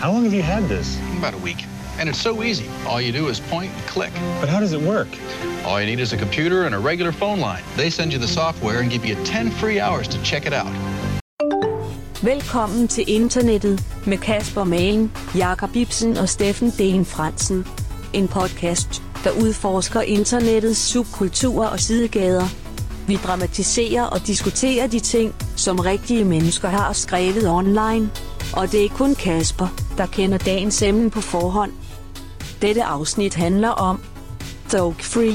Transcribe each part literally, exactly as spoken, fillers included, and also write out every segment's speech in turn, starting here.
How long have you had this? About a week. And it's so easy. All you do is point and click. But how does it work? All you need is a computer and a regular phone line. They send you the software and give you ten free hours to check it out. Velkommen til internettet med Kasper Magen, Jakob Ibsen og Steffen Den Fransen. En podcast, der udforsker internettets subkulturer og sidegader. Vi dramatiserer og diskuterer de ting, som rigtige mennesker har skrevet online. Og det er kun Kasper, der kender dagens emne på forhånd. Dette afsnit handler om Dog Free.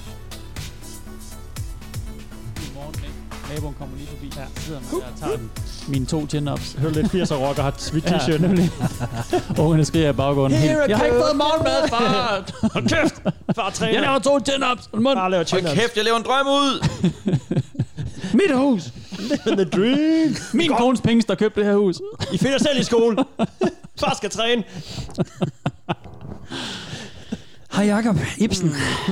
Naboen kommer lige forbi. Ja, sidder man der og tager den. Mine to chin-ups. Hør lidt firser rocker har svidt t-shirt. Ja, nemlig. Ungerne skriger i baggrunden. Jeg har ikke fået morgenmad, far! Hold kæft! Far træner. Jeg laver to chin-ups. Far laver chin-ups. Hold kæft, jeg laver en drøm ud! Mit hus! The dream! Min kones penge, der købte det her hus. I finder selv i skole. Far skal træne. Hej Jakob Ibsen.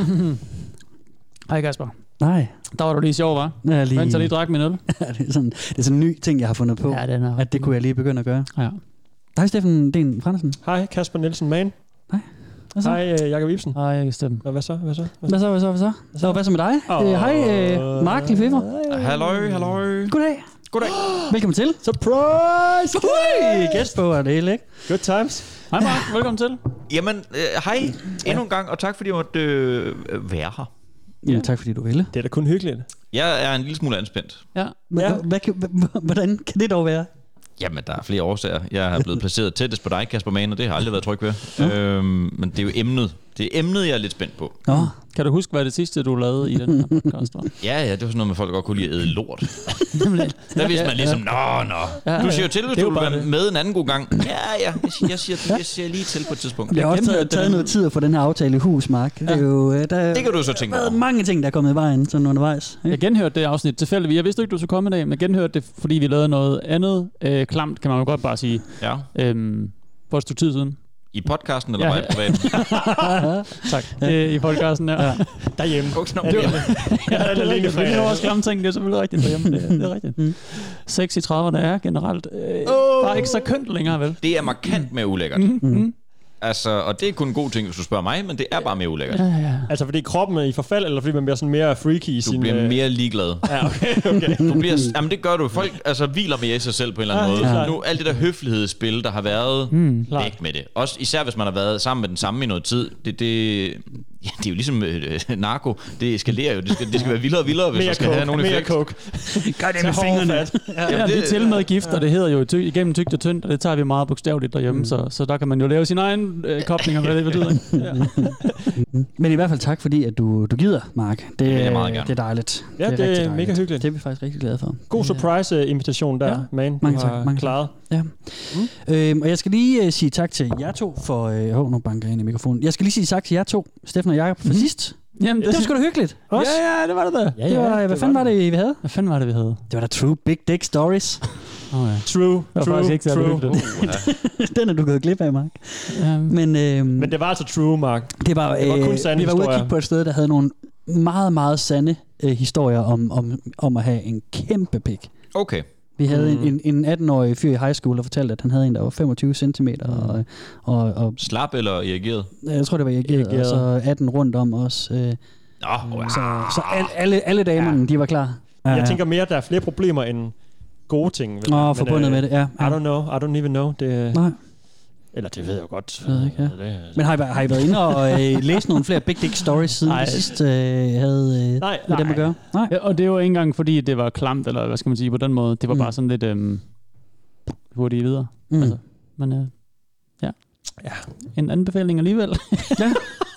Hej Kasper. Nej. Der var du lige sjov, hva'? Ja, lige... Mens jeg lige drak min øl. Ja, det er sådan, det er sådan en ny ting, jeg har fundet på. Ja, den er... At det kunne jeg lige begynde at gøre. Ja. Hej Steffen Den Fransen. Hej Kasper Nielsen Mann. Hej. Hej uh, Jakob Ibsen. Hej Steffen. Hvad så? Hvad så? Hvad så? Hvad så? Hvad så? Så hvad så med dig? Oh. Hej uh, Mark Lefebvre. Halløj, halløj. Goddag. Goddag. Velkommen til. Surprise! Hey, gæst på det hele, ikke? Good times. Hej Mark, velkommen til. Jamen, øh, hej endnu en gang, og tak fordi jeg måtte øh, være her. Ja, tak fordi du ville. Det er da kun hyggeligt. Jeg er en lille smule anspændt. Ja. Ja. Hvad, hvad, hvordan kan det dog være? Jamen, der er flere årsager. Jeg er blevet placeret tættest på dig, Kasper Magen, og det har jeg aldrig været tryg ved. Ja. Øhm, men det er jo emnet. Det er emnet, jeg er lidt spændt på. Nå. Kan du huske, hvad det sidste, du lavede i den her podcast var? Ja, ja, det var sådan noget med, folk godt kunne lide at æde lort. Der vidste man ligesom, nå, nå. Ja, du siger jo til, hvis du vil være det. med en anden god gang. Ja, ja, jeg siger, jeg siger, jeg siger lige til på et tidspunkt. Det har også taget, taget noget tid at få den her aftale i hus, Mark. Det, er jo, der det kan du så tænke over. Der er mange ting, der er kommet i vejen sådan undervejs. Jeg genhørte det afsnit tilfældigvis. Jeg vidste ikke, du skulle komme i dag, men jeg genhørte det, fordi vi lavede noget andet øh, klamt, kan man jo godt bare sige. Ja. Øhm, for et stykke tid siden. I podcasten eller Ja. bare privat? Tak. Ja. I podcasten, ja. ja. Derhjemme. Buksner Ja, det hjemme. ja, det er rigtigt. Det er også klamme ting, det er selvfølgelig rigtigt derhjemme. Det er, det er rigtigt. Mm. Sex i trediverne er generelt øh, oh. bare ikke så kønt længere, vel? Det er markant mere ulækkert. Mm. Mm. Altså, og det er kun en god ting, hvis du spørger mig, men det er bare mere ulækkert. Ja, ja. Altså fordi kroppen er i forfald, eller fordi man bliver sådan mere freaky i Du sin... bliver øh... mere ligeglad. Ja, okay, okay. Du bliver, jamen det gør du. Folk altså, hviler mere i sig selv på en eller anden Ja, måde. ja. Nu, alt det der høflighedsspil, der har været, Mm, væk med det. Også især hvis man har været sammen med den samme i noget tid. Det, det, ja, det er jo ligesom øh, narko. Det eskalerer jo. Det skal, det skal være vildere og vildere, hvis Mere der skal coke, have nogen mere effekt. coke. Gør det med fingrene. Ja, ja, det er til med gift, og det hedder jo ty- igennem tykt og tyndt, og det tager vi meget bogstaveligt derhjemme, mm. så, så der kan man jo lave sin egen øh, koblinger, hvad det betyder. Ja. Men i hvert fald tak, fordi at du, du gider, Mark. Det, vil jeg meget gerne. det er dejligt. Ja, det er, rigtig det er mega hyggeligt. Det er vi faktisk rigtig glade for. God surprise-invitation der, Ja. man. Mange du tak, har mange klaret. Ja. Mm. Øhm, og jeg skal lige uh, sige tak til jer to for... Øh, hov, nu banker jeg ind i mikrofonen. Jeg skal lige sige tak til jer to, Steffen og Jakob, for mm. sidst. Jamen, Det var sgu da hyggeligt. Også. Ja, ja, det var det da. Ja, det var, hvad det fanden var var det, vi havde? Hvad fanden var det, vi havde? Det var da True Big Dick Stories. Oh, ja. True, var true, faktisk ikke særlig true. hyggeligt. Den er du gået glip af, Mark. Um, Men, øhm, Men det var altså true, Mark. det var, det var kun øh, sande vi var ude at historier. kigge på et sted, der havde nogle meget, meget sande øh, historier om, om, om at have en kæmpe pik. Okay. Vi havde Mm. en, en atten-årig fyr i high school, der fortalte, at han havde en, der var femogtyve centimeter, Mm. og, og, og Slap eller irrigeret? jeg tror, det var irrigeret, og Irrigeret. så atten rundt om os. Øh, Nå, wow. så så al, alle, alle damerne, ja. de var klar. Jeg Ja. tænker mere, at der er flere problemer end gode ting. vel? Åh, Men, forbundet øh, med det, ja. I don't know. I don't even know. Det, Nej, eller det ved jeg jo godt. jeg ved ikke, ja. Det, Men har I, har I været inde og øh, læst nogle flere Big Dick Stories, siden Nej. vi sidst øh, havde øh, Nej, med dem at gøre? Nej. ja, og det var ikke engang, fordi det var klamt, eller hvad skal man sige på den måde. Det var Mm. bare sådan lidt øhm, hurtigt videre. Mm. Altså, men øh, ja. Ja. En anbefaling alligevel. Ja.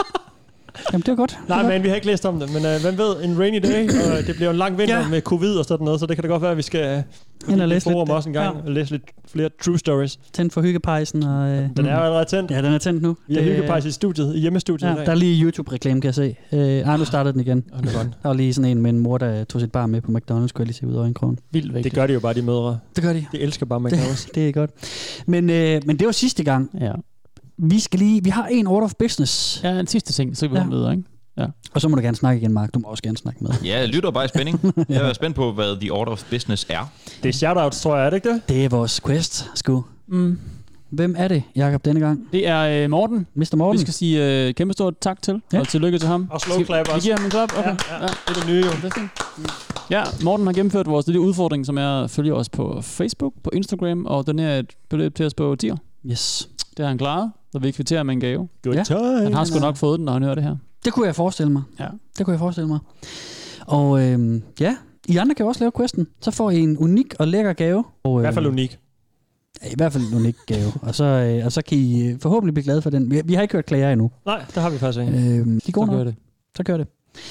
Jamen, det var godt. Nej, det var men vi har ikke læst om det. Men uh, hvem ved, en rainy day, og det bliver en lang vinter Ja. med covid og sådan noget, så det kan da godt være, at vi skal Ind og uh, læse forum lidt, også en gang ja. og læse lidt flere true stories. godt. Tændt for hyggepejsen. Og, øh, Den er jo allerede tændt. Ja, den er tændt nu. Vi har Det- hyggepejs i studiet, i hjemmestudiet Ja, i dag. der er lige YouTube-reklame, kan jeg se. Øh, ej, nu startede den igen. Og det er godt. Der var lige sådan en med en mor, der tog sit barn med på McDonald's, kunne jeg lige se ud af øjenkrogen. Vildt Det vigtigt. gør de jo bare, de mødre. Det gør de. De elsker bare McDonald's. Det, det er godt. Men, øh, men det var sidste gang. Ja. Vi skal lige, vi har en order of business. Ja, en sidste ting, så kan vi Ja. komme videre, ikke? Ja. Og så må du gerne snakke igen, Mark. Du må også gerne snakke med. Ja, jeg lytter bare i spænding. Jeg er spændt på, hvad The Order of Business er. Det er shoutouts, tror jeg, er det ikke det? Det er vores quest, sgu. Mm. Hvem er det, Jakob, denne gang? Det er øh, Morten. mister Morten. Vi skal sige øh, kæmpe stort tak til, ja. og tillykke til ham. Og slow clap også. Vi giver ham en klap? Okay. Ja, ja. Ja. Det er det nye jo. Det er fint. Ja, Morten har gennemført vores lille udfordring, som er at følge os på Facebook, på Instagram, og donere et beløb til os på tier. Yes. Det har han klaret, så vi kvitterer med en gave. Good ja. time. Han har sgu nok fået den, når han hører det her. Det kunne jeg forestille mig. Ja. Det kunne jeg forestille mig. Og øhm, ja, I andre kan også lave questen. Så får I en unik og lækker gave. Og, I hvert fald øhm, unik. I hvert fald en unik gave. Og så, øh, og så kan I forhåbentlig blive glade for den. Vi, vi har ikke hørt klager endnu. Nej, det har vi faktisk ikke. Øhm, de går så nok. gør det. Så gør det.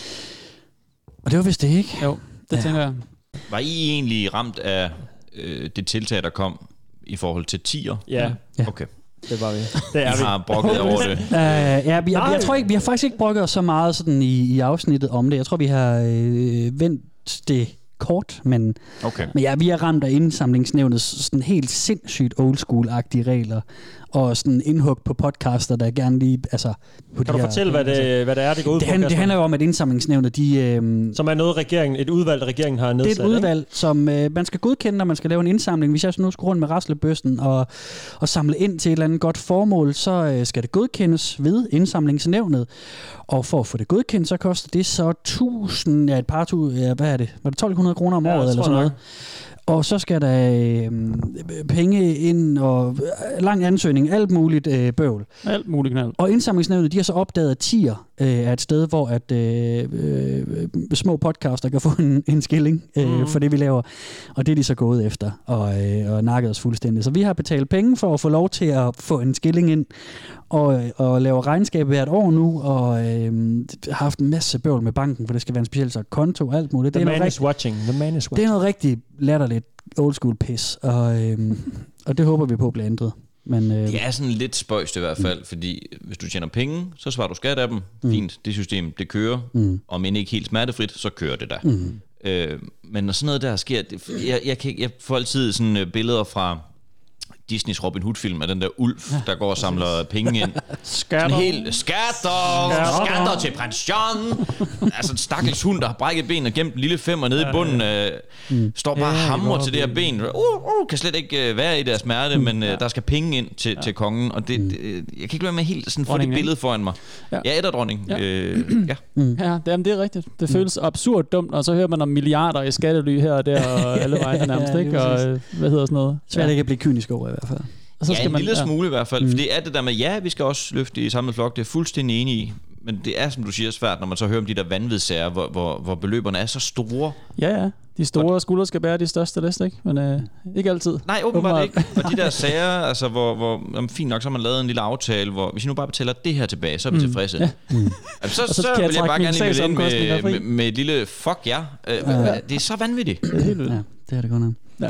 Og det var vist det, ikke? Jo, det ja. tænker jeg. Var I egentlig ramt af øh, det tiltag, der kom i forhold til tier? Ja. Ja. Okay. Det var vi. Det er I vi. har brokket over det. Uh, ja, vi, jeg, jeg tror ikke, vi har faktisk ikke brokket os så meget sådan i, i afsnittet om det. Jeg tror, vi har øh, vendt det kort, men, Okay. men ja, vi er ramt af indsamlingsnævnets sådan helt sindssygt old school-agtige regler, og sådan indhug på podcaster, der gerne lige... Altså, på Kan de du her, fortælle, hvad det, hvad det er, det går ud det på? handler, det handler jo om, at indsamlingsnævnet, de... Øh, Som er noget, regeringen, et udvalg, regeringen har nedsat. det er et udvalg, ikke? som øh, man skal godkende, når man skal lave en indsamling. Hvis jeg så nu skal rundt med raslebøssen og, og samle ind til et eller andet godt formål, så øh, skal det godkendes ved indsamlingsnævnet. Og for at få det godkendt, så koster det så tusind, ja et par tusind, ja, hvad er det? Var det tolv hundrede kroner om Ja, året eller sådan noget? Og så skal der øh, penge ind og øh, lang ansøgning, alt muligt øh, bøvl. Alt muligt knald. Og indsamlingsnævnet, de har så opdaget, at tier øh, er et sted, hvor at, øh, øh, små podcaster kan få en, en skilling øh, mm. for det, vi laver. Og det er de så gået efter og, øh, og nakket os fuldstændig. Så vi har betalt penge for at få lov til at få en skilling ind og, og lave regnskab hvert år nu, og øh, har haft en masse bøvl med banken, for det skal være en speciel så konto og alt muligt. The det er man noget is watching. The man is Det watching. er noget rigtig latterligt old school pis, og, øhm, og det håber vi på bliver ændret. Men, øh, Det er sådan lidt spøjst i hvert fald, mm. fordi hvis du tjener penge, så svarer du skat af dem. Mm. Fint, det system, det kører. Mm. Og men ikke helt smertefrit, så kører det der. Mm. Øh, men når sådan noget der sker, det, jeg, jeg, kan, jeg får altid sådan uh, billeder fra Disneys Robin Hood-film af den der ulv, der går og samler penge ind. Skatter. Sådan helt, skatter, skatter til prins John. Altså en stakkels hund, der har brækket ben og gemt en lille femmer nede i bunden, øh, mm. står bare Ja, hammer det til det her ben. Uh, uh, kan slet ikke uh, være i deres smerte, men uh, der skal penge ind til, ja. til kongen. Og det, det, jeg kan ikke være med helt sådan få det billede foran mig. Ja. Jeg er etterdronning. Ja, øh, ja. Mm. ja det, jamen, det er rigtigt. Det føles mm. absurd dumt, og så hører man om milliarder i skattely her og der, og alle vegne nærmest, ja, ikke? Og øh, hvad hedder sådan noget? Svært ikke at blive kynisk over i hvert fald. Og så ja, skal en man, lille ja. smule i hvert fald. Mm. For det er det der med, ja, vi skal også løfte i samme flok, det er fuldstændig enig i. Men det er, som du siger, svært, når man så hører om de der vanvidssager, hvor, hvor, hvor beløberne er så store. Ja, ja. De store skuldre skal bære de største læst, ikke? Men øh, ikke altid. Nej, åbenbart ikke. Og de der sager, altså, hvor, hvor jamen, fint nok, så har man lavet en lille aftale, hvor hvis I nu bare betaler det her tilbage, så er vi mm. tilfredse. Ja. Mm. Altså, så, så, så vil jeg bare gerne lige ind med, med, med et lille fuck ja. Øh, ja. Det er så vanvittigt. Det er helt vildt. Ja, det er det godt nok. Ja.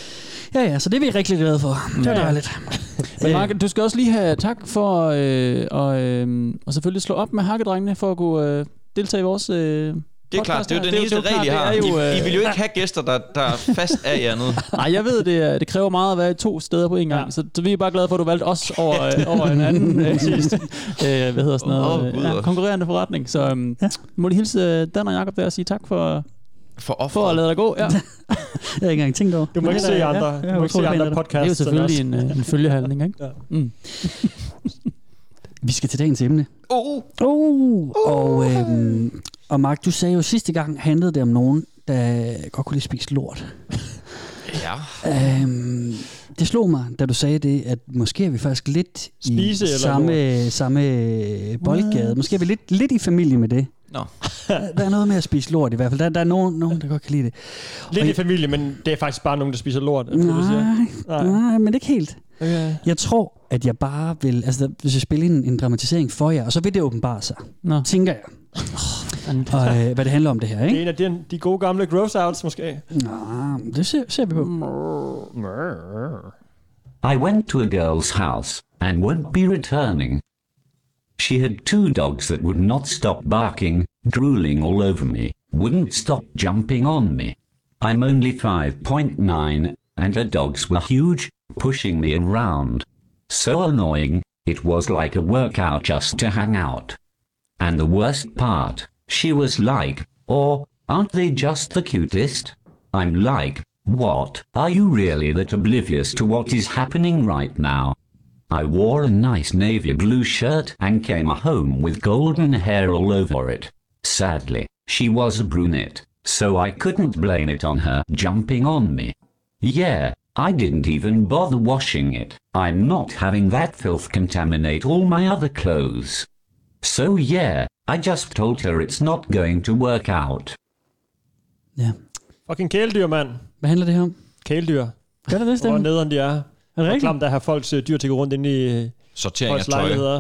Ja, ja, så det er vi rigtig glade for. Det er ja. dejligt. Men Mark, du skal også lige have tak for øh, og, øh, og selvfølgelig slå op med hakkedrengene for at kunne øh, deltage i vores øh, det er klart, det er jo den det, eneste regel, I har. Jo, øh... I, I vil jo ikke have gæster, der, der er fast af i andet. Nej, jeg ved, det, det kræver meget at være i to steder på en gang, ja. så, så vi er bare glade for, at du valgte os over, øh, over en anden øh, sidst. Øh, hvad hedder sådan noget? Oh, ja, konkurrerende forretning. Så øh, ja. må de hilse Dan og Jakob der og sige tak for... For, for at lade dig gå, ja. Jeg har ikke engang tænkt over. Du må ikke se andre, ja, du må ikke se andre podcasts. Det er jo selvfølgelig en, en følgehandling, ikke? Ja. Mm. Vi skal til dagens emne. Oh. Oh. Og, øhm, og Mark, du sagde jo sidste gang, handlede det om nogen, der godt kunne lide spise lort. Ja. Øhm, det slog mig, da du sagde det, at måske er vi faktisk lidt Spise i samme, samme boldgade. Måske er vi lidt, lidt i familie med det. No. Der er noget med at spise lort i hvert fald. Der, der er nogen, nogen, der godt kan lide det. Lidt og i familie, men det er faktisk bare nogen, der spiser lort. Nej, du siger. nej. nej, men ikke helt. Okay. Jeg tror, at jeg bare vil... Altså, hvis jeg spiller en, en dramatisering for jer, og så vil det åbenbare sig. No. Tænker jeg. Oh, og øh, hvad det handler om det her, ikke? Det er en af de, de gode gamle gross-outs, måske. Nå, det ser, ser vi på. I went to a girl's house and won't be returning. She had two dogs that would not stop barking, drooling all over me, wouldn't stop jumping on me. I'm only five point nine, and her dogs were huge, pushing me around. So annoying, it was like a workout just to hang out. And the worst part, she was like, "Oh, aren't they just the cutest?" I'm like, "What? Are you really that oblivious to what is happening right now? I wore a nice navy blue shirt and came home with golden hair all over it. Sadly, she was a brunette, so I couldn't blame it on her jumping on me. Yeah, I didn't even bother washing it. I'm not having that filth contaminate all my other clothes. So yeah, I just told her it's not going to work out. Ja. Fucking kæledyr, mand. Hvad handler det her om? Kæledyr. Gør det det, Steffen? Hvor nederen de er. Er det rigtigt? Og klamt, der har folks uh, dyr til at gå rundt inde i sortering af tøj. lejligheder.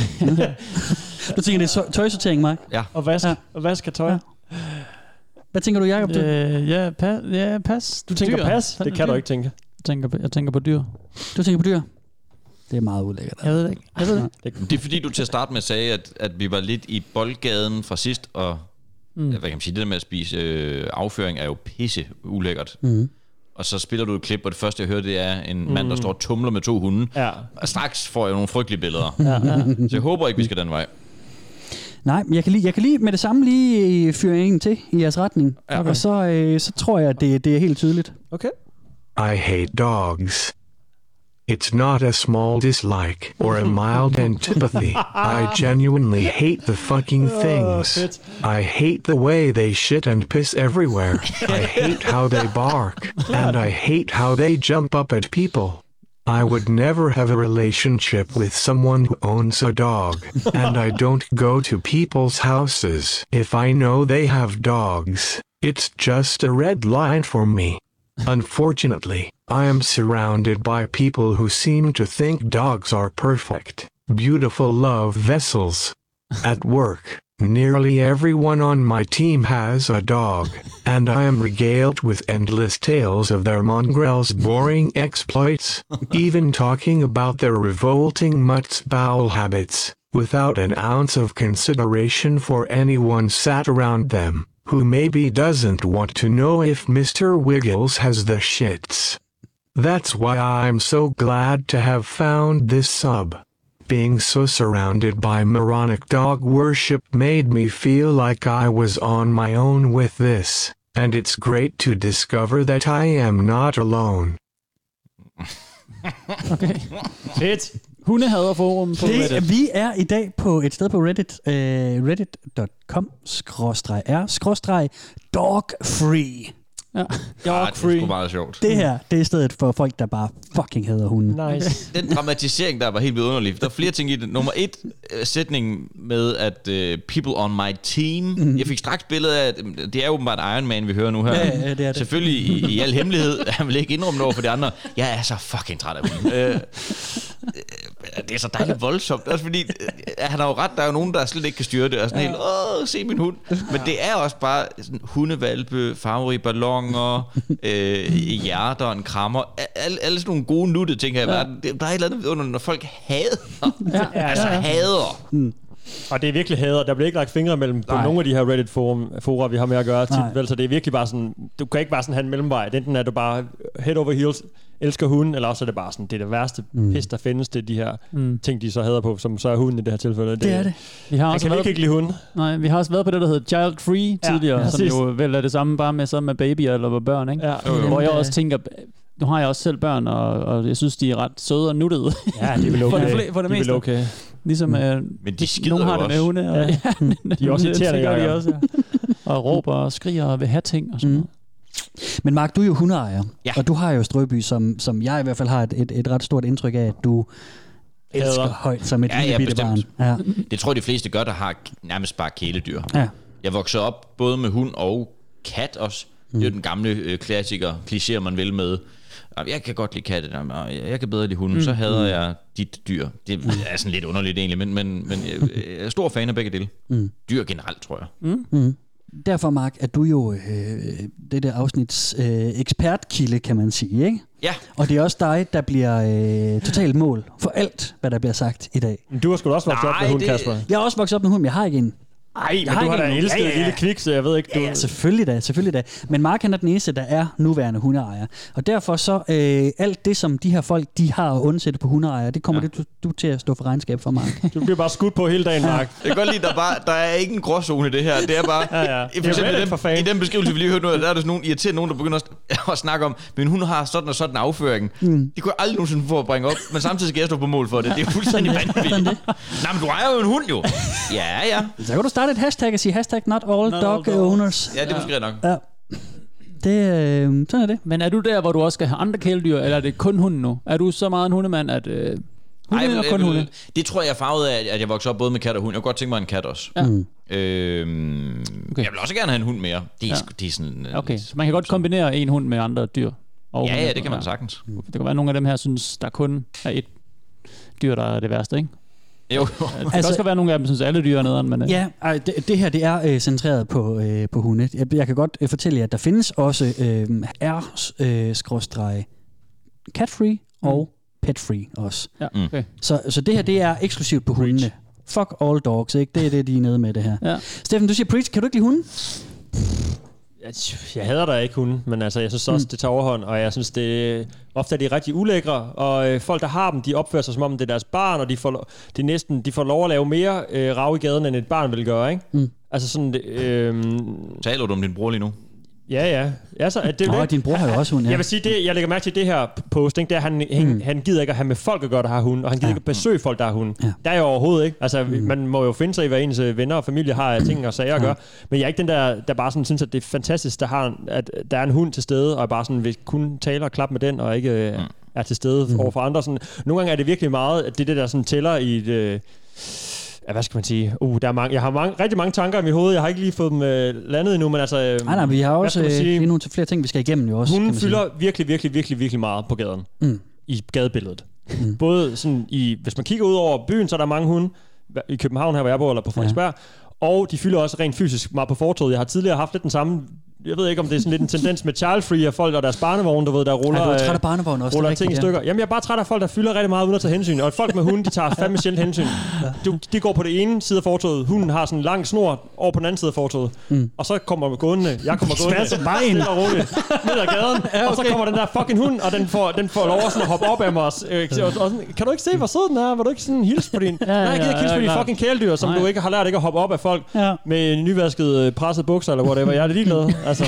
Du tænker, det er tøjsortering, Mark? Ja. Og vask, ja. og vask af tøj. Ja. Hvad tænker du, Jacob? Øh, ja, pas, ja, pas. Du tænker dyr. pas? Det kan dyr. du ikke tænke. Jeg tænker, på, jeg tænker på dyr. Du tænker på dyr? Det er meget ulækkert. Jeg ved det ikke. Jeg ved det. Det, det er fordi, du til at starte med sagde, at, at vi var lidt i boldgaden fra sidst, og mm. hvad kan man sige, det der med at spise øh, afføring er jo pisse ulækkert. Mm. Og så spiller du et klip, og det første, jeg hører, det er en mm. mand, der står og tumler med to hunde. Ja. Og straks får jeg nogle frygtelige billeder. Ja, ja. Så jeg håber ikke, vi skal den vej. Nej, men jeg kan lige, jeg kan lige med det samme lige fyre en til i jeres retning. Ja, okay. Og så, øh, så tror jeg, at det, det er helt tydeligt. Okay. I hate dogs. It's not a small dislike or a mild antipathy. I genuinely hate the fucking things. I hate the way they shit and piss everywhere. I hate how they bark. And I hate how they jump up at people. I would never have a relationship with someone who owns a dog. And I don't go to people's houses if I know they have dogs. It's just a red line for me. Unfortunately, I am surrounded by people who seem to think dogs are perfect, beautiful love vessels. At work, nearly everyone on my team has a dog, and I am regaled with endless tales of their mongrels' boring exploits, even talking about their revolting mutt's bowel habits, without an ounce of consideration for anyone sat around them, who maybe doesn't want to know if Mister Wiggles has the shits. That's why I'm so glad to have found this sub. Being so surrounded by moronic dog worship made me feel like I was on my own with this, and it's great to discover that I am not alone. Okay. Fedt. Hundehaderforum på det, Reddit. Vi er i dag på et sted på Reddit, uh, reddit punktum com skråstreg r skråstreg dogfree. Ja. Dog ah, det er sgu meget sjovt. Det her, det er stedet for folk, der bare fucking hader hunde. Nice. Den dramatisering, der var helt vidunderlig. Der er flere ting i det. Nummer et, sætning med, at uh, people on my team. Mm. Jeg fik straks billedet af, at det er åbenbart Iron Man, vi hører nu her. Ja, ja, det er det. Selvfølgelig i, i al hemmelighed. Han vil ikke indrømme over for de andre. Jeg er så fucking træt af dem. uh, det er så dejligt voldsomt. Også fordi, han har jo ret, der er jo nogen, der slet ikke kan styre det. Og sådan ja. helt, åh, se min hund. Men det er også bare sådan hundevalpe, farverige balloner, øh, hjerter, en krammer. Alle, alle sådan nogle gode nutte ting her i ja. verden. Der er et eller andet under, når folk hader. Ja, ja, altså ja, ja. hader. Mm. Og det er virkelig hader. Der bliver ikke lagt fingre mellem på nogle af de her Reddit-fora, vi har med at gøre tit. Vel, så det er virkelig bare sådan, du kan ikke bare sådan have en mellemvej. Enten er du bare head over heels, elsker hunden, eller også er det bare sådan, det er det værste mm. pis, der findes, det de her mm. ting, de så hader på, som så er hunden i det her tilfælde. Det, det er det. Vi har også kan været, ikke lide hunden. Nej, vi har også været på det, der hedder Child Free tidligere, ja, ja, som jo vel er det samme bare med, så med babyer eller med børn, ikke? Ja. Jo, jo. Hvor jeg også tænker, nu har jeg også selv børn, og, og jeg synes, de er ret søde og nuttede. Ja, det er vel okay. for det, for det de meste. Okay. Ligesom, mm. øh, men de skider nogle har jo det med hunde. Og, ja. Ja, de er også irriterende, det gør ja. de også, ja. Og råber og skriger og vil have ting og sådan mm. noget. Men Mark, du er jo hundeejer, ja. og du har jo Strøby, som, som jeg i hvert fald har et, et, et ret stort indtryk af, at du elsker højt som et ja, lille ja, bitte barn. Ja. Det tror jeg, de fleste gør, der har nærmest bare kæledyr. Ja. Jeg voksede op både med hund og kat også. Mm. Det er jo den gamle øh, klassiker, kliché, man vil med. Jeg kan godt lide katte, jeg kan bedre lide hunden, mm. så hader jeg dit dyr. Det er sådan lidt underligt egentlig, men, men, men jeg er stor fan af begge dele. Mm. Dyr generelt, tror jeg. Mm. Mm. Derfor, Mark, er du jo øh, det der afsnits øh, ekspertkilde, kan man sige, ikke? Ja. Og det er også dig, der bliver øh, totalt mål for alt, hvad der bliver sagt i dag. Men du har sgu da også vokset op med hund, det... Kasper. Jeg har også vokset op med hund, men jeg har ikke en. Ej, men du har da elsket ja, ja. lille kvik, så jeg ved ikke... Du... Ja, ja, selvfølgelig da, selvfølgelig da. Men Mark han er den eneste, der er nuværende hundeejer. Og derfor så, øh, alt det, som de her folk, de har at undsætte på hundeejer, det kommer ja. det, du, du til at stå for regnskab for, Mark. Du bliver bare skudt på hele dagen, Mark. Jeg kan godt lide, der, bare, der er ikke en gråzone i det her. Det er bare... ja, ja. For eksempel, i, den, i den beskrivelse, vi lige hørte nu, der er der sådan nogle irriterende nogen, der begynder at, at snakke om, men hun har sådan og sådan en afføring. Mm. Det kunne jeg aldrig nogensinde få at bringe op, men samtidig skal jeg stå på mål for det. Det er fuldstændig vanvittigt. Nej, men du ejer jo en hund, jo. Ja, ja. Så kan du starte et hashtag og sige hashtag not all not dog all owners. Ja, det er måske nok. Ja. Det, øh, sådan er det. Men er du der, hvor du også skal have andre kæledyr, eller er det kun hunden nu? Er du så meget en hundemand, at... Øh, hunde eller kun hunde? Det tror jeg er farvet af, at jeg voksede op både med kat og hund. Jeg kunne godt tænke mig en kat også. Ja. Mm. Øhm, okay. Jeg vil også gerne have en hund mere. Det er, ja. det er sådan... Okay, så man kan godt kombinere en hund med andre dyr? Og ja, ja, det kan man sagtens. Det kan være, at nogle af dem her synes, der kun er et dyr, der er det værste, ikke? Jo. Det kan altså, også være, at nogle af dem synes, at alle dyr er nederen. Men, ja, det, det her det er øh, centreret på, øh, på hunde. Jeg, jeg kan godt øh, fortælle jer, at der findes også øh, R-cat-free mm. og pet-free også. Ja, okay. så, så det her det er eksklusivt på hundene. Fuck all dogs, ikke? Det er det, de er nede med det her. Ja. Steffen, du siger preach. Kan du ikke lide hunde? Jeg, jeg hader da ikke hunde, men altså, jeg synes også, mm. det tager overhånd, og jeg synes, det ofte er de rigtig ulækre, og øh, folk, der har dem, de opfører sig som om det er deres barn, og de får, de næsten, de får lov at lave mere øh, rav i gaden, end et barn vil gøre, ikke? Mm. Altså sådan... Øh, Taler du om din bror lige nu? Ja, ja. Altså, det, Nå, det, din bror har jo også hund, ja. Jeg vil sige, det, jeg lægger mærke til det her post, det er, at han, han, mm. han gider ikke at have med folk at gøre, der har hund, og han gider ja. ikke at besøge folk, der har hund. Ja. Der er jo overhovedet ikke. Altså, mm. man må jo finde sig i, hvad ens venner og familie har af ting og sager at gøre. Men jeg er ikke den der, der bare sådan synes, at det er fantastisk, der har, at der er en hund til stede, og bare sådan vil kun tale og klappe med den, og ikke mm. er til stede mm. over for andre. Sådan, nogle gange er det virkelig meget, at det er det, der sådan tæller i et... Øh, ja, hvad skal man sige? Uh, der er mange, jeg har mange, rigtig mange tanker i mit hoved. Jeg har ikke lige fået dem øh, landet endnu, men altså... Øh, nej, nej, vi har også lige nu til flere ting, vi skal igennem jo også. Hun fylder sige. virkelig, virkelig, virkelig, virkelig meget på gaden. Mm. I gadebilledet. Mm. Både sådan i... Hvis man kigger ud over byen, så er der mange hunde. I København her, hvor jeg bor, eller på Frederiksberg. Ja. Og de fylder også rent fysisk meget på fortovet. Jeg har tidligere haft lidt den samme... Jeg ved ikke, om det er sådan lidt en tendens med child-free af folk og deres barnevogne, du ved, der ruller, ja, du er træt af barnevogne også, ruller ting i stykker. Jamen, jeg er bare træt af folk, der fylder rigtig meget uden at tage hensyn. Og folk med hunde, de tager fandme sjældent hensyn. De, de går på det ene side af fortovet. Hunden har sådan en lang snor over på den anden side af fortovet. Mm. Og så kommer gående. Jeg kommer gående. Smager bare en. Og roligt ned ad gaden. Ja, okay. Og så kommer den der fucking hund, og den får, den får lov at sådan hoppe op af mig. Og, og sådan, kan du ikke se, hvor sød den er? Vil du ikke sådan hilse på din... Ja, ja, Nej, jeg gider ikke hilse på dine fucking kæledyr, som du ikke har lært ikke at hoppe op af folk med nyvasket presset bukser eller whatever. Jeg er ligeglad. Altså...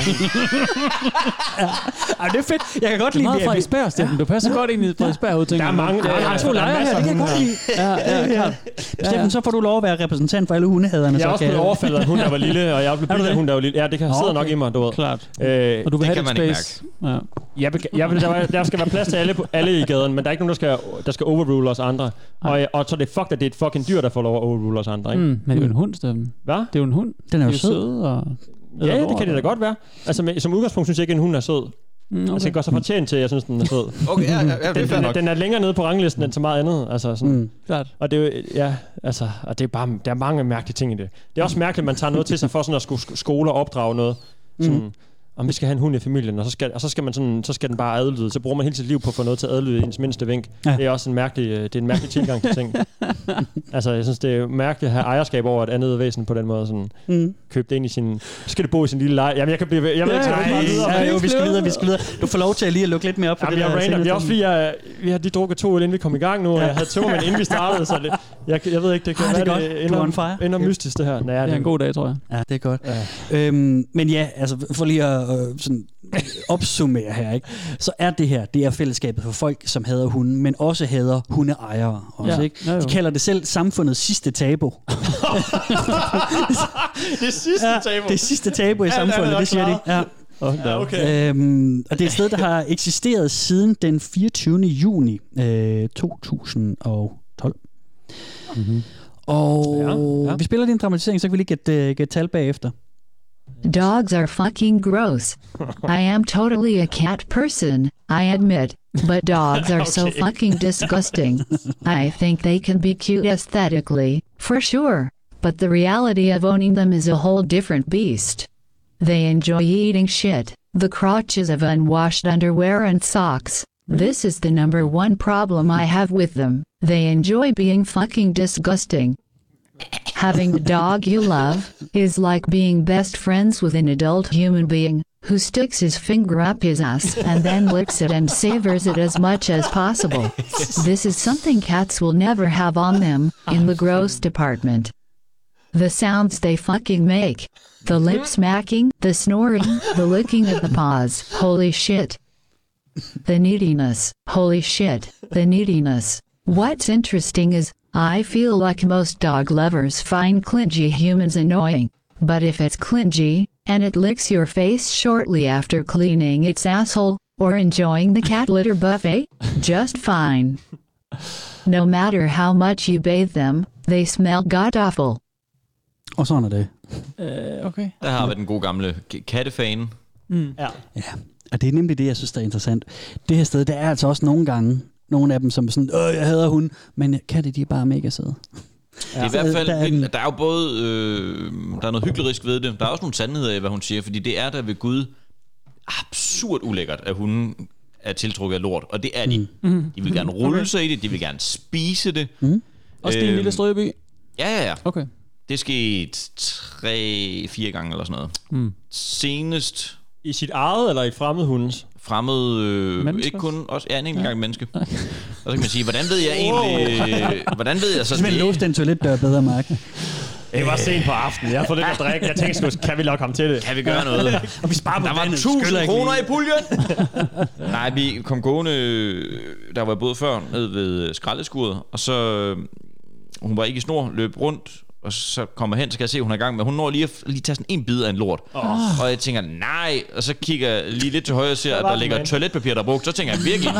ja. Ej, det er fedt. Jeg kan godt lide det. Frederiksberg, Steffen. Du passer ja. godt ind i Frederiksberg ud, der er mange. Der er to lejre her, det kan jeg godt lide. Ja, ja, ja. Steffen, så får du lov at være repræsentant for alle hundehaderne. Jeg er også blevet overfaldet af en hund, der var lille, og jeg er blevet bidt af en hund, der var lille. Ja, det kan sidde nok i mig, du ved. Klart. Øh, og du vil have det space. Ja. Jeg vil, jeg vil, der, der skal være plads til alle, alle i gaden, men der er ikke nogen, der skal, der skal overrule os andre. Og, og så er det fuck, at det er et fucking dyr, der får lov at overrule os andre. Ikke? Mm, men det er jo en hund, Steffen. Hvad? Det er jo en hund. Den er jo sød. Og ja, det kan det da godt være. Altså, med, som udgangspunkt synes jeg ikke, at en hund er sød. Mm, okay. Altså, jeg går så fortjent til, at jeg synes, den er sød. Okay, ja, ja, ja, den, den, er, den er længere nede på ranglisten end så meget andet. Altså, sådan. Mm. Klart. Og det er jo, ja, altså, og det er bare, der er mange mærkelige ting i det. Det er også mærkeligt, at man tager noget til sig for sådan at skulle skole og opdrage noget. Sådan, mm. om vi skal have en hund i familien, og så skal, og så skal man sådan, så skal den bare adlyde. Så bruger man hele sit liv på at få noget til at adlyde ens mindste vink. Ja. Det er også en mærkelig, det er en mærkelig tilgang til ting. Altså, jeg synes, det er mærkeligt at have ejerskab over et andet væsen på den måde. Sådan, mm. købe det ind i sin... Så skal det bo i sin lille lejr. Jamen, jeg kan blive... Jeg ved ikke, nej, nej, videre, ja, jo, vi skal videre, vi skal videre. Du får lov til at lige at lukke lidt mere op på ja, det der. Random. Det er også fordi, jeg, vi har lige drukket to øl, inden vi kom i gang nu, og jeg havde to, men inden vi startede, så det, jeg, jeg ved ikke, det kan ah, være det ender, ender mystisk, det her. Nej, det er en god dag, tror jeg. Ja, det er godt. Ja. Øhm, men ja, altså, for lige at øh, sådan opsummere her, ikke? Så er det her, det er fællesskabet for folk, som hader hunde, men også hader hundeejere. Også, ja. Ikke? De kalder det selv samfundets sidste tabu. det sidste ja, tabu? Det sidste tabu i ja, samfundet, det, det siger de. Ja. Ja, okay. øhm, og det er et sted, der har eksisteret siden den fireogtyvende juni øh, to tusind og tolv. Mm-hmm. Og ja, ja. Vi spiller din dramatisering, så kan vi lige gætte uh, tal bagefter. Dogs are fucking gross. I am totally a cat person, I admit, but dogs are okay. so fucking disgusting. I think they can be cute aesthetically, for sure, but the reality of owning them is a whole different beast. They enjoy eating shit, the crotches of unwashed underwear and socks. This is the number one problem I have with them. They enjoy being fucking disgusting. Having a dog you love is like being best friends with an adult human being who sticks his finger up his ass and then licks it and savors it as much as possible. This is something cats will never have on them in the gross department. The sounds they fucking make. The lip smacking, the snoring, the licking of the paws. Holy shit. The neediness. Holy shit. The neediness. What's interesting is, I feel like most dog lovers find clingy humans annoying. But if it's clingy, and it licks your face shortly after cleaning its asshole, or enjoying the cat litter buffet, just fine. No matter how much you bathe them, they smell god-awful. Og sådan er det. Uh, okay. Der har vi den gode gamle kattefan. Mm. Ja. Ja, og det er nemlig det, jeg synes, der er interessant. Det her sted, der er altså også nogle gange, nogle af dem, som er sådan, åh, jeg hader hunde, men katte, de er bare mega søde. Ja. Det er i hvert fald, der er, en... der er jo både, øh, der er noget hyklerisk ved det, der er også nogle sandheder i, hvad hun siger, fordi det er der ved Gud absurd ulækkert, at hunden er tiltrukket af lort, og det er de. Mm. De vil gerne rulle okay. sig i det, de vil gerne spise det. Mm. Også det er en lille strøby? Ja, ja, ja. Okay. Det skete tre, fire gange eller sådan noget. Mm. Senest... I sit eget, eller i fremmed hundes? Fremmed, øh, ikke kun, også, ja, en enkelt ja. gang menneske. Og så kan man sige, hvordan ved jeg egentlig, øh, hvordan ved jeg så... Men lås den toiletdør bedre, Mark. Det var sent på aftenen. Jeg har fået lidt at drikke. Jeg tænkte sgu, kan vi nok komme til det? Kan vi gøre noget? Og vi sparer på der var tusind kroner i puljen. Nej, vi kom gående, der var jeg boet før, ned ved skraldeskuret, og så, hun var ikke i snor, løb rundt, og så kommer hen, så kan jeg se, at hun er i gang med, hun når lige at lige tage sådan en bid af en lort. Oh. Og jeg tænker, nej, og så kigger jeg lige lidt til højre og ser, at der ligger toiletpapir, der er brugt. Så tænker jeg virkelig,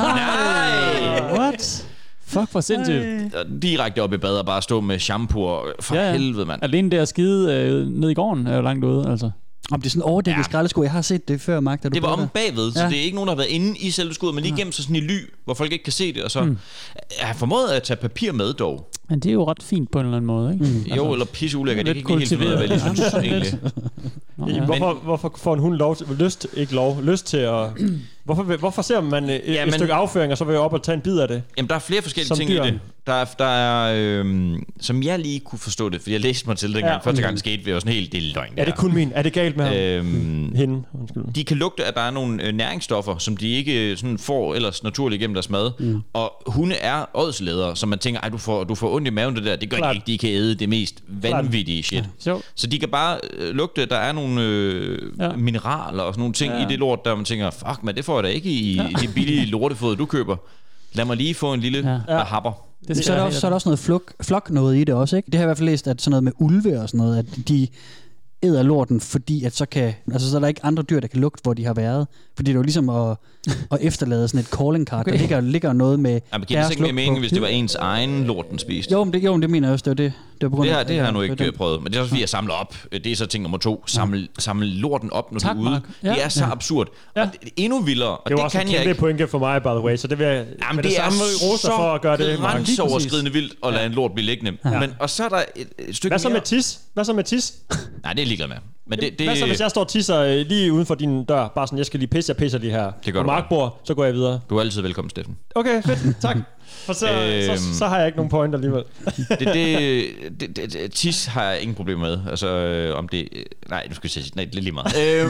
nej. What? Fuck, for sindssygt. Direkte op i bad og bare stå med shampoo. For ja, helvede, mand. Alene det at skide øh, ned i gården er jo langt ude, altså. Om det er sådan overdækket ja. skraldesko. Jeg har set det før, Mark, da du det var om det. bagved, så ja. det er ikke nogen, der har været inde i selve skuddet, men lige gennem sig sådan i ly, hvor folk ikke kan se det. Og så mm. jeg har formået at tage papir med dog. Men det er jo ret fint på en eller anden måde, ikke? Mm. Jo, eller pisse ulækkert. Det kan ikke helt finde ud af, hvad jeg synes egentlig. Nå, ja. Hvorfor, hvorfor får en hund lov til, lyst, ikke lov, lyst til at... Hvorfor, hvorfor ser man et, ja, et men, stykke afføring, og så vil jeg op og tage en bid af det? Jamen, der er flere forskellige ting dyr. i det. Der er, der er øhm, som jeg lige kunne forstå det, fordi jeg læste mig til det dengang. Ja. Første gang det skete, vi var sådan helt, det er løgn. Er det kun min? Er det galt med øhm, ham? Hende? Undskyld. De kan lugte, at der er nogle øh, næringsstoffer, som de ikke sådan får ellers naturligt gennem deres mad. Mm. Og hunde er ådsledere, så man tænker, ej, du får, du får ondt i maven det der. Det gør Klart. de ikke. De kan æde det mest vanvittige shit. Ja. Så de kan bare øh, lugte, der er nogle øh, ja. mineraler og sådan nogle ting ja. i det lort, der man tænker, fuck, men det får jeg da ikke i ja. de billige lortefod, du køber. Lad mig lige få en lille ja. happer. Det så, er der også, så er der også noget flok, flok noget i det også, ikke? Det har jeg i hvert fald læst, at sådan noget med ulve og sådan noget, at de æder lorten, fordi at så kan, altså så er der ikke andre dyr, der kan lugte, hvor de har været. Fordi det er jo ligesom at, at efterlade sådan et calling card. Okay. Der ligger, ligger noget med ja, men giver det ikke mere mening, hvis det var ens egen lorten spist? Jo, men det, jo, men det mener jeg også, det var det. Det, var på grund det, her, af, det har jeg nu ikke prøvet, men det er også fordi, jeg samler op. Det er så ting nummer to. Samle, samle lorten op, når tak, du er ude. Ja. Det er så ja. absurd. Ja. Og det er endnu vildere, og det, det også kan jeg ikke. Det er pointe for mig, by the way, så det vil jeg Jamen, med det, det samme roser for at gøre det. Grænseoverskridende vildt at lade en lort blive liggende. Ja. Men, og så er der et, et stykke Hvad så mere. med tis? Hvad så med tis? Nej, det er ligeglad med. Men det, det, Hvad så, hvis jeg står og tisser lige uden for din dør? Bare sådan, jeg skal lige pisse, jeg pisser lige her. Det gør på markbord, så går jeg videre. Du er altid velkommen, Steffen. Okay, fedt. Tak. For så, øhm, så, så har jeg ikke nogen point alligevel. det, det, det, det, det, tis har jeg ingen problem med. Altså, øh, om det... Nej, du skal sige... Nej, det er lige meget. øhm,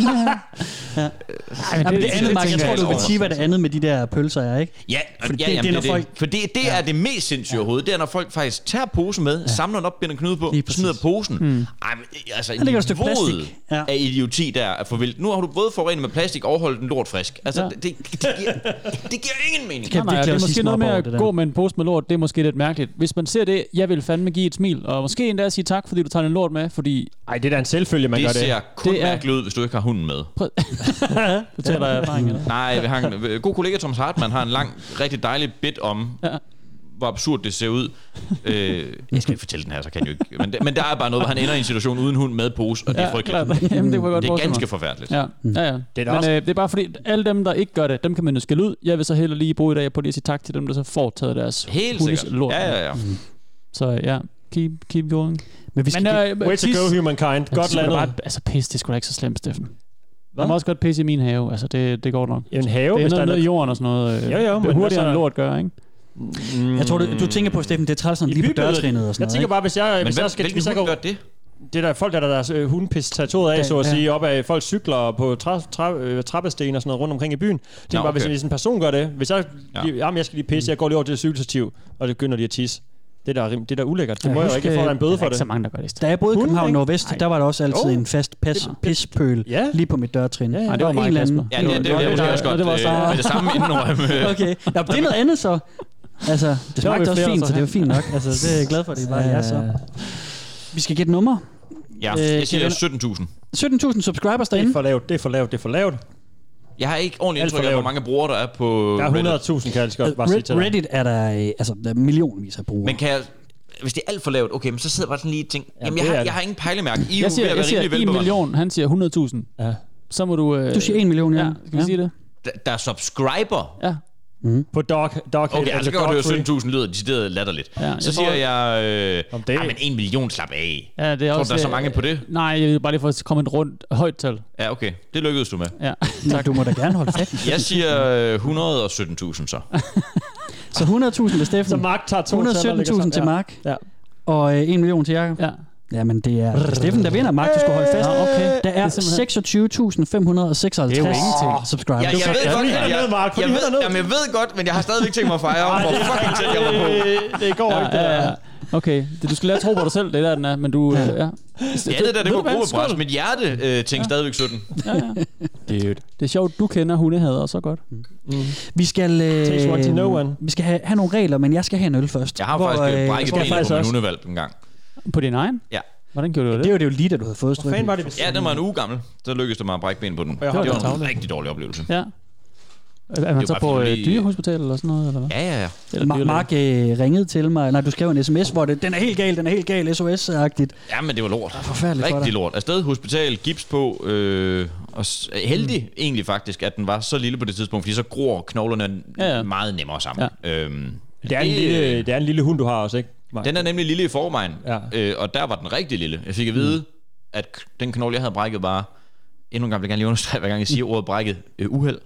ja. Ej, men det, det andet, Mark, jeg tror, du vil sige, hvad det andet med de der pølser er, ikke? Ja, for ja, det, jamen, det, det, folk... for det, det er det mest sindssyge overhovedet. Det er, når folk faktisk tager posen med, ja. samler den op, binder knude på, smider posen. Hmm. Ej, men, altså, niveauet ja. af idioti der er for vildt. Nu har du både forurenet med plastik og holdt den lort frisk. Altså, ja. det, det, det, giver, det giver ingen mening. Det, nej, det er måske noget med at gå med en pose med lort, det er måske lidt mærkeligt. Hvis man ser det, jeg vil fandme give et smil, og måske endda sige tak, fordi du tager en lort med, fordi... Ej, det er da en selvfølge, man det gør det. Det ser kun det er... mærkeligt ud, hvis du ikke har hunden med. Du tager dig erfaring, eller? Nej, vi har en god kollega, Thomas Hartmann, har en lang, rigtig dejlig bit om... Ja. hvor absurd det ser ud. øh, jeg skal ikke fortælle den her, så kan jeg jo ikke. Men, det, men der er bare noget, hvor han ender i en situation uden hund med pose, og det er frygteligt. Jamen, det, det er ganske forfærdeligt. Ja, ja, ja. Det er, men, øh, det er bare fordi, alle dem, der ikke gør det, dem kan man jo skælde ud. Jeg vil så heller lige bruge i dag på lige at sige tak til dem, der så får taget deres helt hundes sikkert. lort. Ja, ja, ja. Mm. Så ja, keep, keep going. Men vi skal men, øh, way to go, humankind. Godt landet. Bare, altså, pisse, det skulle da ikke så slemt, Steffen. Jeg må også godt pisse i min have. Altså, det, det går nok. En have? Det er noget nede i jorden og sådan noget. Jo, jo. Det er hurtigere end lort gør, ikke? Mm. Jeg tror, du, du tænker på, Steffen, det er træls sådan lige på dørtrinnet og sådan Jeg tænker bare, hvis jeg, Men hvis hvem, jeg skal... hvilken Hvis jeg hund går, gør det? det der folk, der er deres øh, hundepis tatoveret af, så at ja. sige, op af folk cykler på tra, tra, øh, trappesten og sådan noget rundt omkring i byen. Jeg tænker Nå, bare, okay. hvis, hvis en person gør det, hvis jeg, Ja. lige, jamen, jeg skal lige pisse, jeg går lige over til det cykelstativ, og det begynder de at tisse. Det der, det der er ulækkert. Det Ja, må jeg jo husk, ikke få dig en bøde Der for er ikke det. så mange, der gør det. Da jeg boede i Hunden, København ikke? Nordvest, der var der også altid Jo. en fast pis, pispøl Ja. lige på mit dørtrin. Ja, ja. Nej, det var Og mig, en eller anden- Kasper. Ja, det, det, det, det, det, det, også godt. det var også øh, med det samme indrømme. Okay. Nå, det er noget andet så. Altså, det var smagte vi også flere, fint, så så det var han- fint nok. Altså, det er jeg glad for, det var jer så. Vi skal gætte nummer. Ja, Øh, jeg kan siger vi- sytten tusind. sytten tusind subscribers Det er derinde. for lavt, det er for lavt, det er for lavt. Jeg har ikke ordentligt Alt for indtryk af, hvor lavt. mange brugere der er på Der er Reddit. hundrede tusind, kan jeg lige godt bare sige til dig. Reddit er der, øh, altså, der er millionvis af brugere. Men kan jeg, hvis det er alt for lavt, okay, men så sidder jeg bare sådan lige og tænker, jamen det jeg er har, det. jeg har ingen pejlemærke. I er jo Jeg siger, ved at jeg være siger rimelig en velbevaret. million, han siger hundrede tusind. Ja. Så må du... Øh, Du siger en million, ja. ja. Skal vi sige det? Der, der er subscriber. Ja. På dog, dog Okay, altså kan godt høre, sytten tusind lyder decideret latterligt. Ja, jeg så siger tror- jeg, øh, Om det- ah, men en million, slap af. Ja, det er Tror også, du, der er så øh, mange på det? Nej, jeg vil bare lige få at komme et rundt højt tal. Ja, okay. Det lykkedes du med. Ja. Tak. Du må da gerne holde fast. Jeg siger øh, et hundrede og sytten tusind så. Så hundrede tusind til Steffen. Så Mark tager to hundrede og sytten tusind til Mark. Ja. Og øh, en million til Jacob. Ja. Jamen, det er Steffen, der vinder. Mark, du skal holde fast. Nå, okay. Der Det er er simpelthen- seksogtyve tusind fem hundrede og seksoghalvtreds Det er jo ingenting. subscribers. Jeg, jeg, ved Ja, godt, vi hælder jeg, ned, Mark, for jeg, vi ved, hælder ned. jamen, jeg ved godt, men jeg har stadigvæk tænkt mig at fejre om, hvor fucking tæt jeg var på. Det, det går ikke, det Ja, der. ja. Okay, det, du skal lære at tro på dig selv, det er der, den er, men du... Ja, ja. Ja, det der, det Ved går du hvad? gruppepres. Skål. Mit hjerte øh, tænker stadigvæk sytten. Ja, ja. Dude. Det er sjovt, du kender hundehader så godt. Vi skal, Takes one to know øh, one. vi skal have, have nogle regler, men jeg skal have en øl først. Jeg har Hvor, faktisk øh, øh, brækket skal jeg benet faktisk på min også. hundevalg en gang. På din egen? Ja. Hvordan gjorde du det? Det var det jo lige, da du havde fået Hvor stryk. fanden var det, vi Ja, den var en uge gammel. Så lykkedes det mig at brække ben på den. jeg Det har var den en tavle. rigtig dårlig oplevelse. Ja. Er man Det så var på bare øh, fordi- dyrehospital eller sådan noget? Eller hvad? Ja, ja, ja. Eller Ma- dyrlæge? Mark øh, ringede til mig. Nej, du skrev en sms, hvor det, den er helt gal, den er helt gal, S O S-agtigt. Ja, men det var lort. Forfærdeligt for Rigtig dig. lort. Afsted hospital, gips på, øh, og s- heldig mm. egentlig faktisk, at den var så lille på det tidspunkt, fordi så gror knoglerne Ja, ja. meget nemmere sammen. Ja. Øhm, Det er, en lille, det er en lille hund, du har også, ikke? Mark? Den er nemlig lille i forvejen, Ja. øh, og der var den rigtig lille. Jeg fik at vide, mm. at k- den knogle, jeg havde brækket, var, endnu en gang vil jeg gerne lige understrege, hver gang jeg siger ordet brækket, øh, uheld,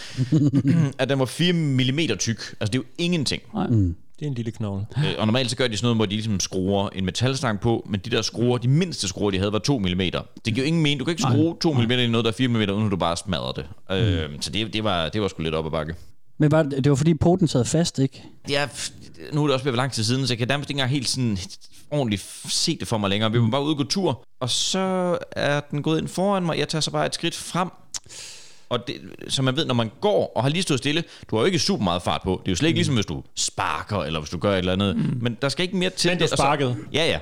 at den var fire millimeter tyk. Altså, det er jo ingenting. Mm. Det er en lille knogle. Øh, og normalt så gør de sådan noget, hvor de ligesom skruer en metalstang på, men de der skruer, de mindste skruer, de havde, var to millimeter. Det giver jo ingen mening. Du kan ikke skrue to millimeter i noget, der er fire millimeter, uden at du bare smadrer det. Øh, så det, det, var, det var sgu lidt op ad bakke. Men var, det var fordi poten sad fast, ikke? Det er, nu er det også ved lang tid siden, så jeg kan nærmest ikke engang helt sådan ordentligt se det for mig længere. Vi var bare ude og gå tur, og så er den gået ind foran mig. Jeg tager så bare et skridt frem. Og det, som man ved, når man går og har lige stået stille, du har jo ikke super meget fart på. Det er jo slet ikke ligesom, hvis du sparker, eller hvis du gør et eller andet. Mm. Men der skal ikke mere til. Men du det, og så- sparkede. Ja,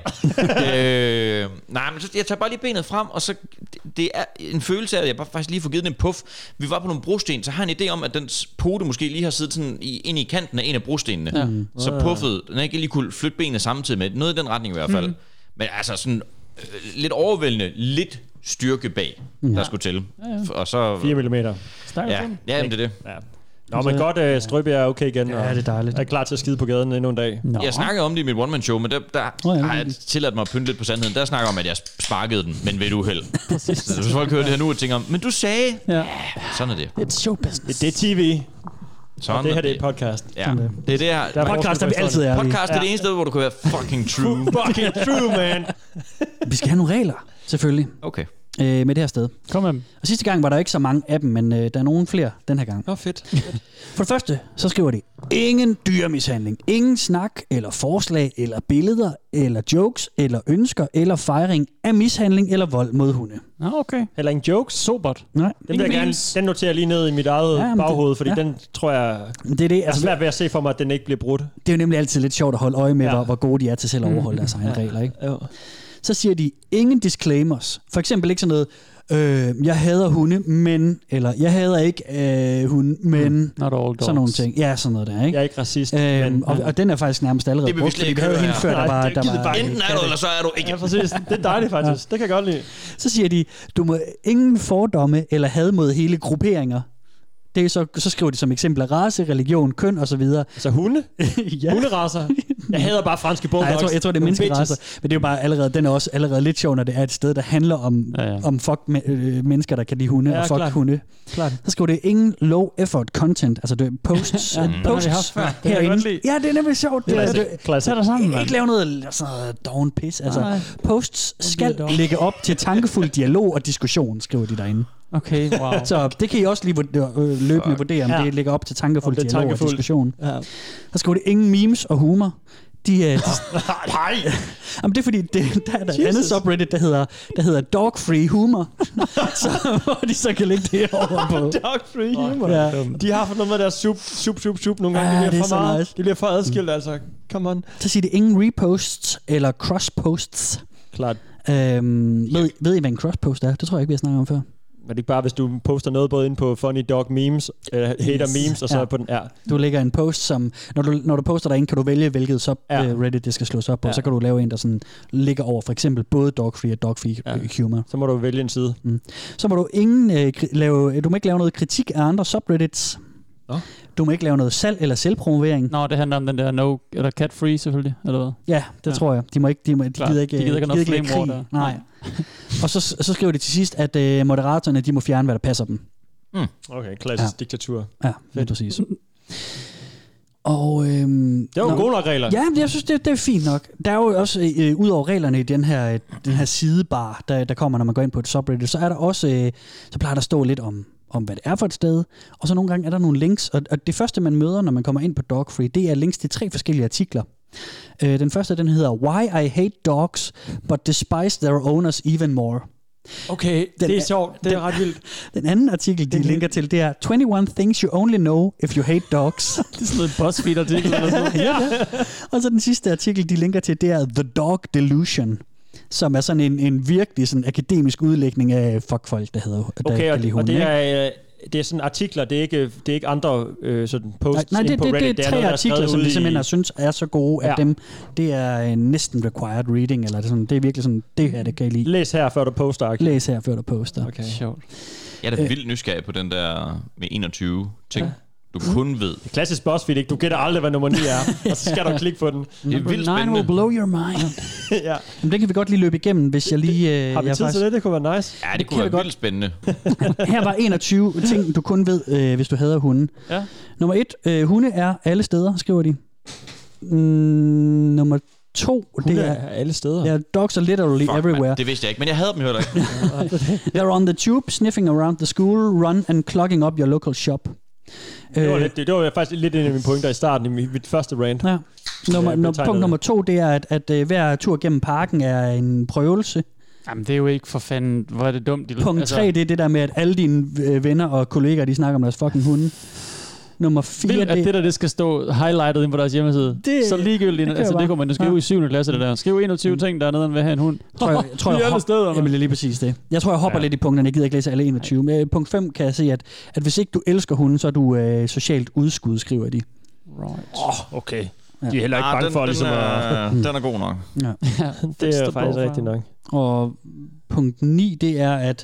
ja. øh, nej, men så, jeg tager bare lige benet frem, og så det, det er en følelse af, at jeg bare faktisk lige får givet den en puff. Vi var på nogle brosten, så har jeg en idé om, at den pote måske lige har siddet sådan i, ind i kanten af en af brostenene. Ja. Så puffede den ikke lige kunne flytte benene samtidig med. Noget i den retning i hvert fald. Mm. Men altså sådan øh, lidt overvældende, lidt styrke bag, mm. der skulle til. Ja, ja. Og så... fire millimeter. Ja, ja, men det er det. Ja. Nå, men godt, uh, Strøbe er okay igen. Ja, det er dejligt. Jeg er klar til at skide på gaden endnu en dag. Nå. Jeg snakkede om det i mit one-man-show, men der, der Oh, ja, har jeg tilladt mig at pynte lidt på sandheden. Der snakker jeg om, at jeg sparkede den, men ved et uheld. Så hvis folk hører det her nu og tænker, men du sagde... Ja. Sådan er det. It's show business. Det er T V, Sådan og det her det er et podcast. Ja, det er det her. Der er Podcast er vi altid ærlige. Podcast er det eneste sted, hvor du kan være fucking true. Fucking true, man. Vi skal have nogle regler, selvfølgelig, Okay. øh, med det her sted. Kom med dem. Og sidste gang var der ikke så mange af dem, men øh, der er nogen flere den her gang. Nå, fedt. For det første, så skriver de, ingen dyremishandling, ingen snak, eller forslag, eller billeder, eller jokes, eller ønsker, eller fejring af mishandling eller vold mod hunde. Nå, okay. Heller ingen jokes. Sobert. Nej, Den, vil jeg Ingen gerne, memes. den noterer jeg lige ned i mit eget Ja, ja, men baghoved, det- fordi ja. den tror jeg... det er det. Jeg er Altså, svært ved at se for mig, at den ikke bliver brudt. det er jo nemlig altid lidt sjovt at holde øje med, Ja. hvor, hvor gode de er til selv at overholde deres egne regler, ikke? Jo. Så siger de, ingen disclaimers. For eksempel ikke sådan noget, øh, jeg hader hunde, men, eller jeg hader ikke øh, hunde, men, Not all dogs. sådan nogle ting. Ja, sådan noget der, ikke? Jeg er ikke racist, Øhm, men... og, og den er faktisk nærmest allerede Det vil vi brugt, slet fordi ikke vi havde høre hende her. før, der Nej, var... det Der gider var bare Enten er du, eller så er du ikke. Ja, præcis. Det er dejligt, faktisk. Det kan jeg godt lide. Så siger de, du må ingen fordomme eller had mod hele grupperinger. Det er så, så skriver de som eksempel race, religion, køn og så videre. Altså hunde? ja. Hunderacer? Jeg hader bare franske bulldogs. Nej, jeg tror, jeg tror det er menneskeracer. Men det er jo bare allerede, den er også allerede lidt sjov, når det er et sted, der handler om, ja, ja. om fuck me- øh, mennesker, der kan lide hunde, ja, og fuck klart. hunde. Klart. Så skriver det ingen low effort content, altså det er posts. ja, posts herinde. Ja, det er nemlig sjovt. Det er, det, Tag dig sammen, ikke lave noget sådan noget doven pis. Altså, nej. Posts skal lægge op til tankefuld dialog og diskussion, skriver de derinde. Okay, wow. Så det kan I også lige vurdere, øh, løbende vurdere, om ja. det ligger op til tankefuld dialog tankefuld. og diskussion. Ja. Så skriver det ingen memes og humor. De, uh, de, Nej! Jamen, det er fordi, det, der er der et andet subreddit, der hedder, der hedder Dog Free Humor. så, hvor de så kan lægge det over på. Dog Free Humor. Ja. De har fået noget med deres sup, sup, sup, sup. Nogle gange, ja, det bliver det for meget. Nice. Det bliver for adskilt, mm. altså. Come on. Så siger det ingen reposts eller crossposts. Klart. Øhm, ved, ved I, hvad en crosspost er? Det tror jeg ikke, vi har snakket om før. Men det er ikke bare, hvis du poster noget både ind på Funny Dog Memes, uh, Hater yes. Memes, og så ja. på den ja. Du lægger en post, som... Når du, når du poster derinde, kan du vælge, hvilket subreddit ja. uh, Reddit det skal slås op på. Ja. Så kan du lave en, der sådan ligger over for eksempel både Dog Free og Dog Free ja. Humor. Så må du vælge en side. Mm. Så må du ingen uh, lave... Du må ikke lave noget kritik af andre subreddits. Oh. Du må ikke lave noget salg eller selvpromovering. Nå, det handler om den der no eller cat free selvfølgelig, eller hvad? Ja, det ja. tror jeg. De må ikke de, må, de gider ikke de gider ikke noget flame krig. Der. Nej. Og så så skriver de til sidst at uh, moderatorerne de må fjerne hvad der passer dem. Mm. Okay, klassisk ja. diktatur. Ja, fedt præcis. Og øhm, det var jo gode nok regler. Ja, men jeg synes det, det er fint nok. Der er jo også øh, ud over reglerne i den her den her sidebar, der der kommer når man går ind på et subreddit, så er der også øh, så plejer der at stå lidt om om hvad det er for et sted, og så nogle gange er der nogle links, og, og det første man møder, når man kommer ind på Dog Free, det er links til tre forskellige artikler. Øh, den første, den hedder Why I Hate Dogs, but Despise Their Owners Even More. Okay, den, det er sjovt, det er den, ret vildt. Den anden artikel, de den linker til, det er twenty-one things you only know if you hate dogs. Det er sådan noget BuzzFeed-artikel eller sådan. ja, ja. Og så den sidste artikel, de linker til, det er The Dog Delusion, som er sådan en, en virkelig sådan akademisk udlægning af fuckfolk, der hedder der okay, og, og det er, det er sådan artikler, det er ikke, det er ikke andre øh, sådan posts nej, nej, det, på Reddit. Det, det er tre noget, artikler, som de simpelthen har synes er så gode, ja. at dem, det er en næsten required reading, eller det er, sådan, det er virkelig sådan, det her, det kan I lide. Læs her, før du poster. Okay. Læs her, før du poster. Okay. Sjovt. Jeg er da vildt nysgerrig på den der med enogtyve ting. Ja. Du kun ved. Klassisk BuzzFeed, ikke? Du gætter aldrig, hvad nummer ni er, og så skal du klikke på den. Det er vildt spændende. will blow your mind. ja. Men den kan vi godt lige løbe igennem, hvis jeg lige... Øh, Har vi tid faktisk... til det? Det kunne være nice. Ja, det kunne det være vildt spændende. Her var enogtyve ting, du kun ved, øh, hvis du hader hunden. Ja. Nummer et, øh, hunde er alle steder, skriver de. Mm, nummer to, hunde det er... er alle steder. Ja, dogs are literally Fuck, everywhere. Man, det vidste jeg ikke, men jeg havde dem heller ikke. They're on the tube, sniffing around the school, run and clogging up your local shop. Det var, lidt, det, det var faktisk lidt en af mine pointer i starten i mit første rant. Ja. Nummer, no, punkt nummer to, det er, at, at, at hver tur gennem parken er en prøvelse. Jamen, det er jo ikke for fanden, hvor er det dumt. De punkt altså... tre, det er det der med, at alle dine venner og kollegaer, de snakker om deres fucking hunde. Nummer fire, Vil, at det, det der, det skal stå highlightet ind på deres hjemmeside. Det, så ligegyldigt, det altså det kunne man skrive ja. i syvende klasse, det der. Skriv enogtyve mm. ting, der er nede ved at have en hund. Tror jeg, tror jeg, jeg hop, steder, jamen, lige præcis det. Jeg tror, jeg hopper ja. lidt i punkterne. Jeg gider ikke læse alle enogtyve. Men punkt fem kan jeg se, at, at hvis ikke du elsker hunden, så er du øh, socialt udskud, skriver de. Right. Åh, oh, okay. Ja. De er heller ikke ah, bange den, for, ligesom den er, at... den er god nok. Ja. ja, det er faktisk rigtigt nok. Og punkt ni, det er, at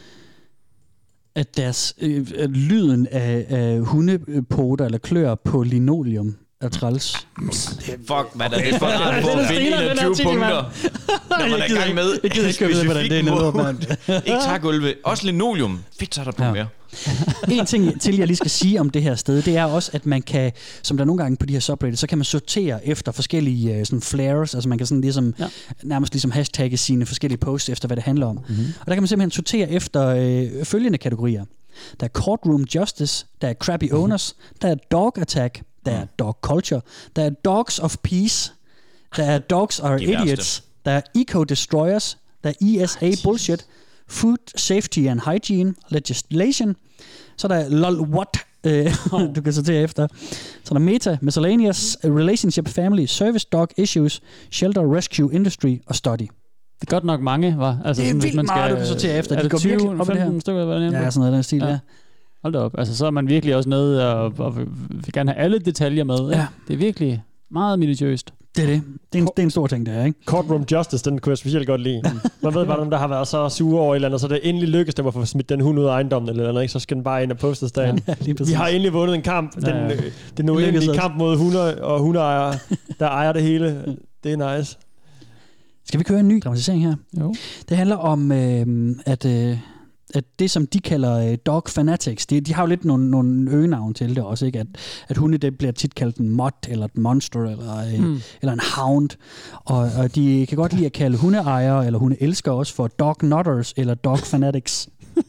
at deres øh, at lyden af, af hundepoter eller klør på linoleum er træls. Fuck, hvad der er det for at få at finde enogtyve punkter, når man er i gang med jeg gider ikke vide, hvordan det er noget, mand. Ikke tak, gulve. Også linoleum. Fedt, så er der på ja. mere. En ting til, jeg lige skal sige om det her sted, det er også, at man kan, som der nogle gange på de her subreddits, så kan man sortere efter forskellige uh, sådan flares, altså man kan sådan ligesom, ja. nærmest ligesom hashtagge sine forskellige posts efter, hvad det handler om. Mm-hmm. Og der kan man simpelthen sortere efter øh, følgende kategorier. Der er courtroom justice, der er crappy owners, der er dog attack, der er dog culture, der er dogs of peace, der er dogs are idiots, der er eco-destroyers, der er E S A bullshit, food safety and hygiene legislation, så der er lol what, øh, du kan sortere efter, så der er meta, miscellaneous, relationship, family, service dog issues, shelter, rescue, industry og study. Det er godt nok mange, var. Altså, det er sådan, vildt man skal, meget, du kan sortere efter. Er det tyve til femten stykker, hvad det er? Ja, sådan noget den stil, ja. ja. Hold da op. Altså, så er man virkelig også nede og, og vil gerne have alle detaljer med. Ja. Det er virkelig meget minutiøst. Det er det. Det er en, det er en stor ting, der er, ikke? Courtroom justice, den kunne jeg specielt godt lide. Man ved bare, om der har været så sure over et eller andet, så det endelig lykkes dem at få smidt den hund ud af ejendommen, eller noget, ikke? Så skal den bare ind og postes derinde. Ja, vi har endelig vundet en kamp. Den, ja, ja. den uendelige kamp mod hunde og hundeejere. der ejer det hele. Det er nice. Skal vi køre en ny dramatisering her? Jo. Det handler om, øh, at, øh, at det, som de kalder øh, dog fanatics, de, de har jo lidt nogle, nogle øgenavn til det også, ikke? At, at hunde, det bliver tit kaldt en mod, eller et monster, eller, øh, mm. eller en hound. Og, og de kan godt lide at kalde hundeejere, eller hundeelskere også, for dog nutters, eller dog fanatics.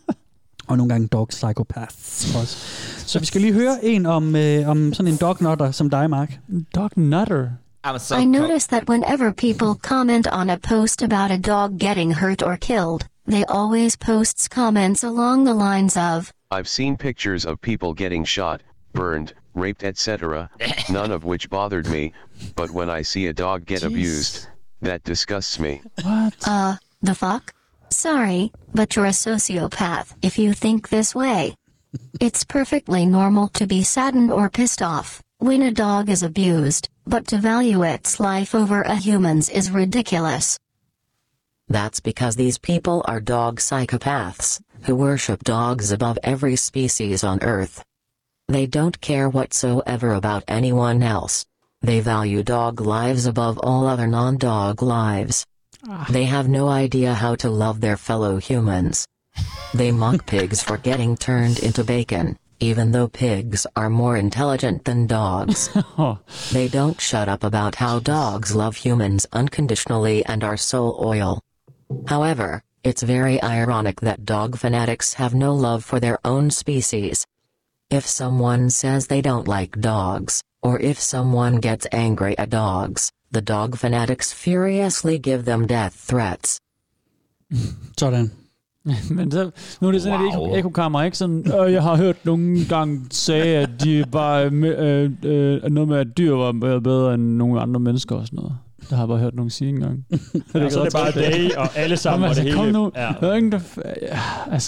Og nogle gange dog psychopaths også. Så vi skal lige høre en om, øh, om sådan en dog nutter som dig, Mark. Dog nutter? So I notice that whenever people comment on a post about a dog getting hurt or killed, they always post comments along the lines of, I've seen pictures of people getting shot, burned, raped, et cetera, none of which bothered me, but when I see a dog get Jeez. abused, that disgusts me. What? Uh, the fuck? Sorry, but you're a sociopath if you think this way. It's perfectly normal to be saddened or pissed off when a dog is abused, but to value its life over a human's is ridiculous. That's because these people are dog psychopaths, who worship dogs above every species on Earth. They don't care whatsoever about anyone else. They value dog lives above all other non-dog lives. Ah. They have no idea how to love their fellow humans. They mock pigs for getting turned into bacon, even though pigs are more intelligent than dogs. They don't shut up about how dogs love humans unconditionally and are soul oil. However, it's very ironic that dog fanatics have no love for their own species. If someone says they don't like dogs, or if someone gets angry at dogs, the dog fanatics furiously give them death threats. Sådan. Men så, nu er det sådan wow. et ekokammer, ikke? Sådan, øh, jeg har hørt nogle gange sige, at de bare øh, øh, noget med, at dyr var bedre end nogle andre mennesker og sådan noget. Det har jeg bare hørt nogen sige engang. Ja, så er det bare dag og alle sammen og altså, det hele. Kom nu. Ja. Der er ingen, der... Ja, altså...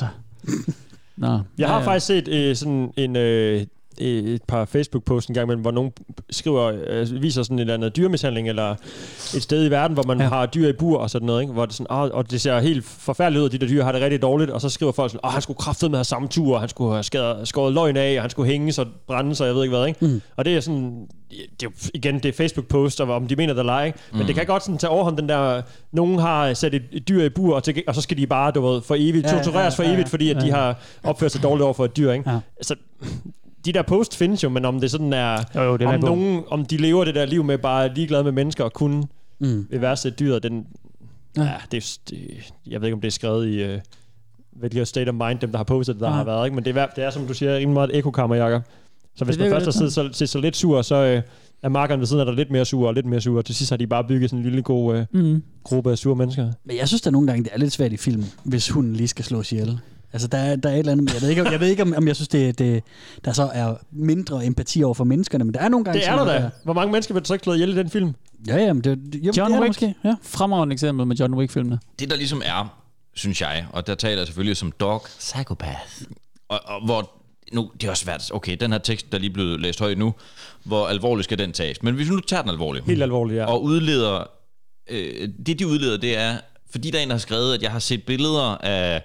Nå. Jeg ja, har ja. faktisk set øh, sådan en... Øh, et par Facebook-posts en gang imellem, hvor nogen skriver, øh, viser sådan en eller anden dyremishandling, eller et sted i verden, hvor man ja. har dyr i bur og sådan noget, ikke? Hvor det sådan, åh, og det ser helt forfærdeligt ud, og de der dyr har det rigtig dårligt, og så skriver folk sådan, åh, han skulle kraftedeme have samme tur, og han skulle have skåret, skåret løgn af, og han skulle hænge sig, brænde sig, jeg ved ikke hvad, ikke? Mm. Og det er sådan, det er, igen, det er Facebook-posts, om de mener det eller ikke, men mm. det kan godt sådan tage overhånd den der, nogen har sat et, et dyr i bur, og, til, og så skal de bare, du ved, for evigt, ja, tortureres for evigt, fordi at de har opført sig dårligt over for et dyr, ikke? Ja. Så de der post findes jo, men om det sådan er, jo, jo, det er om, nogen, om de lever det der liv med bare ligeglade med mennesker og kun mm. vil værdsætte dyret, den, ja, ja det, det, jeg ved ikke, om det er skrevet i uh, hvilket state of mind, dem der har postet det, der ja. har været, ikke? Men det er, det er, som du siger, rimelig meget et ekokammer, Jakob. Så hvis det man først har siddet så, så, så lidt sur, så uh, er markeren ved siden af der lidt mere sur og lidt mere sur, og til sidst har de bare bygget sådan en lille god uh, mm. gruppe af sure mennesker. Men jeg synes, der nogle gange, det er lidt svært i film, hvis hunden lige skal slås ihjel. Altså, der er, der er et eller andet, jeg ved ikke, jeg ved ikke om, om jeg synes, det, det, der så er mindre empati over for menneskerne, men der er nogle gange... Det er der da. Der... Hvor mange mennesker vil du så ikke slå ihjel i den film? Ja, ja, men det, det, jo, John det er Wick, måske. Ja. Fremragende eksempel med John Wick-filmene. Det, der ligesom er, synes jeg, og der taler jeg selvfølgelig som dog psychopath, og, og hvor... Nu, det er også svært. Okay, den her tekst, der er lige blevet læst højt nu, hvor alvorligt skal den tages? Men hvis vi nu tager den alvorligt. Helt alvorligt, ja. Og udleder... Øh, det, de udleder, det er... Fordi der er en, der har skrevet, at jeg har set billeder af...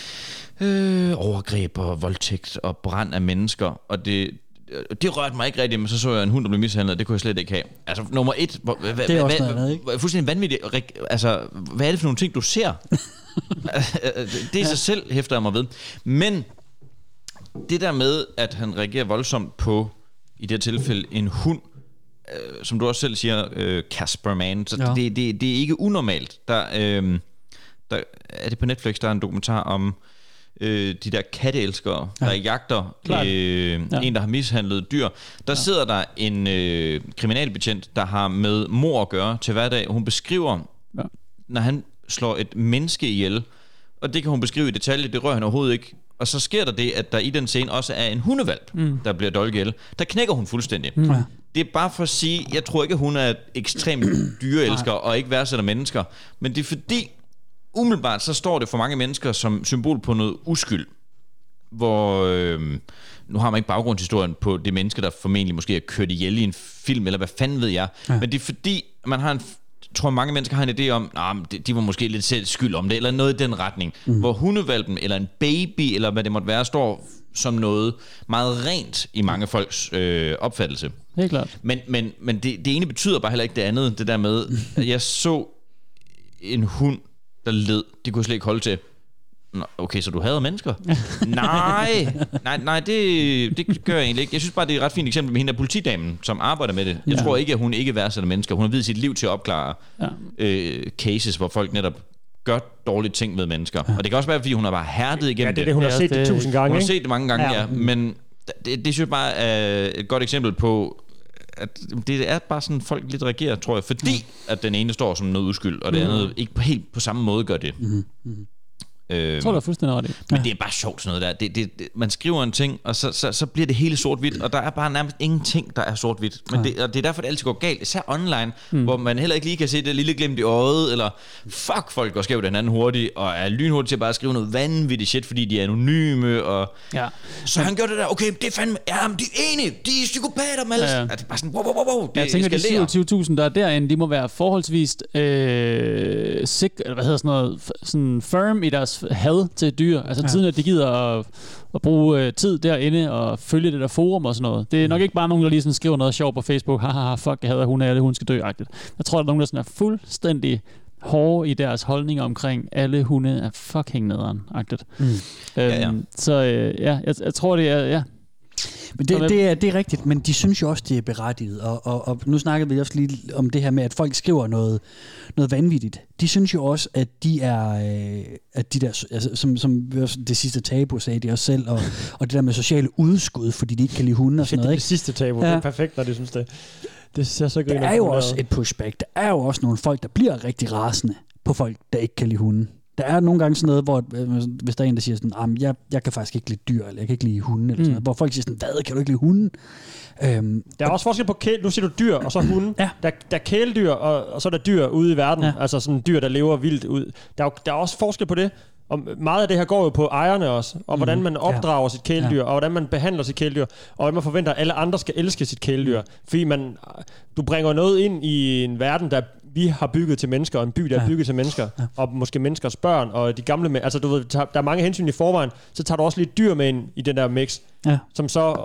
Øh, overgreb og voldtægt og brand af mennesker, og det, det rørte mig ikke rigtigt, men så så jeg en hund, der blev mishandlet, det kunne jeg slet ikke have. Altså, nummer et, hva, hva, det er også hva, noget, ikke? Fuldstændig vanvittigt. Altså, hvad er det for nogle ting, du ser? Det i sig selv hæfter jeg mig ved. Men det der med, at han reagerer voldsomt på, i det her tilfælde, en hund, øh, som du også selv siger, øh, Casper Man, så ja. det, det, det er ikke unormalt. Der, øh, der er det på Netflix, der er en dokumentar om Øh, de der katteelskere, ja. der jagter øh, ja. en, der har mishandlet dyr. Der ja. sidder der en øh, kriminalbetjent, der har med mord at gøre til hverdag. Hun beskriver, ja. når han slår et menneske ihjel, og det kan hun beskrive i detalje, det rører han overhovedet ikke. Og så sker der det, at der i den scene også er en hundevalp, mm. der bliver dolket ihjel. Der knækker hun fuldstændig. Mm. Ja. Det er bare for at sige, jeg tror ikke, hun er et ekstremt dyreelsker og ikke værdsætter mennesker, men det er fordi umiddelbart så står det for mange mennesker som symbol på noget uskyld, hvor øh, nu har man ikke baggrundshistorien på det menneske, der formentlig måske er kørt ihjel i en film, eller hvad fanden ved jeg, ja. men det er fordi, man har en, tror mange mennesker har en idé om, nah, de, de var måske lidt selv skyld om det, eller noget i den retning. Mm. Hvor hundevalpen, eller en baby, eller hvad det måtte være, står som noget meget rent i mange folks øh, opfattelse. Helt klart. Men, men, men det, det ene betyder bare heller ikke det andet. Det der med, at jeg så en hund, der led. Det kunne jeg slet ikke holde til. Nå, okay, så du hader mennesker? nej, nej, nej, det, det gør jeg egentlig ikke. Jeg synes bare, det er et ret fint eksempel med hende der politidamen, som arbejder med det. Jeg ja. tror ikke, at hun ikke værdsætter mennesker. Hun har videt sit liv til at opklare ja. øh, cases, hvor folk netop gør dårlige ting med mennesker. Ja. Og det kan også være, fordi hun har bare hærdet igennem ja, det. Ja, det er det, hun har set det tusind gange. Hun har ikke? set det mange gange, ja. ja. Men det, det synes jeg bare er et godt eksempel på, at det er bare sådan, folk lidt reagerer, tror jeg, fordi at den ene står som noget uskyld, og det andet ikke på helt på samme måde gør det. Mm-hmm. Øhm, jeg tror, du er fuldstændig ret i. Men det er bare sjovt sådan noget der. Det, det, det, man skriver en ting, og så, så, så bliver det hele sort-hvidt, og der er bare nærmest ingenting, der er sort-hvidt. Men det, og det er derfor, det altid går galt, især online, mm. hvor man heller ikke lige kan se det lille glimt i øjet, eller fuck, folk går skævt den anden hurtigt, og er lynhurtigt til at bare skrive noget vanvittigt shit, fordi de er anonyme, og ja. så han gjorde det der, okay, det er fandme, ja, men de er enige, de er psykopater, med ja, ja. Er det bare sådan, wow, wow, wow, det jeg tænker, de syvogtyve tusind, der er derinde, de må være forholdsvis øh, sik, eller hvad hedder sådan noget, sådan firm i deres had til dyr. Altså ja. tiden, at de gider at, at bruge øh, tid derinde og følge det der forum og sådan noget. Det er nok ikke bare nogen, der lige sådan skriver noget sjovt på Facebook. Haha, fuck, jeg hader hunde, alle hun skal dø-agtigt. Jeg tror, der er nogen, der sådan er fuldstændig hårde i deres holdninger omkring, alle hunde er fucking nederen-agtigt. Mm. Øhm, ja, ja. Så øh, ja, jeg, jeg tror, det er... Ja. Men det, det, er, det er rigtigt, men de synes jo også, det er berettiget. Og, og, og nu snakkede vi også lige om det her med, at folk skriver noget, noget vanvittigt. De synes jo også, at de er, øh, at de der, altså, som, som det sidste tabu sagde de også selv, og, og det der med sociale udskud, fordi de ikke kan lide hunde og sådan noget. Det er ikke? det sidste tabu, ja. Det er perfekt, når de synes det. Det ser så der er jo også et pushback. Der er jo også nogle folk, der bliver rigtig rasende på folk, der ikke kan lide hunde. Der er nogle gange sådan noget, hvor hvis der er en, der siger sådan, jeg, jeg kan faktisk ikke lide dyr, eller jeg kan ikke lide hunde, eller sådan noget, mm. hvor folk siger sådan, hvad, kan du ikke lide hunde? Øhm, der er også forskel på kæle, nu siger du dyr, og så hunde. Ja. Der, der er kæledyr, og, og så er der dyr ude i verden, ja. Altså sådan dyr, der lever vildt ud. Der er, der er også forskel på det. Og meget af det her går jo på ejerne også, og hvordan man opdrager ja. sit kæledyr, ja. og hvordan man behandler sit kæledyr, og hvordan man forventer, at alle andre skal elske sit kæledyr. Fordi man, du bringer noget ind i en verden, der vi har bygget til mennesker, og en by, der er bygget til mennesker, ja. og måske menneskers børn, og de gamle med, altså du ved, der er mange hensyn i forvejen, så tager du også lidt dyr med ind i den der mix, ja. som så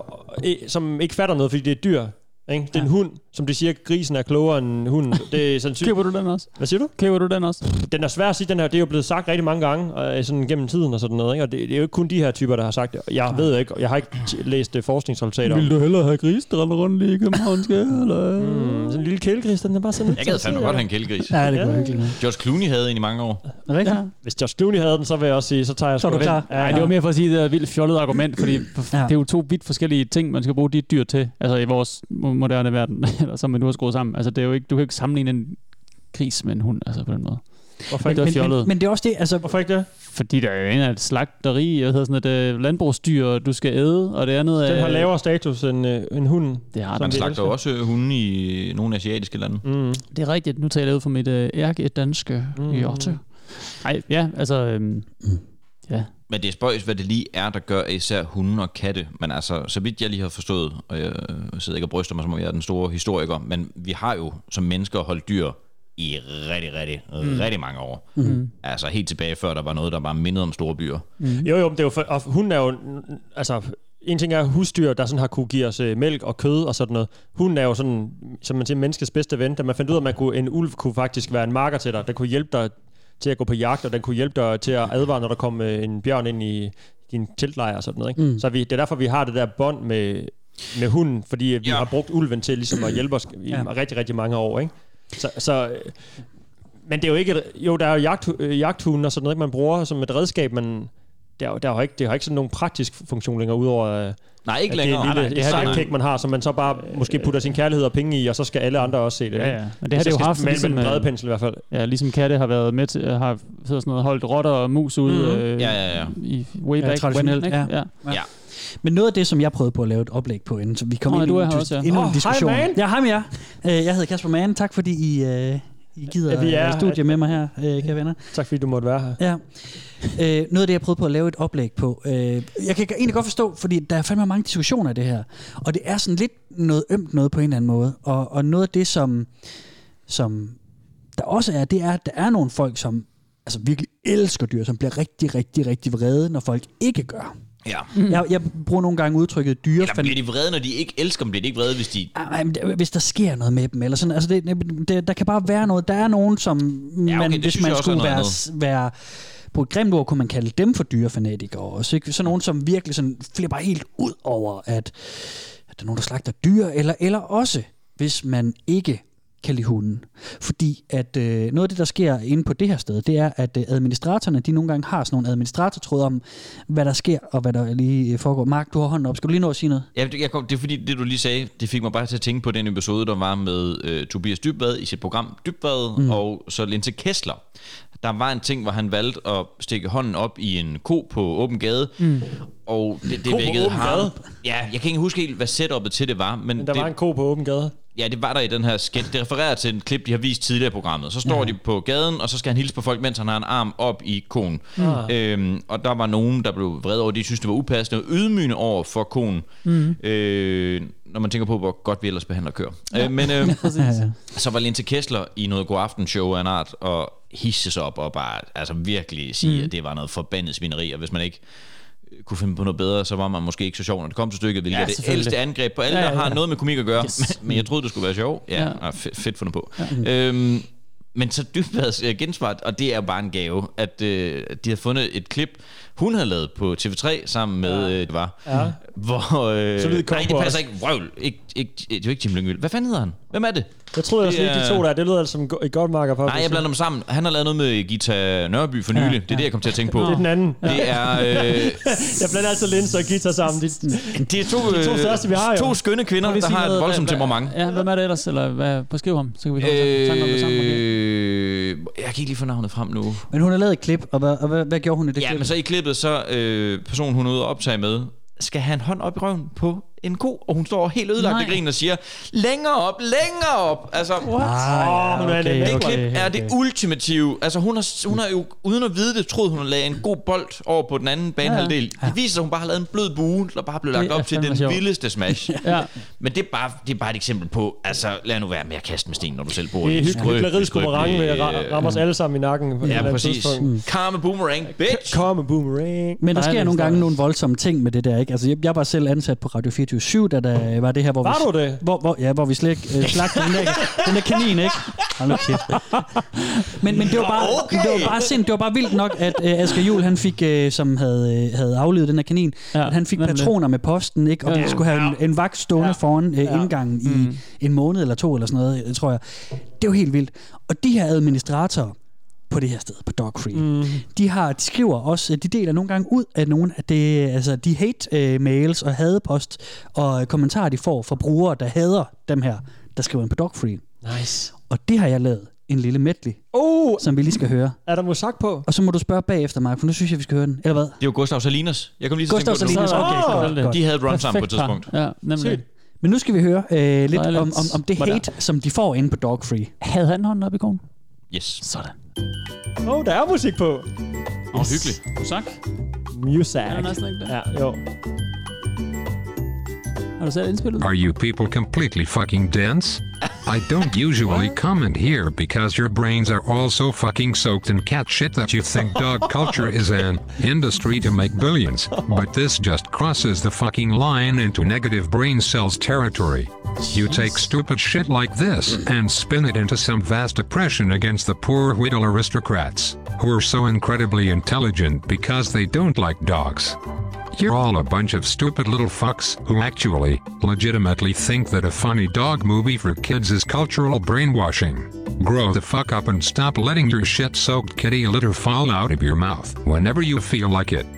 som ikke fatter noget, fordi det er dyr. Ikke? Det er ja. en hund, som de siger, grisen er klogere end hunden. Det er sandsynligt. Køber du den også? Hvad siger du? Køber du den også? Den er svær at sige, den her, det er jo blevet sagt rigtig mange gange, og sådan gennem tiden og sådan noget, ikke? Og det, det er jo ikke kun de her typer, der har sagt det. Jeg ved ikke, jeg har ikke læst det forskningsresultater om. Vil du hellere have gris, der render rundt lige i Københavnske, eller? Mm, sådan en lille kælegris, den er bare sådan lidt. Jeg gad fandme godt have en kælegris. Ja, det kunne ja. Ikke. George Clooney havde en i mange år. Rigtigt? Ja. Hvis George Clooney havde den, så vil jeg også sige, så tager jeg så er du klar. Nej, ja, det var mere for at sige, det er et vildt fjollet argument, fordi ja. det er jo to vidt forskellige ting, man skal bruge de dyr til, altså i vores moderne verden. Eller som man nu har skruet sammen. Altså, det er jo ikke, du kan ikke sammenligne en gris med en hund, altså på den måde. Hvorfor ikke? Men, men, men, men det er også det, altså... Hvorfor ikke det? Fordi der er en af et slagteri, jeg hedder sådan et uh, landbrugsdyr, du skal æde, og det andet er... Den har lavere status end uh, en hund. Det har man slagter jo også hunde i nogle asiatiske lande. Mm. Det er rigtigt. Nu taler jeg ud fra mit uh, ærke-danske mm. hjorte. Nej, ja, altså... Øhm, mm. ja... Men det er spøjs, hvad det lige er, der gør især hunde og katte. Men altså, så vidt jeg lige har forstået, og jeg sidder ikke og bryster mig, som om jeg er den store historiker, men vi har jo som mennesker holdt dyr i rigtig, rigtig, mm. rigtig mange år. Mm. Altså helt tilbage før, der var noget, der var mindet om store byer. Mm. Jo, jo, det er jo for, og hunden er jo... Altså, en ting er husdyr, der sådan har kunne give os mælk og kød og sådan noget. Hunden er jo sådan, som man siger, menneskets bedste ven. Da man fandt ud af, at man kunne, en ulv kunne faktisk være en marker til dig, der kunne hjælpe dig til at gå på jagt, og den kunne hjælpe dig til at advare, når der kom en bjørn ind i din teltlejr og sådan noget. Ikke? Mm. Så vi, det er derfor, vi har det der bånd med, med hunden, fordi vi ja. har brugt ulven til ligesom at hjælpe os i ja. rigtig, rigtig mange år. Ikke? Så, så, men det er jo ikke... Jo, der er jo jagt, jagthunden og sådan noget, man bruger som et redskab, men der, der har ikke, det har ikke sådan nogen praktisk funktion længere, udover... Nej, ikke længere. Det er lille sidekick, man har, som man så bare måske putter sin kærlighed og penge i, og så skal alle andre også se det. Ja, ja. Men det har det jo haft ligesom med en bredpensel i hvert fald. Ja, ligesom katte har været med til, har sådan noget, holdt rotter og mus ude mm-hmm. øh, ja, ja, ja. i way back. Ja, when, ja. Ja. Ja. Men noget af det, som jeg prøvede på at lave et oplæg på, inden så vi kom oh, ind i en, også, ja. endnu en diskussion. Hej, man. Ja, hej med jer. Jeg hedder Kasper Mann. Tak fordi I... Øh, I gider ja, er, studie med mig her, øh, kære venner. Tak fordi du måtte være her. Ja. Øh, noget af det, jeg prøvede på at lave et oplæg på. Øh, jeg kan egentlig godt forstå, fordi der er fandme mange diskussioner af det her. Og det er sådan lidt noget ømt noget på en eller anden måde. Og, og noget af det, som, som der også er, det er, at der er nogle folk, som altså virkelig elsker dyr, som bliver rigtig, rigtig, rigtig vrede, når folk ikke gør. Ja. Mm. Jeg, jeg bruger nogle gange udtrykket dyre... Eller bliver de vrede, når de ikke elsker dem? Bliver de ikke vrede, hvis de... Hvis der sker noget med dem, eller sådan. Altså det, det, der kan bare være noget. Der er nogen, som ja, okay, man, hvis man skulle være, være... På et grimt ord kunne man kalde dem for dyrefanatikere også. Ikke? Sådan nogen, som virkelig sådan flipper helt ud over, at, at der er nogen, der slagter dyr, eller, eller også, hvis man ikke kan lide hunden. Fordi at øh, noget af det, der sker inde på det her sted, det er, at øh, administratorerne, de nogle gange har sådan nogle administratortråd om, hvad der sker, og hvad der lige foregår. Mark, du har hånden op. Skal du lige nå at sige noget? Ja, det, jeg kom, det er fordi, det du lige sagde, det fik mig bare til at tænke på den episode, der var med øh, Tobias Dybvad i sit program Dybvad, mm. og så Linse Kessler. Der var en ting, hvor han valgte at stikke hånden op i en ko på åben gade, mm. og det, det vækkede ham. Ja, jeg kan ikke huske helt, hvad setupet til det var. Men, men der det, var en ko på åben gade? Ja, det var der i den her sketch. Det refererer til en klip, de har vist tidligere i programmet. Så står ja. de på gaden, og så skal han hilse på folk, mens han har en arm op i koen. Mm. Øhm, og der var nogen, der blev vrede over, de synes, det var upassende og ydmygende over for koen. Mm. Øh, når man tænker på, hvor godt vi ellers behandler køer. Ja. Øh, men øh, ja, ja. så var Linse Kessler i noget God-aften-show af en art, og hisse sig op og bare altså virkelig sige, mm. at det var noget forbandet svineri, og hvis man ikke kunne finde på noget bedre, så var man måske ikke så sjov, når det kom til stykket. Det ja, det ældste angreb på alle, ja, ja, ja. der har noget med komik at gøre, yes. men, men jeg troede, det skulle være sjov. Ja, ja. Fedt, fedt fundet på. Ja. Øhm, men så Dybvads uh, gensvart, og det er jo bare en gave, at uh, de har fundet et klip, hun havde lavet på T V tre sammen med, ja. øh, det var, ja. hvor... Øh, så nej, det passer ikke. Vrøvl. Ikke, ikke, det er jo ikke Tim Lyngvild. Hvad fanden hedder han? Hvem er det? Jeg troede også lige, de to der. Det lyder altså som et godt marker på. Nej, jeg blander dem sammen. Han har lavet noget med Gita Nørby for nylig. Ja, ja. Det er det, jeg kom til at tænke på. Det er den anden. Det er... Øh, jeg blander altså Linse og Gita sammen. De, det er to, de to største, vi har jo. To skønne kvinder, der har et voldsomt temperament. Ja, hvem er det ellers? Eller hvad? Beskriv ham, så kan vi tage om det sammen. Jeg kan ikke lige få navnet frem nu. Men hun har lavet et klip, og hvad, og hvad, hvad gjorde hun i det ja, klip? Ja, men så i klippet, så øh, personen, hun er ude at optage med, skal have en hånd op i røven på en ko, og hun står helt ødelagt i grin og siger, længere op, længere op. Altså, ah, okay, okay, det klip okay, er det ultimative. Altså, hun har, hun har jo, uden at vide det, troet, hun har lavet en god bold over på den anden banehalvdel. Ja. Det viser sig, at hun bare har lavet en blød bue, der bare blev lagt op til den sjov. vildeste smash. ja. Men det er, bare, det er bare et eksempel på, altså, lad nu være med at kaste med sten, når du selv bor i en skrøb. Det er hyggeligt med at ramme os alle sammen i nakken. Ja, præcis. Karma boomerang, bitch. Karma boomerang. Men der sker nogle gange nogle voldsomme ting med det der, ikke? Altså, jeg var selv ansat på Radio fireogtyve syv, da der var det her, hvor var vi... du det? Hvor, hvor, ja, hvor vi slet øh, slagte den der, den der kanin, ikke? Hold nu kæft. Men, men det var bare, okay. det var bare sind, det var bare vildt nok, at øh, Asger Juhl, han fik, øh, som havde, øh, havde aflevet den her kanin, ja, at han fik patroner med posten, ikke? Og ja. vi skulle have en, en vagt stående ja. foran øh, indgangen ja. mm. i en måned eller to eller sådan noget, tror jeg. Det var helt vildt. Og de her administratorer på det her sted, på Dog Free. Mm. De har, de skriver også, de deler nogle gange ud af nogle af det, altså de hate-mails og hadepost og kommentarer, de får fra brugere, der hader dem her, der skriver ind på Dog Free. Nice. Og det har jeg lavet en lille medley, oh. som vi lige skal høre. Er der musak på? Og så må du spørge bagefter, Mark, for nu synes jeg, vi skal høre den. Eller hvad? Det er jo Gustav Salinas. Jeg kom lige til Gustav at tænke på Salinas, okay. Oh. Godt, godt. De havde et run sammen på et tidspunkt. Ja, nemlig. Men nu skal vi høre øh, lidt om, om, om det hate, som de får inde på Dog Free. Havde han hånden op i konen? Yes. Sådan. Åh, oh, der er musik på. Åh, oh, hyggeligt. Musak? Musak. Er næsten ikke det? Ja, jo. Har du selv indspillet? Are you people completely fucking dense? I don't usually comment here because your brains are all so fucking soaked in cat shit that you think dog culture is an industry to make billions. But this just crosses the fucking line into negative brain cells territory. You take stupid shit like this and spin it into some vast oppression against the poor whittle aristocrats, who are so incredibly intelligent because they don't like dogs. You're all a bunch of stupid little fucks who actually, legitimately think that a funny dog movie for kids is cultural brainwashing. Grow the fuck up and stop letting your shit-soaked kitty litter fall out of your mouth whenever you feel like it.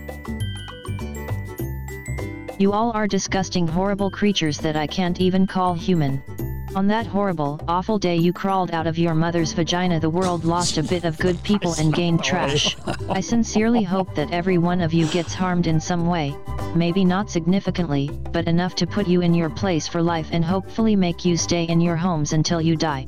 You all are disgusting, horrible creatures that I can't even call human. On that horrible, awful day you crawled out of your mother's vagina, the world lost a bit of good people and gained trash. I sincerely hope that every one of you gets harmed in some way, maybe not significantly, but enough to put you in your place for life and hopefully make you stay in your homes until you die.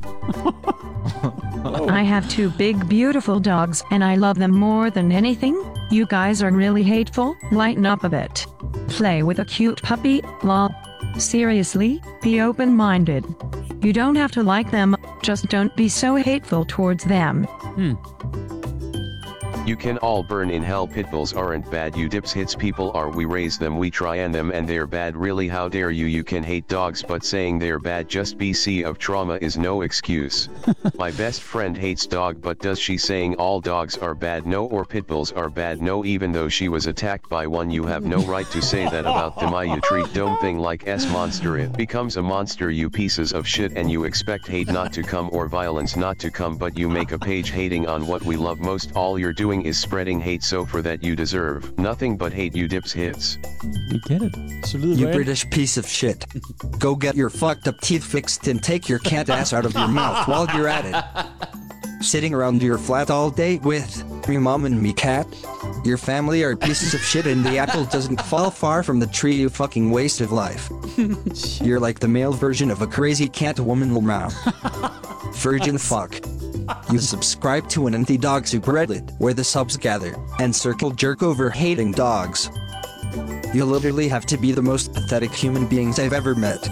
I have two big beautiful dogs and I love them more than anything. You guys are really hateful, lighten up a bit. Play with a cute puppy, lol. Seriously, be open-minded. You don't have to like them, Just don't be so hateful towards them. Hmm. You can all burn in hell. Pitbulls aren't bad. You dips hits people are. We raise them, we try and them, and they're bad. Really, how dare you? You can hate dogs, but saying they're bad just B C of trauma is no excuse. My best friend hates dog, but does she saying all dogs are bad? No, or pitbulls are bad? No, even though she was attacked by one. You have no right to say that about them. I you treat dumb thing like S monster. It becomes a monster, you pieces of shit, and you expect hate not to come or violence not to come, but you make a page hating on what we love most. All you're doing is spreading hate, so for that you deserve nothing but hate. You dips hits. You get it. Solid You rant. British piece of shit. Go get your fucked up teeth fixed and take your cat ass out of your mouth while you're at it. Sitting around your flat all day with me mom and me cat. Your family are pieces of shit and the apple doesn't fall far from the tree, you fucking waste of life. You're like the male version of a crazy cat woman mouth. Virgin fuck. You subscribe to an anti-dog subreddit where the subs gather and circle jerk over hating dogs. You literally have to be the most pathetic human beings I've ever met.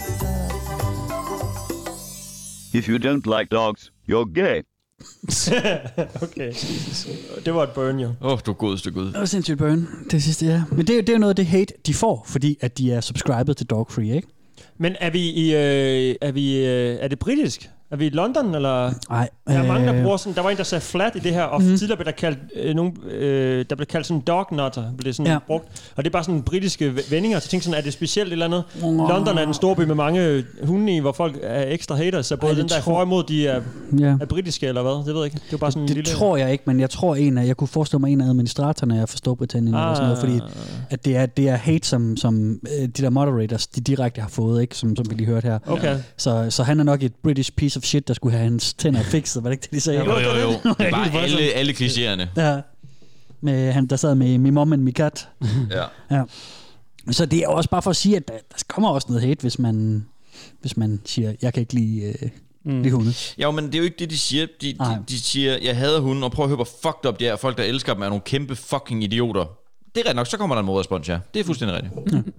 If you don't like dogs, you're gay. Okay. Det var et burn, jo. Åh, oh, du er godeste gud. Det var sindssygt burn, det sidste, ja. Men det, det er jo noget af det hate, de får, fordi at de er subscribet til Dog Free, ikke? Men er vi i, øh, er vi, øh, er det britisk? Er vi i London, eller? Nej. Der er mange, der øh, bruger sådan, der var en, der sagde flat i det her, og mm. tidligere blev der kaldt, øh, nogen, øh, der blev kaldt sådan dog nutter, blev det sådan Ja. brugt. Og det er bare sådan britiske vendinger, så jeg tænkte sådan, er det specielt et eller andet? London er en stor by med mange hunde i, hvor folk er ekstra haters, så både Ej, det den der tror- høje mod, de er, Ja. er britiske, eller hvad? Det ved jeg ikke. Det er bare sådan en Det lille... tror jeg ikke, men jeg tror en af, jeg kunne forestille mig en af administratorerne er fra Storbritannien ah. eller sådan noget, fordi at det er, det er hate, som, som øh, de der moderators, de direkte har fået, ikke? Som, som vi lige hørte her. Okay. Så, så han er nok et British piece of shit, der skulle have hans tænder fikset, var det ikke det, de sagde? Jo, jo, jo. Det er bare alle, alle klichéerne. Ja. Med, han, der sad med min mom and min kat. Ja. Ja. Så det er jo også bare for at sige, at der, der kommer også noget hate, hvis man, hvis man siger, jeg kan ikke lide, øh, mm. lide hunde. Ja, men det er jo ikke det, de siger. De, de, de siger, jeg hader hunden, og prøv at høre, hvor fucked up det er. Folk, der elsker dem, er nogle kæmpe fucking idioter. Det er rigtigt nok, så kommer der en modrespons, ja. Det er fuldstændig rigtigt. Ja.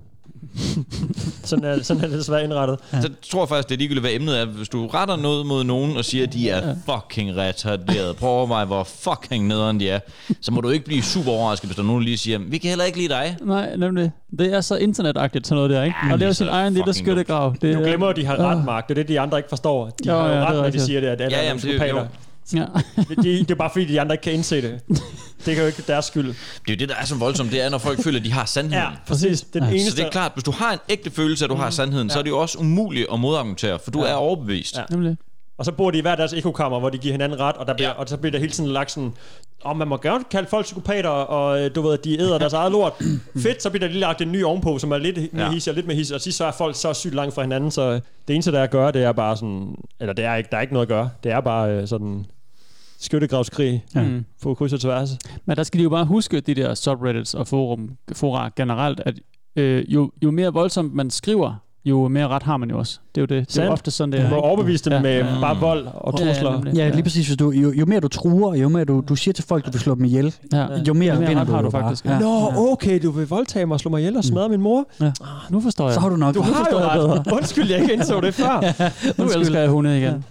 sådan, er, sådan er det desværre indrettet. Ja. Så tror jeg faktisk, det er ligegyldigt, hvad emnet er. Hvis du retter noget mod nogen og siger, at de er fucking retarderet, prøv at overveje, hvor fucking nederen de er, så må du ikke blive super overrasket, hvis der er nogen, der lige siger, vi kan heller ikke lide dig. Nej, nemlig. Det er så internetagtigt sådan noget der, ikke? Ja, og det er jo det er sin så egen lille fucking skyttegrav. Det, Du glemmer, at de har Ja. ret, Mark. Det er det, de andre ikke forstår. De Jo, har jo ja, det ret, er når de rigtigt. siger det, at alle Ja, er jamen, det- psykopater. Ja. det, det, det er bare fordi, de andre ikke kan indse det. Det kan jo ikke deres skyld. Det er jo det, der er så voldsomt, det er, når folk føler, at de har sandheden. Ja, præcis. Det er den Ja. eneste. Så det er klart, hvis du har en ægte følelse af, at du har sandheden, Ja. så er det jo også umuligt at modargumentere, for du Ja. er overbevist. Ja. Nemlig. Og så bor de i hver deres ekokammer, hvor de giver hinanden ret, og, der bliver, ja. og så bliver der hele tiden lagt sådan, og man må gerne kalde folk psykopater, og øh, du ved, de æder deres eget lort. Fedt, så bliver der lige lagt en ny ovenpå, som er lidt mere Ja. hissig og lidt mere hissig, og sidst så er folk så sygt langt fra hinanden, så det eneste, der er at gøre, det er bare sådan, eller det er ikke, der er ikke noget at gøre, det er bare øh, sådan skyttegravskrig Ja. på kryds og tværs. Men der skal de jo bare huske, de der subreddits og forum, fora generelt, at øh, jo, jo mere voldsomt man skriver, jo mere ret har man jo også. Det er jo det. Det er Sandt. jo ofte sådan, det er. Du må ikke? overbevise dem Ja. med Ja. bare vold og trusler. nemlig. Ja, lige præcis. Hvis du, jo, jo mere du truer, jo mere du, du siger til folk, du vil slå dem ihjel, Ja. jo mere, Jo mere vinder ret du, har jo du bare. faktisk, Ja. Nå, okay, du vil voldtage mig og slå mig ihjel og smadre min mor. Ja. Nu forstår jeg. Så har du nok. Du Nu har forstår jo jeg bedre. ret. Undskyld, jeg ikke indså det før. Ja. Nu elsker jeg hunde igen.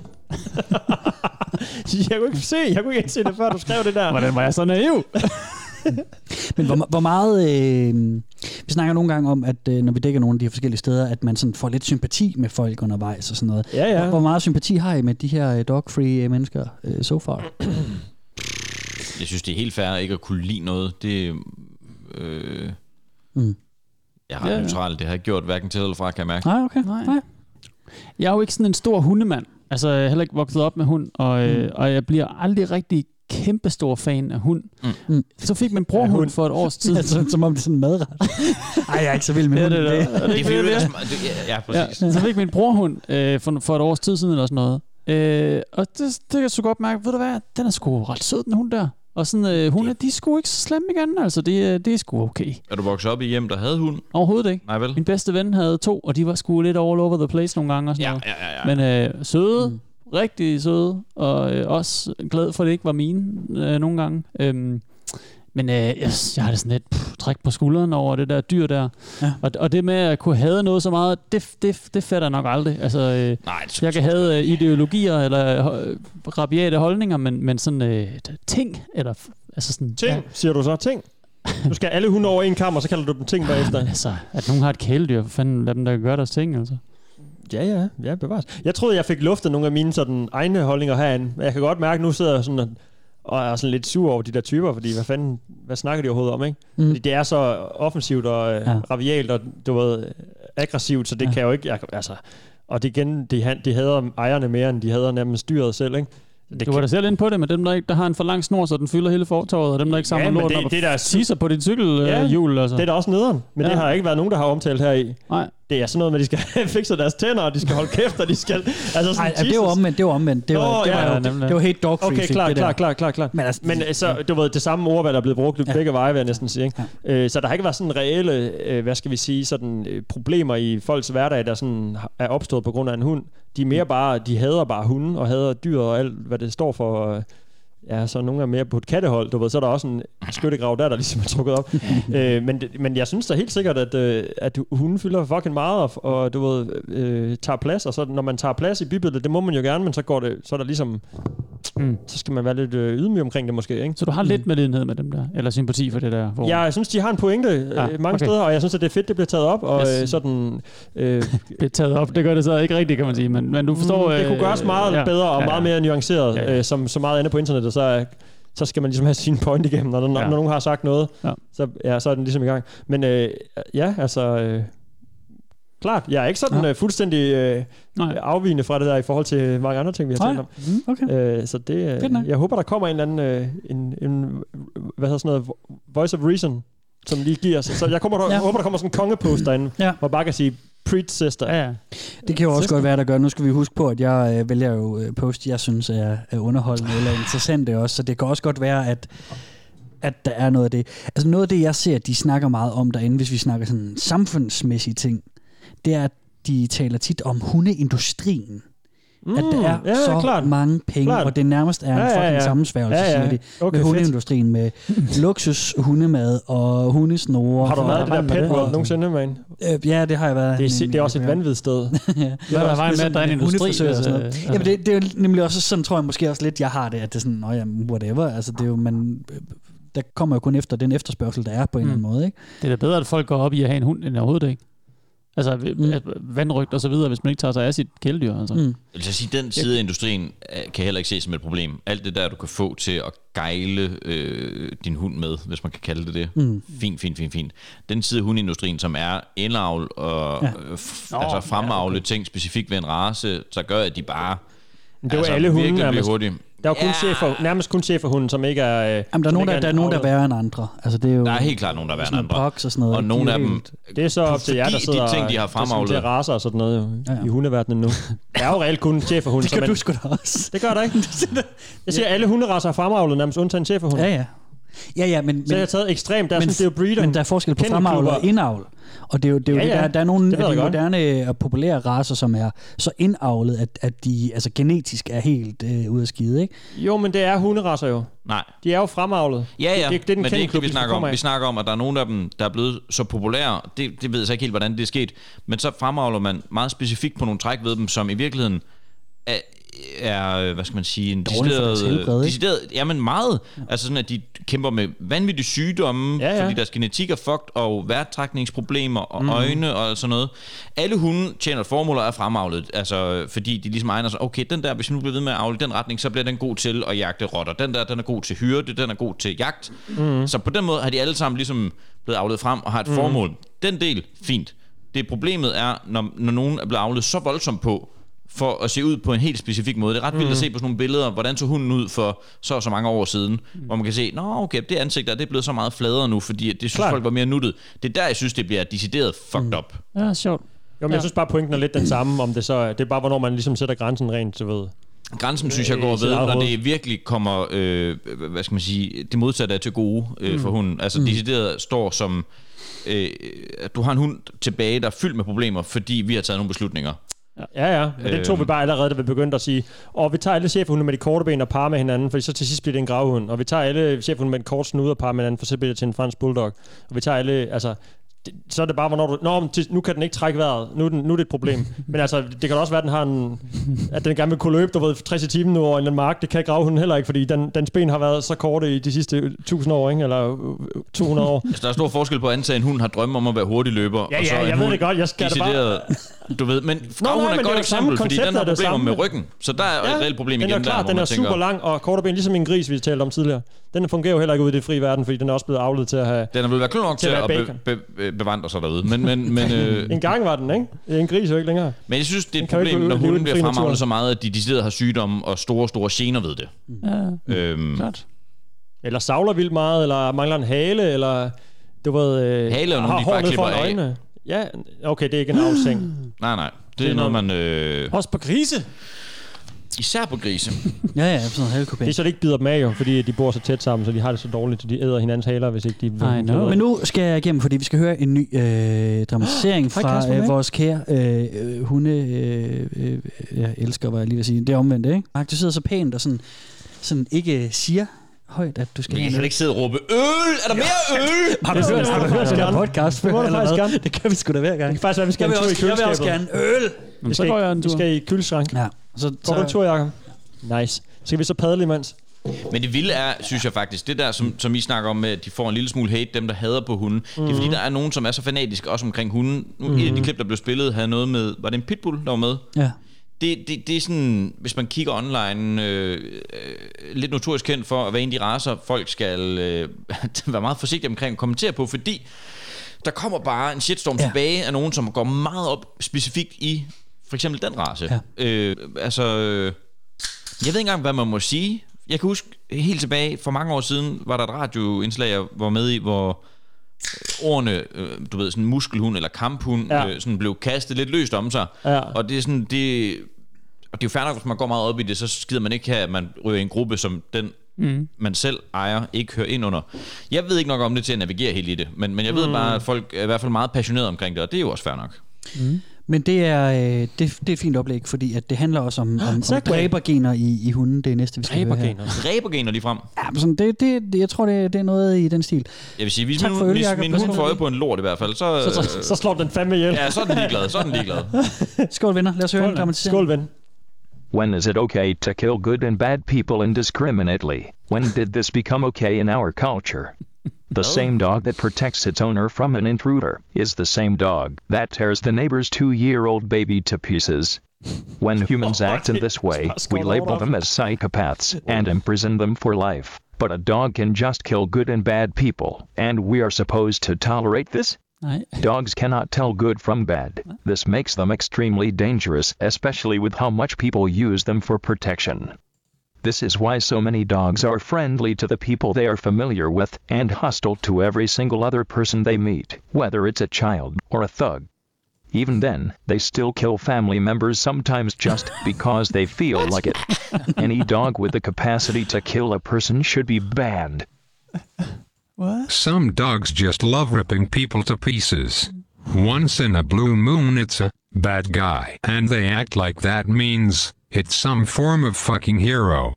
Jeg kunne ikke se, jeg kunne ikke indse det før, du skrev det der. Hvordan var jeg så naiv? Men hvor, hvor meget... Øh, vi snakker nogle gange om, at øh, når vi dækker nogle af de her forskellige steder, at man sådan får lidt sympati med folk undervejs og sådan noget. Ja, ja. Hvor, hvor meget sympati har I med de her øh, dog-free øh, mennesker øh, so far? Jeg synes, det er helt fair ikke at kunne lide noget. Det øh, Mm. jeg er ret Ja, ja. neutral. Det har jeg ikke gjort hverken til eller fra, kan jeg mærke. Nej, okay. Nej. Nej. Jeg er jo ikke sådan en stor hundemand. Altså, jeg er heller ikke vokset op med hund, og, øh, Mm. og jeg bliver aldrig rigtig kæmpestor fan af hund. Mm. Så fik min bror hund for et års tid. Ja, som, som om det er sådan en madret. Ej, jeg er ikke så vild med Ja, hund. det er det. Det er fordi, du ikke er så meget- det- ja, ja, præcis. Ja, så fik min bror hund øh, for, for et års tid siden eller sådan noget. Øh, og det, det kan jeg så godt mærke, ved du hvad, den er sgu ret sød, den hund der. Og sådan, øh, hunde, de er sgu ikke så slemme igen, altså, det, det er sgu okay. Er du vokset op i hjem, der havde hund? Overhovedet ikke. Nej, vel? Min bedste ven havde to, og de var sgu lidt all over the place nogle gange og sådan Ja, noget. ja, ja, ja. Men øh, søde, mm. rigtig søde, og øh, også glad for, at det ikke var mine øh, nogle gange. Øhm, men øh, jeg, jeg har det sådan lidt, pff, trække på skulderen over det der dyr der. Ja. Og, og det med at kunne have noget så meget, det, det, det fatter jeg nok aldrig. Altså, øh, Nej, det jeg kan have øh, ideologier eller øh, rabiate holdninger, men, men sådan øh, ting, eller altså sådan... Ting, ja. Siger du så ting? Du skal alle hunde over en kamp, og så kalder du dem ting bagefter. Altså, at nogen har et kæledyr, for fanden, lad dem der gøre deres ting, altså. Ja, ja, ja, bevares. Jeg troede, jeg fik luftet nogle af mine sådan egne holdninger herinde. Jeg kan godt mærke, at nu sidder jeg sådan og er sådan lidt sur over de der typer, fordi hvad fanden, hvad snakker de overhovedet om, ikke? Mm. Fordi det er så offensivt og ja. ravialt og, du ved, aggressivt, så det ja. kan jo ikke, jeg, altså... Og det igen, de, de hader ejerne mere, end de hader nærmest dyret selv, ikke? Det du var da selv inde på det, med dem, der, ikke, der har en for lang snor, så den fylder hele fortorvet, og dem, der ikke samler ja, lort, det, det der tisser på dit cykelhjul. Ja, altså. Det er da også nederen, men ja. det har ikke været nogen, der har omtalt her i. Nej. Det er sådan noget med, at de skal fikse deres tænder, og de skal holde kæft, og de skal... Altså sådan, Ej, det var omvendt, det var omvendt. Det var, Nå, det var, ja, jo, det, det var helt dog Okay, klar, klar, klar, klar, klar. Men, altså, men så, du ved, det samme ord, hvad der er blevet brugt ja. begge veje, vil jeg næsten sige. Ikke? Ja. Øh, så der har ikke været sådan reelle, øh, hvad skal vi sige, sådan øh, problemer i folks hverdag, der sådan er opstået på grund af en hund. De er mere bare, de hader bare hunden, og hader dyr og alt, hvad det står for... Øh, Ja, så nogle er mere på et kattehold, du ved, så er der også en skyttegrav der, der ligesom er trukket op. øh, men, men jeg synes da helt sikkert, at, øh, at hunden fylder fucking meget, og, og du ved, øh, tager plads, og så når man tager plads i bybilledet, det må man jo gerne, men så går det, så er der ligesom, mm. så skal man være lidt øh, ydmyg omkring det måske, ikke? Så du har lidt medlidenhed med dem der, eller sympati for det der? Hvor... Ja, jeg synes, de har en pointe øh, ja, mange okay. steder, og jeg synes, at det er fedt, det bliver taget op, og øh, sådan... Øh, bliver taget op, det gør det så ikke rigtigt, kan man sige, men, men du forstår... Mm, det kunne gøres meget øh, bedre og ja, meget mere nuanceret, ja, ja. Øh, som så meget andet på internettet, så, så skal man ligesom have sin point igennem, når, når, ja. når nogen har sagt noget, ja. Så, ja, så er den ligesom i gang. Men øh, ja, altså... Øh, klart, jeg er ikke sådan ja. uh, fuldstændig øh, afvigende fra det der i forhold til mange andre ting, vi har talt om. Mm, okay. uh, så det, uh, jeg håber, der kommer en eller anden, uh, en, en, hvad hedder sådan noget, voice of reason, som lige giver os. Så jeg, kommer, der, ja. jeg håber, der kommer sådan en kongepost derinde, ja. hvor bare kan sige, preach sister. Ja, ja. Det kan jo også sister. godt være, der gør. Nu skal vi huske på, at jeg øh, vælger jo øh, post, jeg synes er, er underholdende eller interessante også, så det kan også godt være, at at der er noget af det. Altså noget af det, jeg ser, at de snakker meget om derinde, hvis vi snakker sådan samfundsmæssige ting, det er, at de taler tit om hundeindustrien. Mm, at der er ja, så klart. mange penge, klart. og det nærmest er en ja, ja, ja. fucking sammensværgelse, ja, ja. siger de, okay, med hundeindustrien, med luksus hundemad og hundesnore. Har du været det der Petworld nogensinde, man? Øh, ja, det har jeg været. Det er, en, det er også et vanvittigt sted. ja. Hvad er der vejen med, at der er en industri? Altså, ja. Jamen, det, det er jo nemlig også sådan, tror jeg måske også lidt, jeg har det, at det er sådan, nå ja, whatever, altså det er jo, man... Der kommer jo kun efter den efterspørgsel, der er på en mm. eller anden måde, ikke? Det er da bedre, at folk går op i at have en hund, end overhovedet ikke. Altså mm. vandrygt og så videre, hvis man ikke tager sig af sit kæledyr. Altså. Mm. Jeg vil sige, den side af industrien kan heller ikke ses som et problem. Alt det der, du kan få til at gejle øh, din hund med, hvis man kan kalde det det. Mm. Fint, fint, fint, fint. Den side af hundeindustrien, som er indavl og ja. øh, f- oh, altså fremavle ja, okay. ting specifikt ved en race, så gør, at de bare det er altså, alle hunde nærmest. Hurtigt. Der er jo kun ja. chefer, nærmest kun cheferhunden, som ikke er... Øh, Jamen, der er nogen, der, der, er nogen, der er værre end andre. Altså, det er jo der er helt klart nogen, der er værre end andre. Og sådan noget. Og nogle af dem... Det er så op til jer, der sidder de ting, de har fremavlet. og racer og sådan noget ja, ja. i hundeverdenen nu. Der er jo reelt kun cheferhund. Det gør du sgu da også. Det gør der ikke. Jeg siger, alle hunderacer har fremavlet nærmest undtagen cheferhund. Ja, ja. Ja, ja, men, så jeg har taget ekstremt. Der er, men, sådan, det er jo breeder. Men der er forskel på fremavl og indavl. Og det er jo, det er jo ja, det, der, der er nogle af de moderne og populære racer, som er så indavlet, at, at de altså genetisk er helt øh, ude af skide, ikke? Jo, men det er hunderacer jo. Nej. De er jo fremavlet. Ja, ja, det, det er den men det er ikke det, vi snakker om. Vi snakker om, at der er nogle af dem, der er blevet så populære. Det, det ved jeg så ikke helt, hvordan det er sket. Men så fremavler man meget specifikt på nogle træk ved dem, som i virkeligheden er, er hvad skal man sige, en decideret, decideret, jamen meget, ja. altså sådan, at de kæmper med vanvittige sygdomme, ja, ja. fordi deres genetik er fucked, og vejrtrækningsproblemer, og mm. øjne, og sådan noget. Alle hunde tjener et formål og er fremavlet, altså fordi de ligesom egner sig, okay, den der, hvis vi nu bliver ved med at avle i den retning, så bliver den god til at jagte rotter. Den der, den er god til hyrde, den er god til jagt. Mm. Så på den måde har de alle sammen ligesom blevet avlet frem, og har et mm. formål. Den del, fint. Det problemet er, når, når nogen er blevet avlet så voldsomt på, for at se ud på en helt specifik måde. Det er ret vildt mm. at se på sådan nogle billeder, hvordan så hunden ud for så og så mange år siden, mm. hvor man kan se, nå okay, det ansigt der, det er blevet så meget fladere nu, fordi det synes Klar. folk var mere nuttet. Det er der, jeg synes, det bliver decideret fucked mm. up. Ja, sjovt. Jo, men ja. jeg synes bare, pointen er lidt den samme, om det så, det er bare, hvornår man ligesom sætter grænsen rent, så ved. Grænsen synes jeg går ved, når det virkelig kommer, øh, hvad skal man sige, det modsatte er til gode øh, mm. for hunden. Altså mm. decideret står som, øh, du har en hund tilbage, der er fyldt med problemer, fordi vi har taget nogle beslutninger. Ja, ja. Men det tog vi bare allerede, da vi begyndte at sige, og vi tager alle chefhunde med de korte ben og parer med hinanden, for så til sidst bliver det en gravhund. Og vi tager alle chefhunde med en kort snude og parer med hinanden, for så bliver det til en fransk bulldog. Og vi tager alle, altså... Det, så er det bare, hvornår du... Nå, men nu kan den ikke trække vejret. Nu er, den, nu er det et problem. Men altså, det kan også være, at den har en... At den gerne vil kunne løbe, du ved, tres i timen nu over en mark. Det kan gravhunden heller ikke, fordi den, dens ben har været så korte i de sidste tusind år, ikke? Eller to hundrede år. Altså, der er stor forskel på at antage, en hund har drømme om at være hurtig løber. Ja, og så ja, jeg ved det godt. Jeg skal det bare... Du ved, men gravhunden er et godt eksempel, fordi den har problemer med ryggen. Så der er ja, et reelt problem igen der. Den er klar, den er super tænker, lang og korte ben, ligesom en gris, vi talte om tidligere. Den fungerer jo heller ikke ude i det frie verden, fordi den er også blevet avlet til at have... Den er vel været klog nok til, til at, at be, be, bevandre sig derude. Men, men, men, øh... en gang var den, ikke? En gris jo ikke længere. Men jeg synes, det er et problem, når hunden bliver fremavlet så meget, at de decideret har sygdomme og store, store gener ved det. Ja, øhm. klart. Eller savler vildt meget, eller mangler en hale, eller... Du ved... Øh, hale er nogle, de bare klipper af. Øjnene. Ja, okay, det er ikke en afseng. Nej, nej. Det, det er noget, man... Øh... Også på grise. Især på grise. ja, ja, sådan noget halvkopæn. Det er så, det ikke bider dem af, jo, fordi de bor så tæt sammen, så de har det så dårligt, så de æder hinandens haler, hvis ikke de... Nej, no. Men nu skal jeg igennem, fordi vi skal høre en ny øh, dramatisering fra øh, vores kære øh, hunde... Øh, øh, jeg elsker, hvad jeg lige vil sige. Det er omvendt, ikke? Du sidder så pænt og sådan, sådan ikke siger... højt, at du skal... Men jeg kan ikke sidde og råbe, øl! Er der mere øl? Har du hørt, har du hørt den her podcast før, eller hvad? Det kan vi sgu da hver gang. Det kan faktisk være, vi skal en tur i køleskabet. Jeg vil også gerne øl! Vi skal, går jeg en tur. Vi skal i køleskrank. Ja. Så går du en tur, Jacob? Nice. Så skal vi så padle imens. Men det vilde er, synes jeg faktisk, det der, som, som I snakker om med, at de får en lille smule hate, dem der hader på hunden. Mm-hmm. Det er fordi, der er nogen, som er så fanatiske, også omkring hunden. Mm-hmm. Et af de klip, der blev spillet, havde noget med... Var det en pitbull, der var med? Ja. Det, det, det er sådan, hvis man kigger online, øh, øh, lidt notorisk kendt for, at hvad en af de racer, folk skal øh, være meget forsigtige omkring at kommentere på, fordi der kommer bare en shitstorm ja. tilbage af nogen, som går meget op specifikt i for eksempel den race. Ja. Øh, altså, øh, jeg ved ikke engang, hvad man må sige. Jeg kan huske, helt tilbage, for mange år siden, var der et radioindslag, jeg var med i, hvor ordene, du ved, sådan muskelhund eller kamphund, ja. øh, sådan blev kastet lidt løst om sig. Ja. Og det er sådan, det, og det er jo fair nok, hvis man går meget op i det, så skider man ikke have, at man ryger i en gruppe, som den, mm. man selv ejer, ikke hører ind under. Jeg ved ikke nok om det til at navigere helt i det, men, men jeg ved mm. bare, at folk er i hvert fald meget passionerede omkring det, og det er jo også fair nok. Mm. Men det er, det, det er et fint oplæg, fordi at det handler også om, om, om dræbergener i, i hunden. Det er næste, vi skal høre her. Dræbergener lige frem? Ja, sådan, det, det, det, jeg tror, det, det er noget i den stil. Jeg vil sige, hvis min, øl, hvis min hund får øje på en lort i hvert fald, så... Så, så, så slår den fandme ihjel. Ja, så er den ligeglad, så er den ligeglad. Skål, venner. Lad os høre en dramatisering. Skål, ven. When is it okay to kill good and bad people indiscriminately? When did this become okay in our culture? The same dog that protects its owner from an intruder is the same dog that tears the neighbor's two-year-old baby to pieces. When humans act in this way, we label them as psychopaths and imprison them for life. But a dog can just kill good and bad people, and we are supposed to tolerate this? Dogs cannot tell good from bad. This makes them extremely dangerous, especially with how much people use them for protection. This is why so many dogs are friendly to the people they are familiar with and hostile to every single other person they meet, whether it's a child or a thug. Even then, they still kill family members sometimes just because they feel like it. Any dog with the capacity to kill a person should be banned. What? Some dogs just love ripping people to pieces. Once in a blue moon it's a bad guy, and they act like that means it's some form of fucking hero.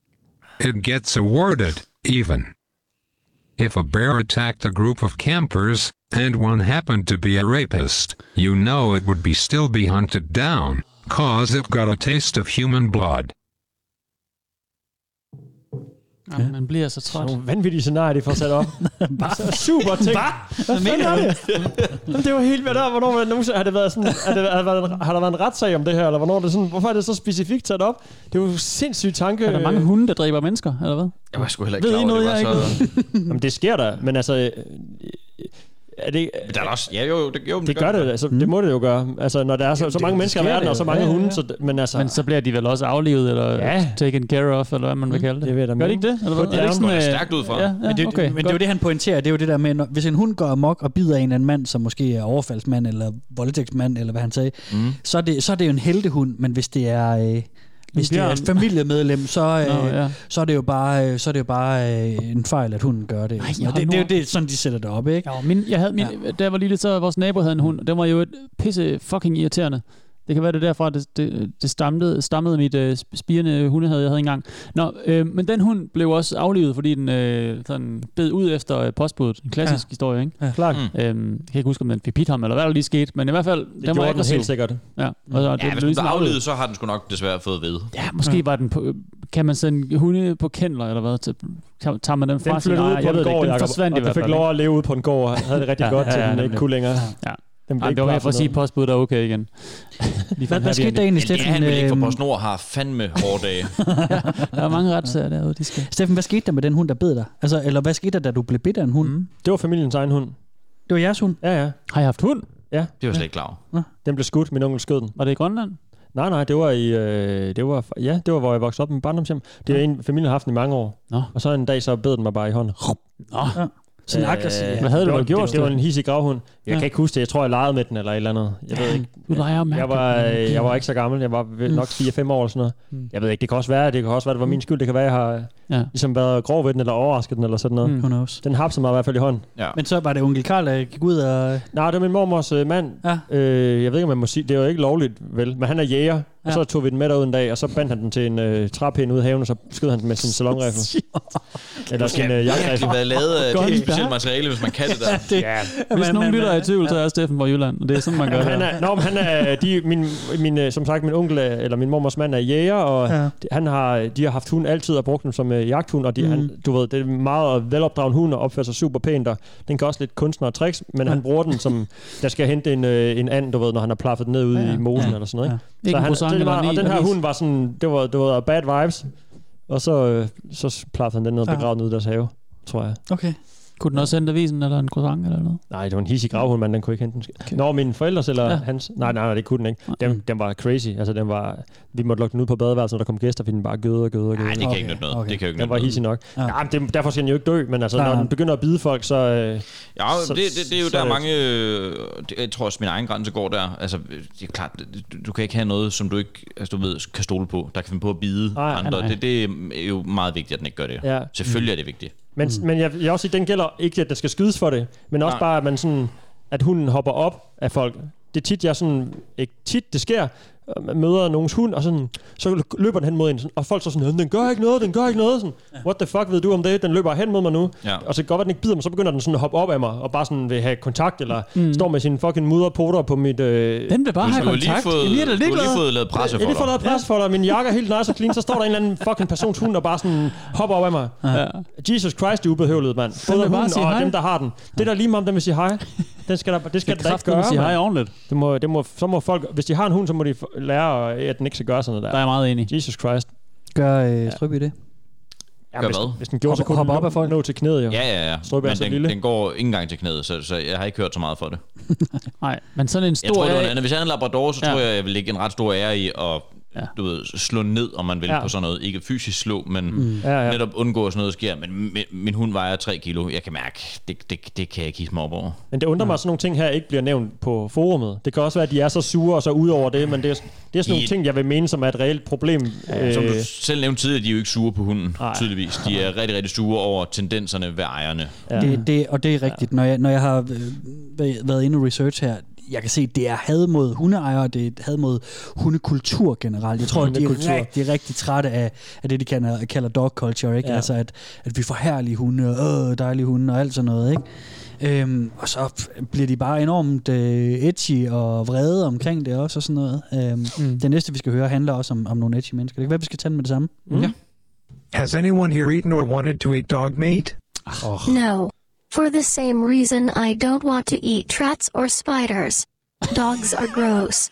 It gets awarded, even. If a bear attacked a group of campers, and one happened to be a rapist, you know it would be still be hunted down, cause it got a taste of human blood. Ja, ja. Man bliver så træt. Så vanvittige scenarier, de får sat op. Så super ting. Hvad mener er det? Jamen, det var helt hvad der. Hvornår var det, har det været sådan, har, det, har, der været, har der været en retssag om det her, eller hvornår er det sådan, hvorfor er det så specifikt sat op? Det er jo sindssygt tanke. Er der mange hunde, der dræber mennesker, eller hvad? Jeg var sgu heller ikke klar over, det var så... Jamen, det sker der, men altså... Er det, der er også, ja, jo, jo, det, jo, det, det gør det, det. Altså, mm. det må det jo gøre. Altså, når der er så, så mange mennesker i verden, og så mange ja, hunde, så, men altså... Men så bliver de vel også aflivet, eller ja. taken care of, eller hvad man vil kalde det. Det ved jeg, gør de ikke det? Eller hvad? Det er ikke sådan, stærkt ud fra. Ja, ja, men det, okay, men det er jo det, han pointerer. Det er jo det der med, når, hvis en hund går amok og bider en eller anden mand, som måske er overfaldsmand, eller voldtægtsmand, eller hvad han sagde, mm. så, er det, så er det jo en heltehund, men hvis det er... Øh, Hvis det er et familiemedlem, så, øh, Nå, ja. så er det jo bare, så er det jo bare øh, en fejl, at hunden gør det. Ej, det, det, det er jo det, sådan, de sætter det op, ikke? Ja, min, jeg havde min, ja. Der var lige lidt så, vores nabo havde en hund, den var jo et pisse fucking irriterende. Det kan være det derfra, det, det, det stammede, stammede mit øh, spirende hundehad, jeg havde engang. Nå, øh, men den hund blev også aflivet, fordi den øh, sådan bed ud efter øh, postbuddet. En klassisk ja. historie, ikke? Ja, klart. Mm. Øhm, jeg kan ikke huske, om den fik pit ham, eller hvad der lige skete, men i hvert fald, det den var aggressiv. helt sikkert. Ja, og, og ja, det, det hvis den blev aflivet, så har den sgu nok desværre fået ved. Ja, måske ja. var den på... Kan man sende hunde på kendler, eller hvad? Til, tager man den fra sin ejer? Jeg ved det ikke, den forsvandt i hvert fald. Og den fik lov at leve ude på en gård, og havde det rigtig ja, godt, til ja, ja, den ikke kunne længere. Ja. Den ja, det var mere for at sige, at postbuddet er okay igen. Hvad, hvad skete der egentlig, Steffen? Ja, han vil ikke, for PostNord har fandme hårde dage. Der er mange retssager derude, de skal. Steffen, hvad skete der med den hund, der bed dig? Altså, eller hvad skete der, da du blev bidt af en hund? Mm. Det var familiens egen hund. Det var jeres hund? Ja, ja. Har I haft hund? Ja. Det var slet ikke klar. Ja. Den blev skudt, min onkel skød den. Var det i Grønland? Nej, nej, det var i, øh, det var, ja, det var, hvor jeg voksede op i min barndomshjem. Det er en, familien har haft den i mange år. Nå. Og så en dag, så bed den mig bare i hånden. Nå. Ja. Sådan aggressiv. Øh, Hvad havde du det, gjort? Det, det var en hissig gravhund. Jeg ja. kan ikke huske det. Jeg tror, jeg legede med den eller et eller andet. Jeg ved ikke. Du leger med jeg var, jeg var ikke så gammel. Jeg var nok fire fem år eller sådan noget. Mm. Jeg ved ikke, det kan også være, det kan også være, det var min skyld. Det kan være, jeg har ja. ligesom været grov ved den, eller overrasket den, eller sådan noget. Mm. Den hapsede mig i hvert fald i hånden. Ja. Men så var det onkel Karl, der gik ud og... Nej, det var min mormors øh, mand. Ja. Øh, jeg ved ikke, om man må sige, det er jo ikke lovligt, vel? Men han er jæger. Og så tog vi den med derud en dag, og så bandt han den til en øh, træpind ude i haven, og så skød han den med sin salonrifle. Eller sin øh, jagtrifle. Det har været lavet af det specielt materiale, hvis man kan det der. det, ja. Hvis nogen lytter i tvivl, så er Steffen fra Jylland, og det er sådan, man gør det. Han er, nå, han er, de, min, min, som sagt, min onkel, eller min mormors mand er jæger, og ja. han har, de har haft hund altid og brugt dem som øh, jagthund, og de, mm. han, du ved, det er meget velopdragen hund, og opfører sig super pænt, og den kan også lidt kunstner og tricks, men ja. han bruger den som, der skal hente en, øh, en and, du ved, når han har plaffet den ned ude ja, ja. i mosen, ja. eller sådan noget. Ikke? Ja. Så han, det var, og den her hund var sådan, det var, det var bad vibes, og så, øh, så plaffede han den ned og begravede den ud i deres have, tror jeg. Okay. Kunne den også hente avisen eller en croissant eller noget? Nej, det var en hissig gravhund, men den kunne ikke hente den. Okay. Når mine forældres eller ja. hans... Nej, nej, nej, det kunne den ikke. Den, den var crazy. Altså, den var... Vi måtte lukke den ud på badeværelset, når der kom gæster, fordi den bare gøde og gøde og gøde. Nej, det kan okay. ikke nytte noget. Okay. Det kan jo ikke den var hissig nok. Ja. Ja, det, derfor skal den jo ikke dø, men altså, ja. når den begynder at bide folk, så... Øh, ja, så, det, det, det er jo der mange... Det, jeg tror også, min egen grænse går der. Altså, det er klart, du, du kan ikke have noget, som du ikke altså, du ved, kan stole på, der kan finde på at bide nej, andre. Nej. Det, det er jo meget vigtigt, at den ikke gør det. Ja. Selvfølgelig er det vigtigt. Men, mm. men jeg, jeg også sige, den gælder ikke, at der skal skydes for det, men også nej. bare, at man sådan, at hunden hopper op af folk. Det er tit, jeg sådan, ikke tit, det sker, man møder nogens hund, og sådan, så løber den hen mod en, sådan, og folk så sådan, den gør ikke noget, den gør ikke noget, sådan, what the fuck ved du om det, den løber hen mod mig nu, ja. og så kan godt være, den ikke bider mig, så begynder den sådan at hoppe op af mig, og bare sådan vil have kontakt, eller mm. står med sin fucking mudderpoter på mit... Øh, den vil bare have kontakt. Lige fået, du har lige fået lavet presse for dig. Jeg har lige fået lavet presse for dig, min jakke er helt nice og clean, så står der en eller anden fucking persons hund, der bare sådan hopper op af mig. Ja. Jesus Christ, det er ubehøvlet, mand. Både hunden og dem, der har den. Det der lige meget om, den vil sige hej. Den skal der, det skal der ikke gøre. Sige hej ordentligt. Det må, det må, så må folk, hvis de har en hund, så må de lære, at den ikke skal gøre sådan noget der. Der er jeg meget enig. Jesus Christ. Gør øh, Strøby det? Ja, gør hvis, hvad? Hvis den gjorde, så kunne den op af folk nå til knæet, jo. Ja, ja, ja. Strøby men den, den går ikke engang til knæet, så, så jeg har ikke hørt så meget for det. Nej, men sådan en stor... Jeg tror, det var en anden. Hvis jeg havde en labrador, så ja. tror jeg, jeg ville lægge en ret stor ære i at ja. du ved, slå ned, om man vil, ja. på sådan noget. Ikke fysisk slå, men mm. ja, ja. netop undgå, at sådan noget sker. Men min, min hund vejer tre kilo. Jeg kan mærke, det, det, det kan jeg ikke hisse mig op over. Men det undrer mig, at sådan nogle ting her ikke bliver nævnt på forumet. Det kan også være, at de er så sure og så ud over det, men det er, det er sådan I, nogle ting, jeg vil mene, som er et reelt problem. Ja, som du selv nævnte tidligere, de er jo ikke sure på hunden, Ej. tydeligvis. De er rigtig, rigtig sure over tendenserne ved ejerne. Ja. Det, det, og det er rigtigt. Når jeg, når jeg har været inde i research her, jeg kan se, at det er had mod hundeejere, det er had mod hundekultur generelt. Jeg tror, at de er rigtig, rigtig trætte af, af det, de kalder, kalder dog culture, ikke? Ja. Altså, at, at vi får herlige hunde, og øh, dejlige hunde, og alt sådan noget, ikke? Øhm, og så bliver de bare enormt øh, edgy og vrede omkring det også, og sådan noget. Øhm, mm. Det næste, vi skal høre, handler også om, om nogle edgy mennesker. Det kan være, vi skal tage den med det samme. Mm. Ja. Has anyone here eaten or wanted to eat dog meat? Oh. No. For the same reason I don't want to eat rats or spiders. Dogs are gross.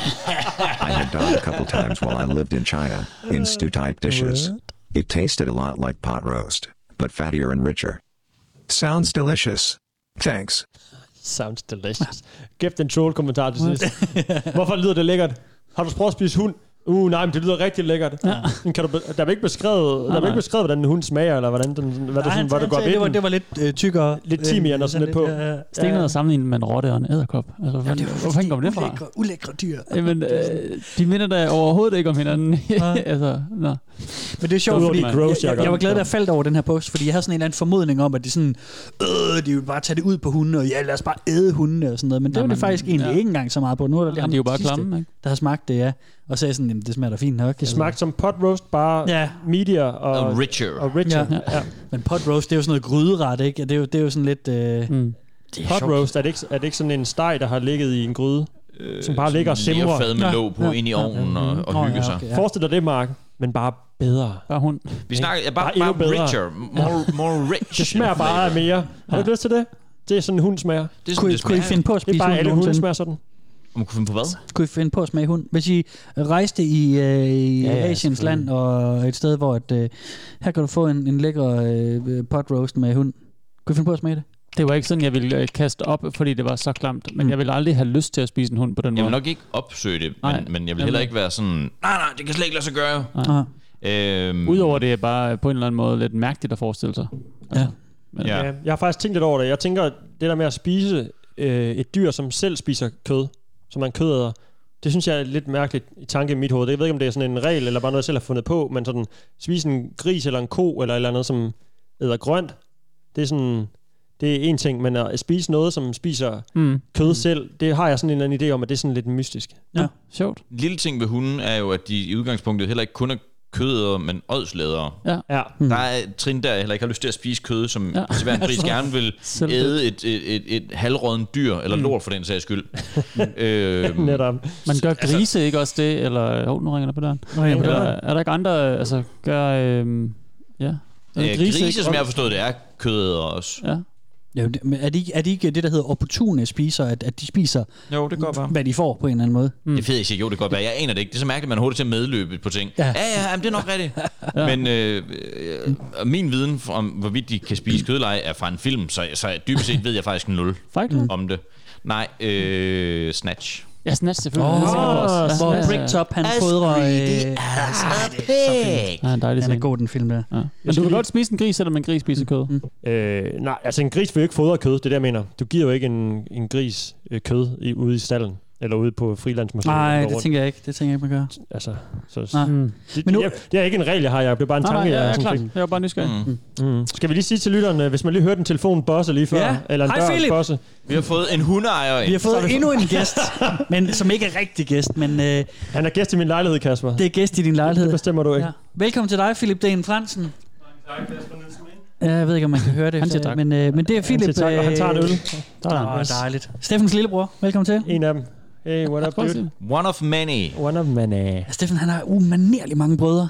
I had dog a couple times while I lived in China, in stew-type dishes. It tasted a lot like pot roast, but fattier and richer. Sounds delicious. Thanks. Sounds delicious. Gift en troll kommentar til sidst. Hvorfor lyder det lækkert? Har du prøvet at spise hund? Uh, nej, men det lyder rigtig lækkert. Ja. Kan du, der er ikke beskrevet, der er ikke beskrevet, hvordan hun smager, eller hvordan den, hvad nej, det, sådan, hvad han, du går det, ved var, den. det var lidt øh, tykkere. Lidt timian og sådan lidt på. Ja, ja. Stenet at sammenligne med en rotte og en edderkop. Altså, ja, det hvor fanden kommer det fra? Ulækre, ulækre dyr. Jamen, øh, de minder da overhovedet ikke om hinanden. altså, nå. Men det er sjovt, fordi jeg, gross, jeg, jeg var glad, at jeg faldt over den her post, fordi jeg havde sådan en eller anden formodning om, at de sådan, øh, de vil bare tage det ud på hundene, og ja, lad os bare æde hundene og sådan noget. Men det var det faktisk egentlig ja. ikke engang så meget på. Nu er det ja, de er jo bare klamme, ikke? Der har smagt det, ja. Og sagde sådan, jamen, det smager da fint nok. Det smagte som pot roast, bare ja. media og, og richer. Og richer. Ja. Ja. Men pot roast, det er jo sådan noget gryderet, ikke? Det er jo, det er jo sådan lidt... Øh, mm. Pot sjovt. Roast, er det, ikke, er det ikke sådan en steg, der har ligget i en gryde? Øh, som bare ligger og simrer? Som fad med låg på ja. ind i ovnen ja. og, og oh, hygge ja, okay, sig. Ja. Forestil dig det, Mark, men bare bedre. Bare hund. Vi snakker ja, bare, bare, bare richer. More, more rich. Det smager bare af mere. Har du lyst til det? Det er sådan en hund smager. Det er sådan, kunne, det kunne I finde på at spise hund? Det er bare alle hunde smager sådan. Om man kunne finde på hvad? Kunne I finde på at smage hund? Hvis I rejste i, øh, i ja, ja, Asiens land, og et sted, hvor at, øh, her kan du få en, en lækker øh, pot roast med hund. Kunne I finde på at smage det? Det var ikke sådan, jeg ville kaste op, fordi det var så klamt. Men mm. jeg ville aldrig have lyst til at spise en hund på den måde. Jeg vil nok ikke opsøge det, men, men jeg vil heller ikke være sådan, nej, nej, det kan slet ikke lade sig gøre. Øhm. Udover det er bare på en eller anden måde lidt mærkeligt at forestille sig. Altså, ja. Ja. Jeg har faktisk tænkt lidt over det. Jeg tænker, det der med at spise øh, et dyr, som selv spiser kød, som man kødæder, det synes jeg er lidt mærkeligt i tanke i mit hoved. Jeg ved ikke, om det er sådan en regel, eller bare noget, jeg selv har fundet på, men sådan spise en gris eller en ko, eller et eller andet, som æder grønt, det er sådan... Det er en ting, men at spise noget, som spiser mm. kød selv, det har jeg sådan en eller anden idé om, at det er sådan lidt mystisk. Ja, sjovt. En lille ting ved hunden er jo, at de i udgangspunktet heller ikke kun er kødædere, men ådslædere. Ja. Ja. Mm. Der er et trin der, jeg heller ikke har lyst til at spise kød, som ja. til hver en pris gerne vil æde et, et, et, et halvrådent dyr, eller mm. lort for den sags skyld. øh, Netop. Man gør grise altså, ikke også det, eller... Åh, oh, nu ringer der på døren. Nå, jamen, eller, er der ikke andre, altså gør... Øh, ja. Øh, grise, grise som jeg har forstået det, er kødædere også. Ja. Ja, men er det, ikke, er det ikke det, der hedder opportune spiser, at, at de spiser, jo, det går bare. hvad de får på en eller anden måde? Mm. Det ved jeg ikke, jo, det går bare. Jeg aner det ikke. Det er så mærkeligt, at man er hurtigt til at medløbe på ting. Ja, ja, ja jamen, det er nok rigtigt. ja. Men øh, øh, min viden om, hvorvidt de kan spise kødleje, er fra en film, så, så dybest set ved jeg faktisk nul mm. om det. Nej, øh, Snatch. Ja, Snatch selvfølgelig. Åh, oh, oh, hvor Bricktop, han fodrer... Øh, det er så fint. Ja, en dejlig den er god, den film der. Ja. Men du vil godt spise en gris, selvom en gris spiser kød? Mm. Øh, nej, altså en gris vil jo ikke fodre kød, det er det, jeg mener. Du giver jo ikke en, en gris øh, kød i, ude i stallen. Eller ude på frilandsmuseet. Nej, det tænker jeg ikke. Det tænker jeg ikke, man gør. Altså, så, mm. det, men nu, det, er, det er ikke en regel, jeg har. Jeg bliver bare en tanke, nej, nej, jeg ja, sådan klart. Jeg var bare nysgerrig. Mm. Mm. Skal vi lige sige til lytterne, hvis man lige hørte en telefon bosse lige før, ja. eller en Hej, dør Philip. bosse. Vi har fået en hundeejer ind. Vi har fået endnu en gæst, men som ikke er rigtig gæst. Men, øh, han er gæst i min lejlighed, Kasper. Det er gæst i din lejlighed. Det bestemmer du ikke. Ja. Velkommen til dig, Philip Dehn Fransen. Tak, Kasper Nielsen. Jeg ved ikke, om man kan høre det, han men, øh, men det er Philip. Han, tak, og han tager en øl. Der er oh, dejligt. Steffens lillebror, velkommen til. En af dem. Hey, what up, dude? One of many. One of many. Ja, Steffen, han har umanerligt mange brødre.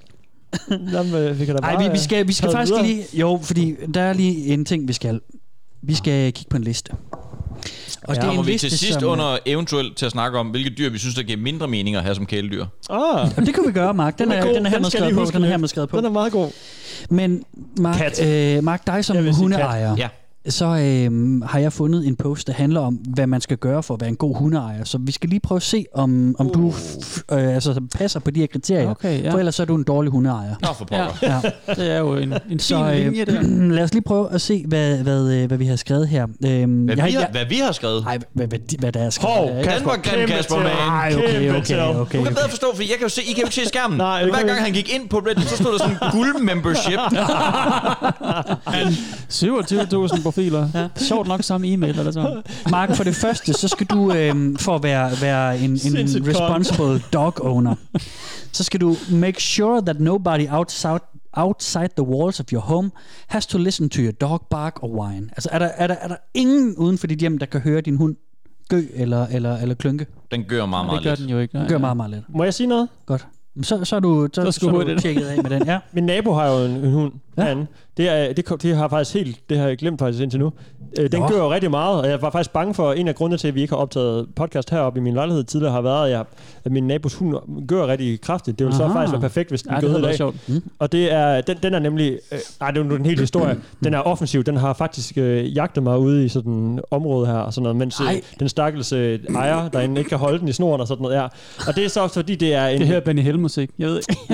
Jamen, vi kan da bare... Ej, vi, vi skal, vi skal faktisk videre. lige... Jo, fordi der er lige en ting, vi skal... Vi skal kigge på en liste. Og ja, det er en vi liste, til sidst som, under eventuelt til at snakke om, hvilke dyr vi synes, der giver mindre mening at have som kæledyr. Ah. Jamen, det kunne vi gøre, Mark. Den, den er, den er hermed skrevet på. Den er hermed skrevet på. Den er meget god. Men Mark, øh, Mark dig som hundeejer... Ja. Så øh, har jeg fundet en post, der handler om, hvad man skal gøre for at være en god hundeejer. Så vi skal lige prøve at se, om, om uh. du f- øh, altså, passer på de her kriterier. Okay, ja. For ellers så er du en dårlig hundeejer. Nå, for pokker. Ja. Ja. Det er jo en, en så, fin øh, linje der. Lad os lige prøve at se, hvad, hvad, hvad vi har skrevet her. Øh, hvad, jeg, vi har, jeg, hvad vi har skrevet? Nej, hvad, hvad, hvad der er skrevet. Hov, den var grim, Kasper, man. Nej, okay, okay, okay, okay. Du kan bedre forstå, for jeg kan jo se, I kan jo ikke se skærmen. Nej, hver gang han gik ind på Reddit, så stod der sådan en guld-membership. syvogtyve tusind profiler. Ja. Sjovt nok samme e-mail eller sådan. Mark, for det første, så skal du øh, for at være, være en, en responsible dog owner, så skal du make sure that nobody outside outside the walls of your home has to listen to your dog bark or whine. Altså er der, er der, er der ingen uden for dit hjem, der kan høre din hund gø eller, eller, eller klynke? Den gør meget, meget lidt. Det gør lidt. den jo ikke. Nej, den gør meget, meget lidt. Må jeg sige noget? Godt. Så, så er du, så, så, så er du tjekket af med den. Ja. Min nabo har jo en, en hund, Ja. Det, er, det, det har faktisk helt, det har jeg glemt faktisk indtil nu. Den Nå. gør jo rigtig meget, og jeg var faktisk bange for, en af grundene til, at vi ikke har optaget podcast heroppe i min lejlighed tidligere, har været, at, jeg, at min nabos hund gør rigtig kraftigt. Det ville Aha. så faktisk være perfekt, hvis den ja, gød i dag. Mm. Og det er, den, den er nemlig, øh, ej, det er jo en hel historie, den er offensiv, den har faktisk øh, jagtet mig ude i sådan et område her, og sådan noget, mens øh, den stakkels øh, ejer derinde ikke kan holde den i snoren og sådan noget. Ja. Og det er så også, fordi det er en... Det her Benny Hill musik, jeg ved ikke.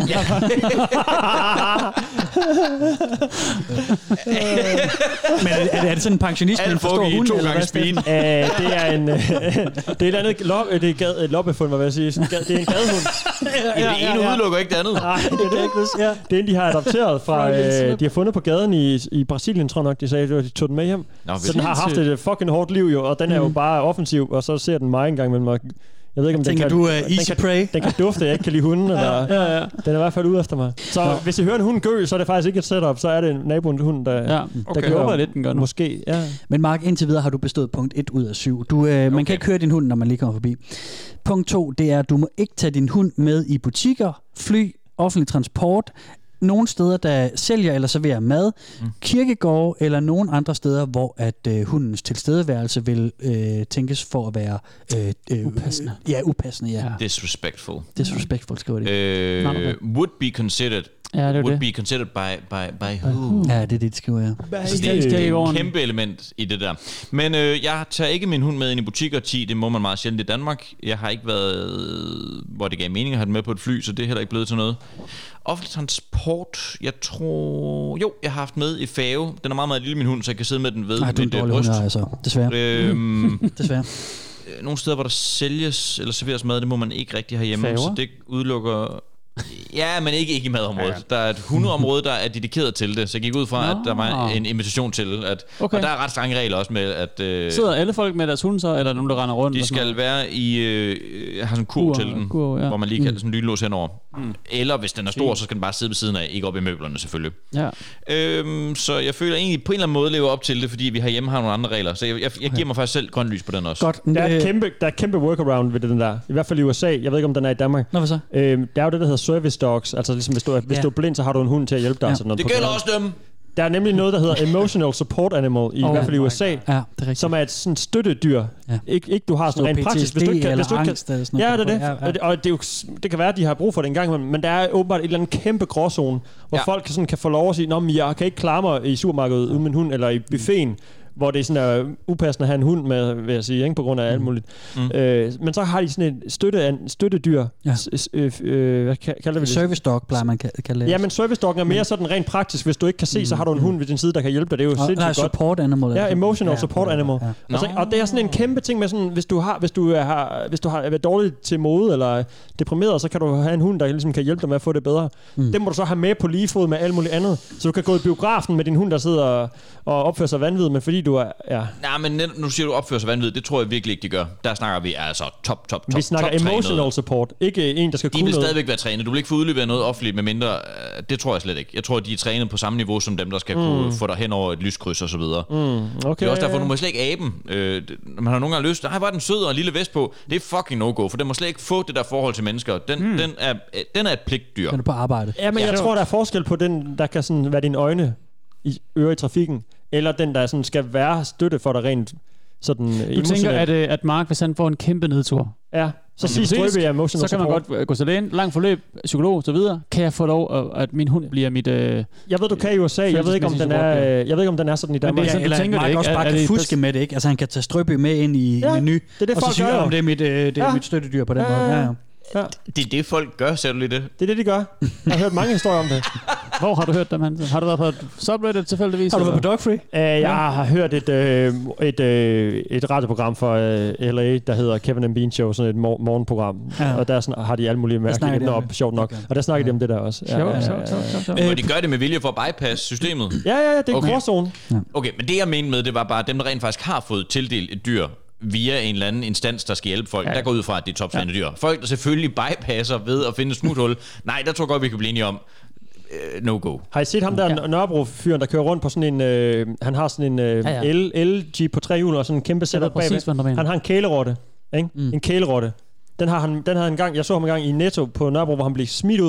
Men er, er det sådan en pensionist med en for stor hund? to gange spin. Uh, det er en uh, det er et andet lo- det er gad, et loppefund, hvad vil jeg sige. Det er en gadehund. ja, ja, ja, ja. Det ene udelukker ikke det andet. Nej, det er det ikke. Ja. Det er en, de har adopteret fra, uh, de har fundet på gaden i, i Brasilien, tror jeg nok, de sagde, de tog den med hjem. Nå, så den har haft et fucking hårdt liv jo, og den er jo bare offensiv, og så ser den mig en gang med mig. Jeg ved ikke, om Tænker den kan, du uh, easy den kan, prey? Den kan dufte, jeg ikke kan lide hunden. Eller, ja, ja. Den er i hvert fald ude efter mig. Så ja. Hvis I hører en hund gø, så er det faktisk ikke et setup, så er det naboens hund, der, ja. okay. der gør lidt, den gør nu. Måske, ja. Men Mark, indtil videre har du bestået punkt et ud af syv. Du, øh, okay. Man kan ikke køre din hund, når man lige kommer forbi. Punkt to, det er, at du må ikke tage din hund med i butikker, fly, offentlig transport, nogle steder, der sælger eller serverer mad, mm. kirkegårde eller nogle andre steder, hvor at øh, hundens tilstedeværelse vil øh, tænkes for at være øh, øh, upassende. Ja, upassende, ja. Disrespectful. Disrespectful, skriver de. Øh, would be considered. Ja, det would det. be considered by, by, by who? Ja, det er det, de skriver, ja. Så det er et kæmpe element i det der. Men øh, jeg tager ikke min hund med ind i butikker. ti, det må man meget sjældent i Danmark. Jeg har ikke været, hvor det gav mening at have den med på et fly, så det er heller ikke blevet til noget. Offentlig transport, jeg tror... Jo, jeg har haft med i færge. Den er meget, meget lille, min hund, så jeg kan sidde med den ved Nej, du er en dårlig hund, altså. Desværre. Øhm, Desværre. Nogle steder, hvor der sælges eller serveres mad, det må man ikke rigtig have hjemme. Færger? Så det udelukker... Ja, men ikke, ikke i madområdet. Ja. Der er et hundeområde, der er dedikeret til det. Så jeg gik ud fra, Nå. at der var en invitation til. At, okay. Og der er ret strenge regler også med, at... Øh, Sidder alle folk med deres hunde så, eller nogen, der render rundt? De skal være i... Øh, har sådan en kur til den, kur, ja. Hvor man lige kan mm. sådan en lynlås henover. Mm. Eller hvis den er stor, så skal den bare sidde ved siden af, ikke op i møblerne selvfølgelig. Ja. Øhm, så jeg føler egentlig på en eller anden måde lever op til det, fordi vi herhjemme har nogle andre regler. Så jeg, jeg, jeg giver mig faktisk selv grønt lys på den også. Godt. Der er et kæmpe, der er et kæmpe workaround ved den der. I hvert fald i U S A. Jeg ved ikke, om den er i Danmark. Nå, hvad så? Øhm, der er jo det, der hedder service dogs. Altså ligesom hvis du er, hvis ja. du er blind, så har du en hund til at hjælpe dig. Ja. Sådan noget det gælder også dem. Der er nemlig noget, der hedder emotional support animal, i, oh, i hvert fald i U S A, ja, som er et sådan støttedyr. Ja. Ik- ikke du har sådan rent praktisk. Hvis du ikke kan, hvis du ikke kan, ja, det er det. Ja, ja. Og det, er jo, det kan være, at de har brug for det en gang, men der er åbenbart et eller andet kæmpe gråzone, hvor ja. folk sådan kan få lov at sige, nå, men jeg kan ikke klare mig i supermarkedet uden min hund, eller i buffeten, hvor det er sådan uh, upassende at have en hund med, vil jeg sige, ikke, på grund af mm. alt muligt. Mm. Øh, men så har de sådan et støtte, støttedyr. Ja. S- øh, øh, hvad kalder vi det? Service dog, plejer man kan kalde det. Ja, men service dog er mere sådan rent praktisk. Hvis du ikke kan se, mm. så har du en hund ved din side, der kan hjælpe dig. Det er jo og, sindssygt nej, godt. Support animal. Ja, emotional ja, support animal. Ja. Og, så, og det er sådan en kæmpe ting med sådan, hvis du har, hvis du har, hvis du har været dårlig til mode eller deprimeret, så kan du have en hund, der ligesom kan hjælpe dig med at få det bedre. Mm. Den må du så have med på lige fod med alt muligt andet. Så du kan gå i biografen med din hund, der sidder og, og opfører sig vanvittigt, men fordi du er... Ja. Nej, men nu siger du opfører sig vanvittigt. Det tror jeg virkelig ikke, de gør. Der snakker vi altså top, top, top, Vi snakker top emotional trænet. Support. Ikke en, der skal de kunne vil noget. stadigvæk være trænet. Du vil ikke få udløbet af noget offentligt, med mindre... Det tror jeg slet ikke. Jeg tror, de er trænet på samme niveau som dem, der skal mm. kunne få dig hen over et lyskryds og så videre. Mm. Okay, det er også derfor, ja. du må slet ikke aben. Øh, man har nogle gange lyst. Nej, hvor er den sød og en lille vest på. Det er fucking no-go, for den må slet ikke få det der forhold til mennesker. Den, mm. den, er, den er et pligtdyr. Den er på arbejde. Ja, men jeg tror, der er forskel på den, der kan sådan være dine øjne i ører i trafikken, eller den, der sådan skal være støtte for dig rent sådan du emotionelt. tænker, at, at Mark, hvis han får en kæmpe nedtur, ja, så sig strøbe jeg emotional så kan man support. godt gå til lægen, lang forløb, psykolog og så videre. Kan jeg få lov, at min hund bliver mit... Øh, jeg ved, du kan i U S A. Jeg ved ikke, om den er, jeg ved ikke, om den er sådan i Danmark. Ja, eller at Mark også bare er, kan fuske med det, ikke? Altså, han kan tage strøbe med ind i ja, menu, det er det, og så siger om det er mit, øh, det er ja. mit støttedyr på den ja, måde. Ja, ja. Ja. Det er det, folk gør, ser du lige det? Det er det, de gør. Jeg har hørt mange historier om det. Hvor har du hørt dem, Hans? Har du været på et subreddit tilfældigvis? Har du været på Dogfree? Uh, jeg ja. har hørt et, uh, et, uh, et radioprogram fra uh, L A, der hedder Kevin and Bean Show, sådan et mor- morgenprogram. Ja. Og der sådan, har de alle mulige mærkelige emner op, sjovt nok. Okay. Og der snakker ja. de om det der også. Ja, ja, ja, ja, ja. Og de gør det med vilje for at bypasse systemet? Ja, ja, ja, det er okay. en gråzone. Ja. Okay, men det jeg mente med, det var bare, dem der rent faktisk har fået tildelt et dyr, via en eller anden instans, der skal hjælpe folk. Ja. Der går ud fra, at det er toptrænede ja. dyr. Folk, der selvfølgelig bypasser ved at finde et smuthul. Nej, der tror jeg godt, vi kan blive enige om. Uh, no go. Har I set ham der ja. Nørrebro-fyren, der kører rundt på sådan en... Øh, han har sådan en øh, ja, ja. L G på tre hjul og sådan en kæmpe setup bagved. Han har en kælerotte. Ikke? Mm. En kælerotte. Den har han, den havde en gang... Jeg så ham en gang i Netto på Nørrebro, hvor han blev smidt ud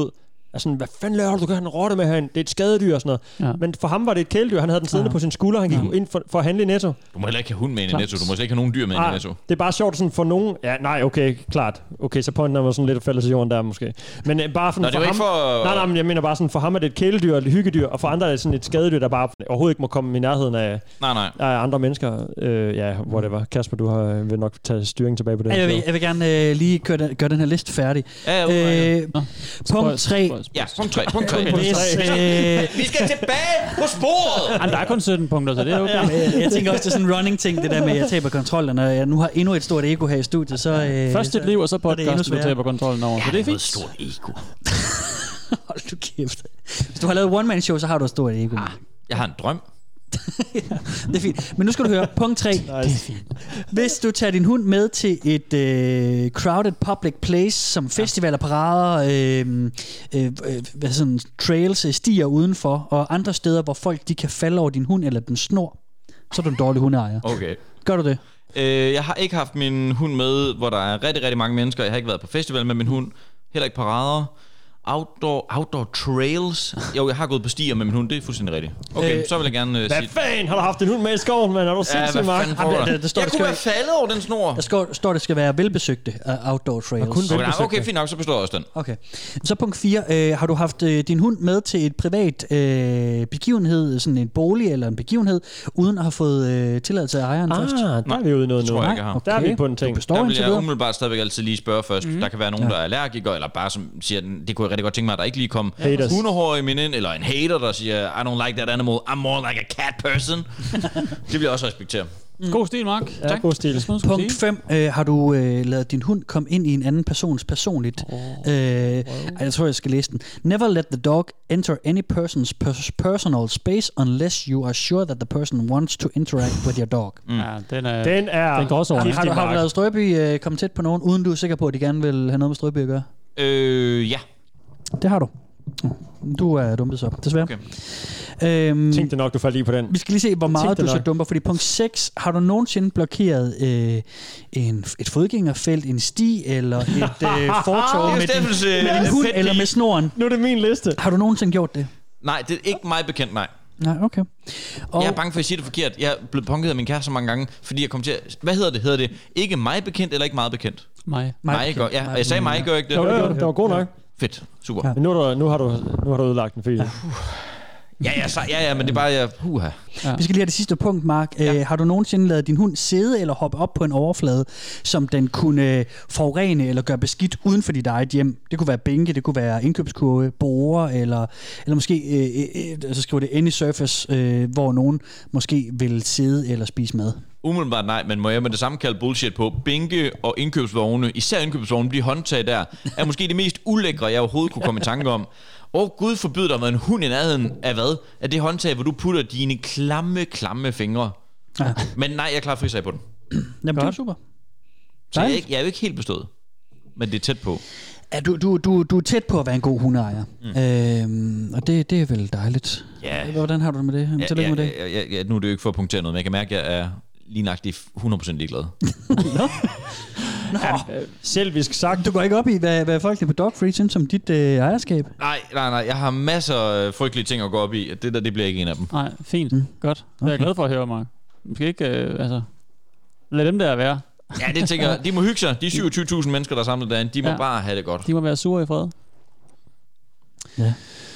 er sådan, hvad fanden laver du? Du kan have en rotte med herinde. Det er et skadedyr og sådan noget. Ja. Men for ham var det et kæledyr. Han havde den siddende ja. på sin skulder. Han gik ja. ind for, for at handle i Netto. Du må heller ikke have hund med ind i Netto. Du må slet ikke have nogen dyr med ind i Netto. Det er bare sjovt sådan for nogen. Ja, nej, okay, klart. Okay, så pointen var sådan lidt at falde til jorden der måske. Men øh, bare for, Nå, for det ham... For... Nej, nej, men jeg mener bare sådan, for ham er det et kæledyr, et hyggedyr, og for andre er det sådan et skadedyr, der bare overhovedet ikke må komme i nærheden af, nej, nej. af andre mennesker. Øh, ja, whatever. Kasper, du har, vil nok tage styringen tilbage på det. Jeg vil, jeg vil gerne øh, lige gøre den, gøre den her liste færdig. Ja, ja, øh, punkt tre. Ja, punkt tre. Punkt tre. Hvis, øh... Vi skal tilbage på sporet! Jamen, der er kun sytten punkter, så det er okay. Ja, jeg, jeg tænker også, det er sådan en running ting, det der med, at jeg taber kontrollen. Og jeg nu har endnu et stort ego her i studiet, så... Øh, Først et liv, og så podcast, du taber kontrollen over. Ja, så det er fint. et stort ego. Hold du kæft. Hvis du har lavet one-man-show, så har du et stort ego. Ah, jeg har en drøm. Ja, det er fint. Men nu skal du høre. Punkt tre. Det er fint. Hvis du tager din hund med til et øh, crowded public place, som festivaler, parader, øh, øh, hvad sådan, trails, stier udenfor, og andre steder, hvor folk de kan falde over din hund eller den snor, så er du en dårlig hundeejer. Okay. Gør du det? Øh, jeg har ikke haft min hund med, hvor der er rigtig, rigtig mange mennesker. Jeg har ikke været på festival med min hund. Heller ikke parader. Outdoor, outdoor trails. Jo, jeg har gået på stier med min hund. Det er fuldstændig rigtigt. Okay, øh, så vil jeg gerne uh, hvad sige... Hvad fanden har du haft en hund med i skoven, mand? Er du sindssygt, ja, Mark? Det, det, det står, jeg kunne være faldet over den snor. Der står, står det skal være velbesøgte uh, outdoor trails. Okay, okay, fint nok, så består jeg også den. Okay. Så punkt fire. Øh, har du haft øh, din hund med til et privat øh, begivenhed, sådan en bolig eller en begivenhed, uden at have fået øh, tilladelse af ejeren ah, først? Ah, der er vi ude i noget nu. Tror jeg ikke, jeg har. Okay. Der er vi på en ting. Der vil jeg umiddelbart stadigvæk altid lige spørge først. Mm-hmm. Der kan være nogen, ja. der er allergikere, eller bare som siger, det kunne jeg rigtig godt tænke mig, at der ikke lige kom hundehår i min ind, eller en hater, der siger, I don't like that animal, I'm more like a cat person. Det vil jeg også respektere. Mm. God stil, Mark. Ja, tak. God stil. Punkt fem. Øh, har du øh, ladet din hund komme ind i en anden persons personligt? Oh. Øh, jeg tror, jeg skal læse den. Never let the dog enter any person's pers- personal space unless you are sure that the person wants to interact with your dog. Mm. Ja, den er, den er, den går har, har, du, har du lavet Strøby øh, komme tæt på nogen, uden du er sikker på, at de gerne vil have noget med Strøby at gøre? Øh, ja. Det har du. Du er dumpet så, desværre. Okay. Øhm, Tænk det nok, du faldt lige på den. Vi skal lige se, hvor meget du nok. så dumper. Fordi punkt seks, har du nogensinde blokeret øh, en, et fodgængerfelt, en sti, eller et øh, fortov med din, med din hund, eller med snoren? Nu er det min liste. Har du nogensinde gjort det? Nej, det er ikke mig bekendt, nej. Nej, okay. Og jeg er bange for, at jeg siger det forkert. Jeg er blevet punket af min kæreste så mange gange, fordi jeg kom til at... Hvad hedder det? Hedder det ikke mig bekendt, eller ikke meget bekendt? Mig. Mig, mig gør, ja, jeg sagde mig, gør ikke det? Jo, det, det, det var god nok. Fedt, super. Ja. Men nu, du, nu, har du, nu har du udlagt den, fordi... Ja. Ja, ja, så, ja, ja, men det er bare... Jeg, uh, ja. Vi skal lige have det sidste punkt, Mark. Ja. Æ, har du nogensinde ladet din hund sidde eller hoppe op på en overflade, som den kunne forurene eller gøre beskidt uden for dit eget hjem? Det kunne være bænke, det kunne være indkøbskurve, borer, eller, eller måske, øh, øh, så skriver det any surface, øh, hvor nogen måske vil sidde eller spise mad. Umiddelbart nej, men må jeg med det samme kalde bullshit på. Bænke og indkøbsvogne, især indkøbsvogne, de håndtag der, er måske det mest ulækre, jeg overhovedet kunne komme i tanke om. Og Gud forbyder dig med en hund i nærheden af hvad? Af det håndtag, hvor du putter dine klamme, klamme fingre. Ja. Men nej, jeg er klar frisag på den. Jamen, det er super. Så jeg er, ikke, jeg er jo ikke helt bestået. Men det er tæt på. Ja, du, du, du, du er tæt på at være en god hundeejer. Mm. Øhm, og det, det er vel dejligt. Ja. Hvordan har du det med det? Ja, Tillykke ja, med det. Ja, ja, ja, nu er det jo ikke for at punktere noget, men jeg kan mærke, at jeg er lige nøjagtigt hundrede procent ligeglad. Nå. Nå. Ja, selvisk sagt. Du går ikke op i, hvad, hvad folk på Dog Free synes om dit øh, ejerskab? Nej, nej, nej. Jeg har masser af frygtelige ting at gå op i. Det der, det bliver ikke en af dem. Nej, fint. Mm. Godt. Det er okay. Jeg glad for at høre, Mark. Du skal ikke, øh, altså... Lad dem der være. Ja, det tænker jeg. De må hygge sig. De syvogtyve tusind mennesker, der er samlet derinde, de må ja. bare have det godt. De må være sure i fred. Ja.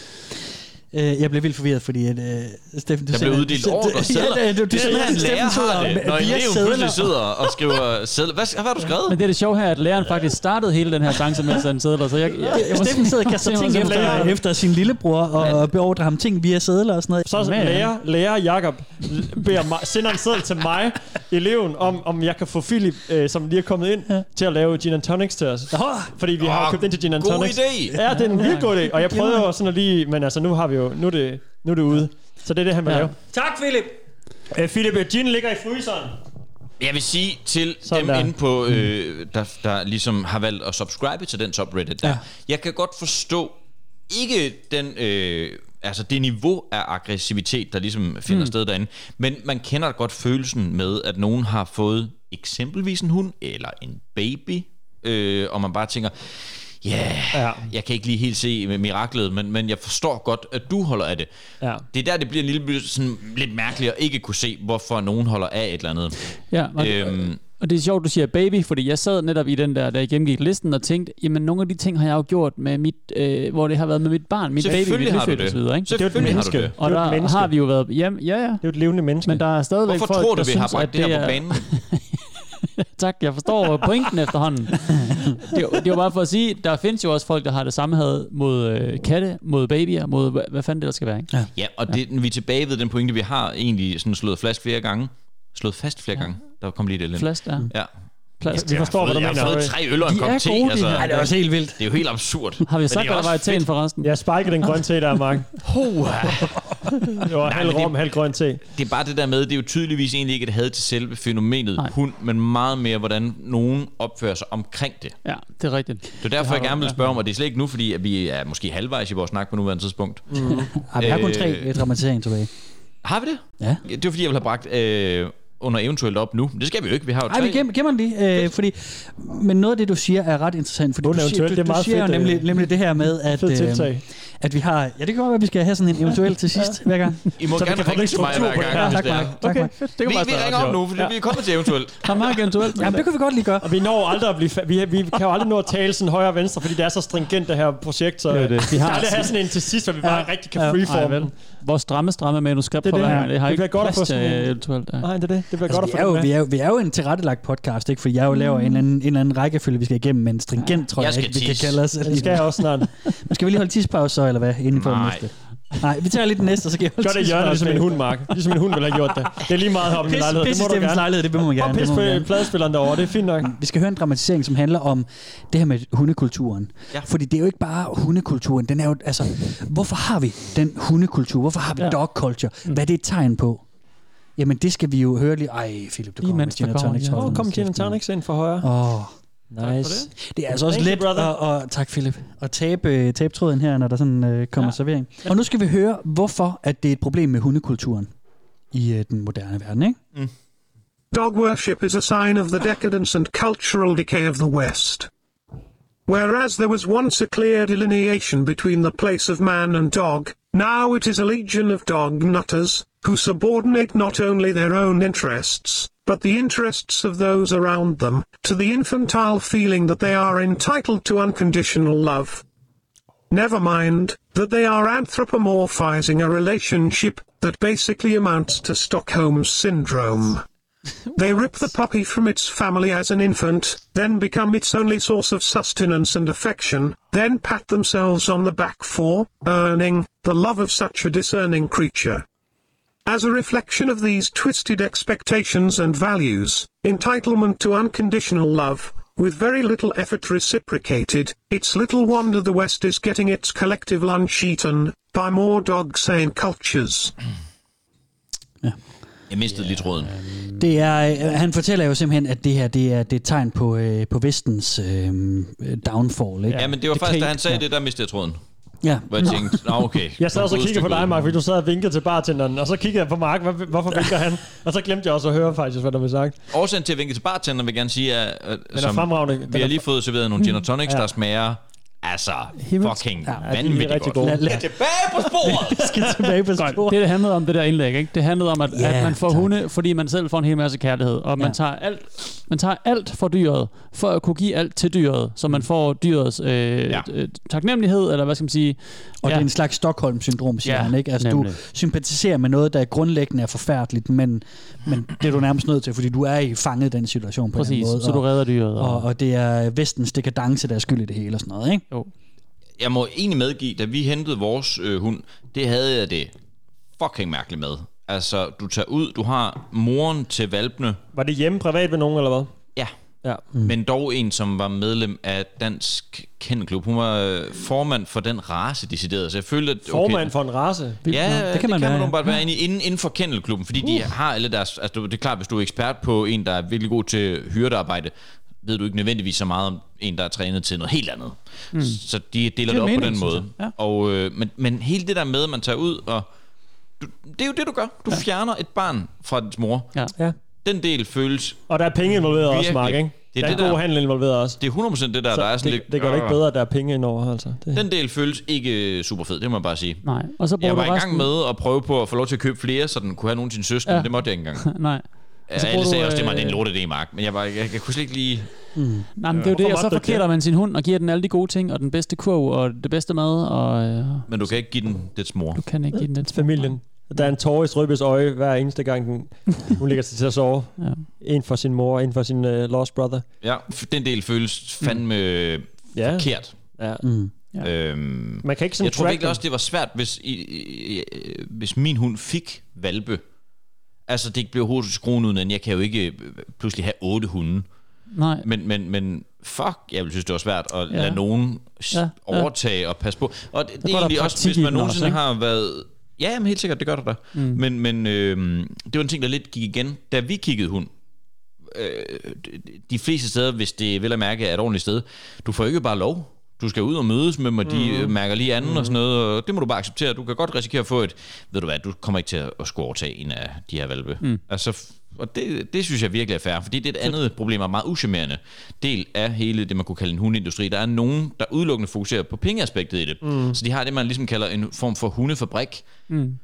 Jeg blev vildt forvirret, fordi at, uh, Steffen... Der blev uddelt ordre og sædler. Ja, det, det, det er sådan, en lærer har det, når eleven pludselig sidder og skriver sædler. Hvad, hvad har du skrevet? Men det er det sjove her, at læreren faktisk startede hele den her chance med at sende sædler. Så jeg, jeg, jeg Steffen sidder og kaster ting efter, efter sin lillebror og beordrer ham ting via sædler og sådan noget. Så lærer, lærer Jakob beder mig, sender en sædel til mig, eleven, om, om jeg kan få Philip, øh, som lige er kommet ind, ja. til at lave gin and tonics til os. Fordi vi har oh, købt ind til gin and tonics. God idé! Ja, det er en virkelig god idé. Og jeg prøvede jo sådan at lige... Men altså, nu har vi jo... Nu er det, nu er det ude. Så det er det, han vil ja. lave. Tak, Philip! Øh, Philip, gin ligger i fryseren. Jeg vil sige til sådan dem der. inde på, øh, der, der ligesom har valgt at subscribe til den subreddit der. Ja. Jeg kan godt forstå, ikke den... Øh, altså det niveau af aggressivitet, der ligesom finder mm. sted derinde. Men man kender godt følelsen med, at nogen har fået eksempelvis en hund, eller en baby, øh, og man bare tænker, yeah, ja, jeg kan ikke lige helt se med miraklet, men, men jeg forstår godt, at du holder af det. Ja. Det er der, det bliver en lille sådan lidt mærkeligt at ikke kunne se, hvorfor nogen holder af et eller andet. Ja, og, øhm, og det er sjovt, du siger baby, fordi jeg sad netop i den der, da jeg gennemgik listen og tænkte, jamen nogle af de ting har jeg jo gjort med mit, øh, hvor det har været med mit barn, mit baby, mit nyfødt og så videre. Ikke? Det er jo et menneske. Og der menneske. Har vi jo været, ja, ja, ja. Det er jo et levende menneske. Men der er stadigvæk Hvorfor folk, tror du, der vi synes, har bragt det her på banen? Tak, jeg forstår pointen efterhånden. Det, det var bare for at sige, der findes jo også folk, der har det samme had mod øh, katte, mod babyer, mod hvad, hvad fanden det der skal være. Ikke? Ja. ja, og det, vi er tilbage ved den pointe, vi har egentlig sådan slået fast flere gange. Slået fast flere ja. gange. Der kom lige det lidt. Flest, ja. Ja. Plast. Vi forstår, hvad du mener. Jeg har fået tre øl og en kop te. Altså. Ej, det er også helt vildt. Det er jo helt absurd. Har vi sagt, at der var et teen forresten? Jeg spikede den grønne te der, Mark. Det var halv rom, halv grøn te. Det er bare det der med, det er jo tydeligvis egentlig ikke et had til selve fænomenet Nej. hund, men meget mere, hvordan nogen opfører sig omkring det. Ja, det er rigtigt. Det er derfor, jeg gerne vil spørge om, og det er slet ikke nu, fordi at vi er måske halvvejs i vores snak på nuværende tidspunkt. Mm. Ej, vi har kun tre dramatiseringer tilbage. Har vi det? Ja. Det var fordi, jeg ville have bragt... Øh, under eventuelt op nu. Det skal vi jo ikke. Vi har jo tre. Nej, vi gemmer, gemmer den lige. Øh, fordi, men noget af det, du siger, er ret interessant. Fordi du siger, du, du siger jo nemlig, nemlig det her med, at, øh, at vi har... Ja, det kan godt være, at vi skal have sådan en eventuelt til sidst hver gang. I må så gerne ringe til mig hver gang. Ja, tak, Mark. Okay, fedt. Vi, vi ringer op nu, fordi ja. vi er kommet til eventuelt. Har Mark eventuelt? Jamen, det kan vi godt lige gøre. Og vi når aldrig at blive... Fa- vi, vi kan jo aldrig nå at tale sådan højre og venstre, fordi det er så stringent, det her projekt. Så det det. Vi har aldrig have sådan en til sidst, hvor vi bare rigtig kan freeforme. Vores stramme, stramme manuskript for hver gang. Det har ikke plads til eventuelt. Nej, det er det. Det bliver godt at få det. Vi er, jo, vi er jo en tilrettelagt podcast, ikke? Fordi jeg jo laver en eller anden, en eller anden rækkefølge, vi skal igennem, men stringent, tror jeg, jeg ikke, vi kan kalde os. Det skal jeg også snart. Men skal vi lige holde tidspause så, eller hvad? Inden for den næste. Nej, vi tager lige den næste, så kan jeg holde tidspause. Gør det Jørgen, ligesom en hund, Mark. Ligesom en hund ville have gjort det. Det er lige meget heroppe i min lejlighed. Pis i stemmens lejlighed, det vil man gerne. Og pis på pladespilleren derovre, det er fint nok. Vi skal høre en dramatisering, som handler om det her med hundekulturen. Ja. Fordi det er jo ikke bare hundekulturen. Den er jo, altså, hvorfor har vi den hundekultur? Hvorfor har vi ja. dog culture? Hvad er det et tegn på? Jamen, det skal vi jo høre lige. Ej, Philip, du kommer med Gin and Tonic. Åh, kom Gin and Tonic ind for højre. Åh. Nice. Det. det er altså også let at, og, tak Philip, at tabe, tabe tråden her, når der sådan øh, kommer ja. servering. Og nu skal vi høre, hvorfor at det er et problem med hundekulturen i øh, den moderne verden, ikke? Mm. Dog worship is a sign of the decadence and cultural decay of the West. Whereas there was once a clear delineation between the place of man and dog, now it is a legion of dog nutters, who subordinate not only their own interests, but the interests of those around them, to the infantile feeling that they are entitled to unconditional love. Never mind, that they are anthropomorphizing a relationship that basically amounts to Stockholm Syndrome. They rip the puppy from its family as an infant, then become its only source of sustenance and affection, then pat themselves on the back for earning the love of such a discerning creature. As a reflection of these twisted expectations and values, entitlement to unconditional love, with very little effort reciprocated, it's little wonder the West is getting its collective lunch eaten by more dog-sane cultures. Ja. Jeg mistede lige tråden. Det er, han fortæller jo simpelthen, at det her det er, det er et tegn på, øh, på vestens øh, downfall. Ikke? Ja, men det var det faktisk, da han sagde ja. det, der mistede jeg tråden. Ja. Hvor jeg tænkte, nå okay. Jeg sad også og kiggede på dig, Mark, fordi du sad og vinkede til bartenderen, og så kiggede jeg på Mark, hvorfor vinker han? Og så glemte jeg også at høre faktisk, hvad der blev sagt. Årsagen til at vinke til bartenderen vil jeg gerne sige, at, at som, fremragende. vi har lige fået serveret nogle gin and tonics, ja. der smager altså fucking ja, vanvittigt godt. Lad, lad. tilbage på sporet! skal tilbage på sporet. Det, det handlede om det der indlæg, ikke? Det handlede om, at, yeah, at man får tak. hunde, fordi man selv får en hel masse kærlighed, og man, ja. tager alt, man tager alt for dyret, for at kunne give alt til dyret, så man får dyrets øh, ja. taknemmelighed, eller hvad skal man sige. Og ja. det er en slags Stockholm-syndrom, siger ja, han, ikke? Altså, nemlig. du sympatiserer med noget, der er grundlæggende er forfærdeligt, men, men det er du nærmest nødt til, fordi du er i fanget den situation på Præcis, den måde. så du redder dyret. Og, og, og det er vestens dekadence, der er skyld i det hele og sådan noget, ikke? Jo. Jeg må egentlig medgive, da vi hentede vores øh, hund, det havde jeg det fucking mærkeligt med. Altså, du tager ud, du har moren til valpene. Var det hjemme privat ved nogen, eller hvad? Ja. Ja. Mm. Men dog en, som var medlem af Dansk Kennelklub. Hun var formand for den race, decideret. Så jeg følte, at... Okay, formand for en race? Ja, det kan man, det kan man bare være inde, inden, inden for Kennelklubben. Fordi uh. de har alle deres... Altså, det er klart, hvis du er ekspert på en, der er virkelig god til hyrdearbejde, ved du ikke nødvendigvis så meget om en, der er trænet til noget helt andet. Mm. Så de deler det, det op mening, på den måde. Ja. Og, øh, men, men hele det der med, at man tager ud, og du, det er jo det, du gør. Du ja. fjerner et barn fra dens mor. Ja. Ja. Den del føles... Og der er penge involveret også, Mark, ikke? Det er, der er en god handel involveret også. Det er hundrede procent det der, så der er sådan det, lidt... Det gør det ikke bedre, at der er penge indover, altså. Det. Den del føles ikke super fed, det må jeg bare sige. Nej. Og så jeg var i gang resten... med at prøve på at få lov til at købe flere, så den kunne have nogen til sin søskende. Ja. Det måtte jeg ikke engang. Nej. Ja, alle sagde også, det var en lorte idé, Mark. Men jeg, var, jeg, jeg kunne slet ikke lige... Mm. Nej, men det er jo det, og så forkæler man sin hund og giver den alle de gode ting, og den bedste kurv, og det bedste mad, og... Øh... Men du kan ikke give den dets mor. Du kan ikke give den dets mor. Familien. Der er en tårer i Strøbes øje hver eneste gang, den, hun ligger sig til at sove. Ja. En for sin mor, en for sin uh, lost brother. Ja, den del føles fandme mm. forkert. Ja. Mm. Øhm, Man kan ikke sådan jeg tror virkelig også, det var svært, hvis, i, i, hvis min hund fik valpe. Altså, det blev hurtigt skruet uden, jeg kan jo ikke pludselig have otte hunde. Nej. Men, men, men fuck, jeg vil synes, det var svært at ja. lade nogen ja. overtage og passe på. Og det, det er egentlig også, hvis man nogensinde også, har været... Ja, jamen, helt sikkert, det gør der da. Mm. Men, men øh, det var en ting, der lidt gik igen. Da vi kiggede hund, øh, de fleste steder, hvis det vel at mærke er et ordentligt sted, du får ikke bare lov. Du skal ud og mødes med dem, og de mm. mærker lige anden mm. og sådan noget, og det må du bare acceptere. Du kan godt risikere at få et, ved du hvad, du kommer ikke til at skulle overtage en af de her valpe. Mm. Altså, og det, det synes jeg virkelig er fair, fordi det er et andet problem, og meget uschammerende del af hele det, man kunne kalde en hundeindustri. Der er nogen, der udelukkende fokuserer på pengeaspektet i det. Mm. Så de har det, man ligesom kalder en form for hundefabrik. Mm.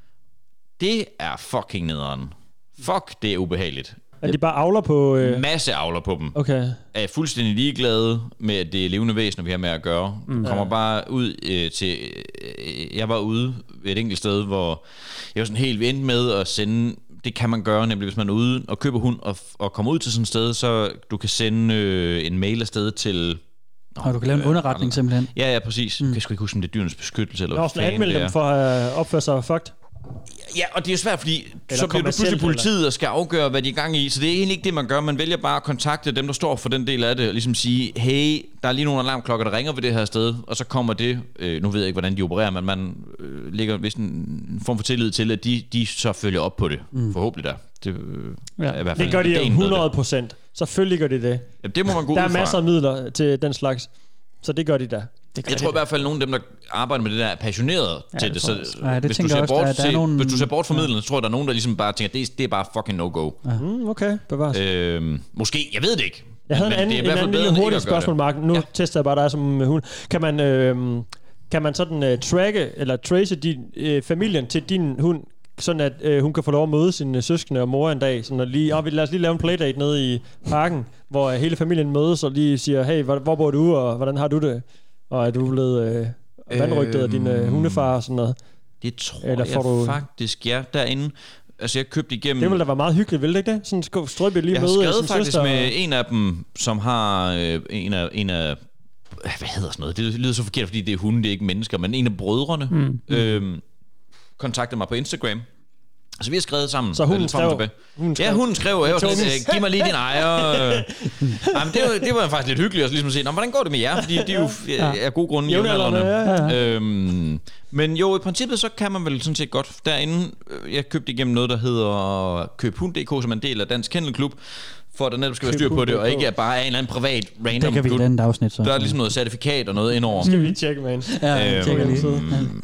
Det er fucking nederen. Fuck, det er ubehageligt. Er de bare avler på... Øh... Masse avler på dem. Okay. Er fuldstændig ligeglade med, at det er levende væsener, vi har med at gøre. Mm. Kommer bare ud øh, til... Øh, jeg var ude ved et enkelt sted, hvor jeg var sådan helt vendt med at sende... Det kan man gøre, nemlig hvis man er ude og køber hund og, og kommer ud til sådan et sted, så du kan sende øh, en mail afsted til... Og du kan lave en underretning øh, simpelthen. Ja, ja, præcis. Mm. Jeg kan sgu ikke huske, om det er dyrenes beskyttelse eller hvad fanden det er. Anmelde dem for at opføre sig fucked. Ja, og det er jo svært, fordi eller så bliver du pludselig politiet og skal afgøre, hvad de er i gang i. Så det er egentlig ikke det, man gør. Man vælger bare at kontakte dem, der står for den del af det, og ligesom sige, hey, der er lige nogle alarmklokker, der ringer ved det her sted, og så kommer det, øh, nu ved jeg ikke, hvordan de opererer, men man øh, lægger vist en form for tillid til, at de, de så følger op på det. Mm. Forhåbentlig der. Det, øh, ja. er i hvert fald det gør de jo hundrede procent. Selvfølgelig gør de det. Ja, det må man gå Der er ud fra. masser af midler til den slags, så det gør de da. Jeg tror i hvert fald, at nogle af dem, der arbejder med det der, er passionerede ja, til det. Så ja, det hvis, du ser også, bort, der, der se, nogle... hvis du ser bort fra midlerne, så tror jeg, der er nogen, der ligesom bare tænker, det, det er bare fucking no-go. Ja. Mm, okay, bevares. Øhm, måske, jeg ved det ikke. Jeg havde men, en anden, men det er i hvert fald en anden hurtigt spørgsmål, Mark. Nu ja. tester jeg bare dig som hund. Kan man, øh, kan man sådan uh, tracke eller trace din, øh, familien til din hund, sådan at øh, hun kan få lov at møde sine søskende og mor en dag, sådan at lige, oh, lad os lige lave en playdate nede i parken, hvor hele familien mødes og lige siger, hey, hvor, hvor bor du, og hvordan har du det? Og er du blevet øh, vandrygtet øhm, af din øh, hundefar og sådan noget? Det tror Eller får jeg du... faktisk, ja, derinde. Altså, jeg købte igennem... Det ville da være meget hyggeligt, ville det ikke det? Sådan strøbe lige jeg møde sin søster. Jeg har skrevet faktisk med og... en af dem, som har øh, en af... En af hvad hedder sådan noget? Det lyder så forkert, fordi det er hunde, det er ikke mennesker, men en af brødrene mm. øh, kontaktede mig på Instagram. Så vi har skrevet sammen. Så hunden skrev? Hunden skrev. Ja, hunden skrev. Jeg var sådan, giv mig lige din ejer. Jamen, det, var, det var faktisk lidt hyggeligt at ligesom se, hvordan går det med jer? Fordi de er jo er gode grunde jævnaldrende. Ja, ja. Øhm, men jo, i princippet så kan man vel sådan set godt. Derinde, jeg købte igennem noget, der hedder køb hund punktum d k, som er en del af Dansk Kennelklub, for at der netop skal være styr på det, og ikke er bare en eller anden privat random. Det kan vi i den afsnit, så. Der er ligesom noget certifikat og noget indover. Skal vi tjekke, man. Ja, øhm, tjekker lige.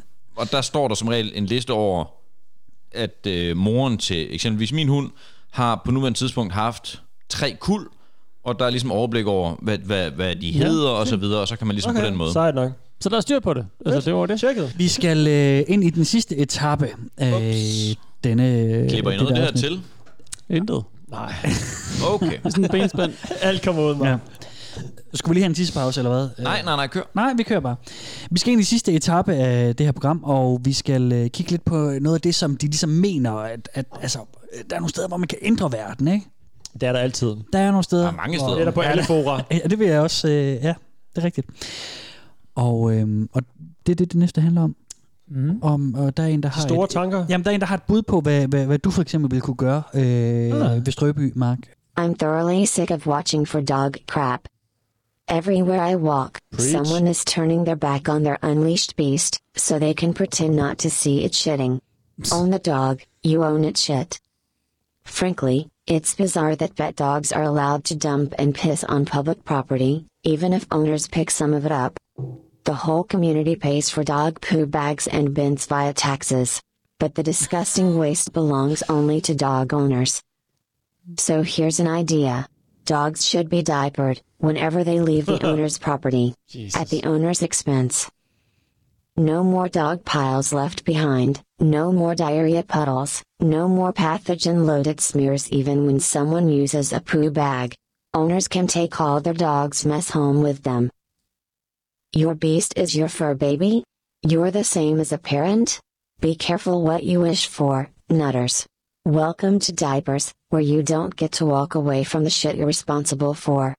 Og der står der som regel en liste over, at øh, moren til eksempelvis min hund har på nuværende tidspunkt haft tre kuld, og der er ligesom overblik over, hvad, hvad, hvad de ja. hedder og så videre, og så kan man ligesom okay. på den måde. Sejt nok. Så der er styr på det. Altså, det var det. Tjekket. Vi skal øh, ind i den sidste etape af denne... Klipper I noget det her til? Intet. Nej. Okay. Det er sådan en benspænd. Alt kommer ud, man. Ja. Skulle vi lige have en tissepause, eller hvad? Nej, nej, nej, kør. Nej, vi kører bare. Vi skal ind i sidste etape af det her program, og vi skal uh, kigge lidt på noget af det, som de ligesom mener, at, at altså, der er nogle steder, hvor man kan ændre verden, ikke? Det er der altid. Der er nogle steder. Der er mange steder. Det er der på alle fora. Ja, det vil jeg også, uh, ja, det er rigtigt. Og, øhm, og det er det, det næste handler om. Mm. om og der er en, der har store et, tanker. Jamen, der er en, der har et bud på, hvad, hvad, hvad du for eksempel ville kunne gøre øh, ah. ved Strøby, Mark. I'm thoroughly sick of watching for dog crap. Everywhere I walk, Preach. someone is turning their back on their unleashed beast, so they can pretend not to see it shitting. Own the dog, you own it shit. Frankly, it's bizarre that pet dogs are allowed to dump and piss on public property, even if owners pick some of it up. The whole community pays for dog poo bags and bins via taxes. But the disgusting waste belongs only to dog owners. So here's an idea. Dogs should be diapered whenever they leave the owner's property, at the owner's expense. No more dog piles left behind, no more diarrhea puddles, no more pathogen-loaded smears even when someone uses a poo bag. Owners can take all their dog's mess home with them. Your beast is your fur baby? You're the same as a parent? Be careful what you wish for, nutters. Welcome to diapers, where you don't get to walk away from the shit you're responsible for.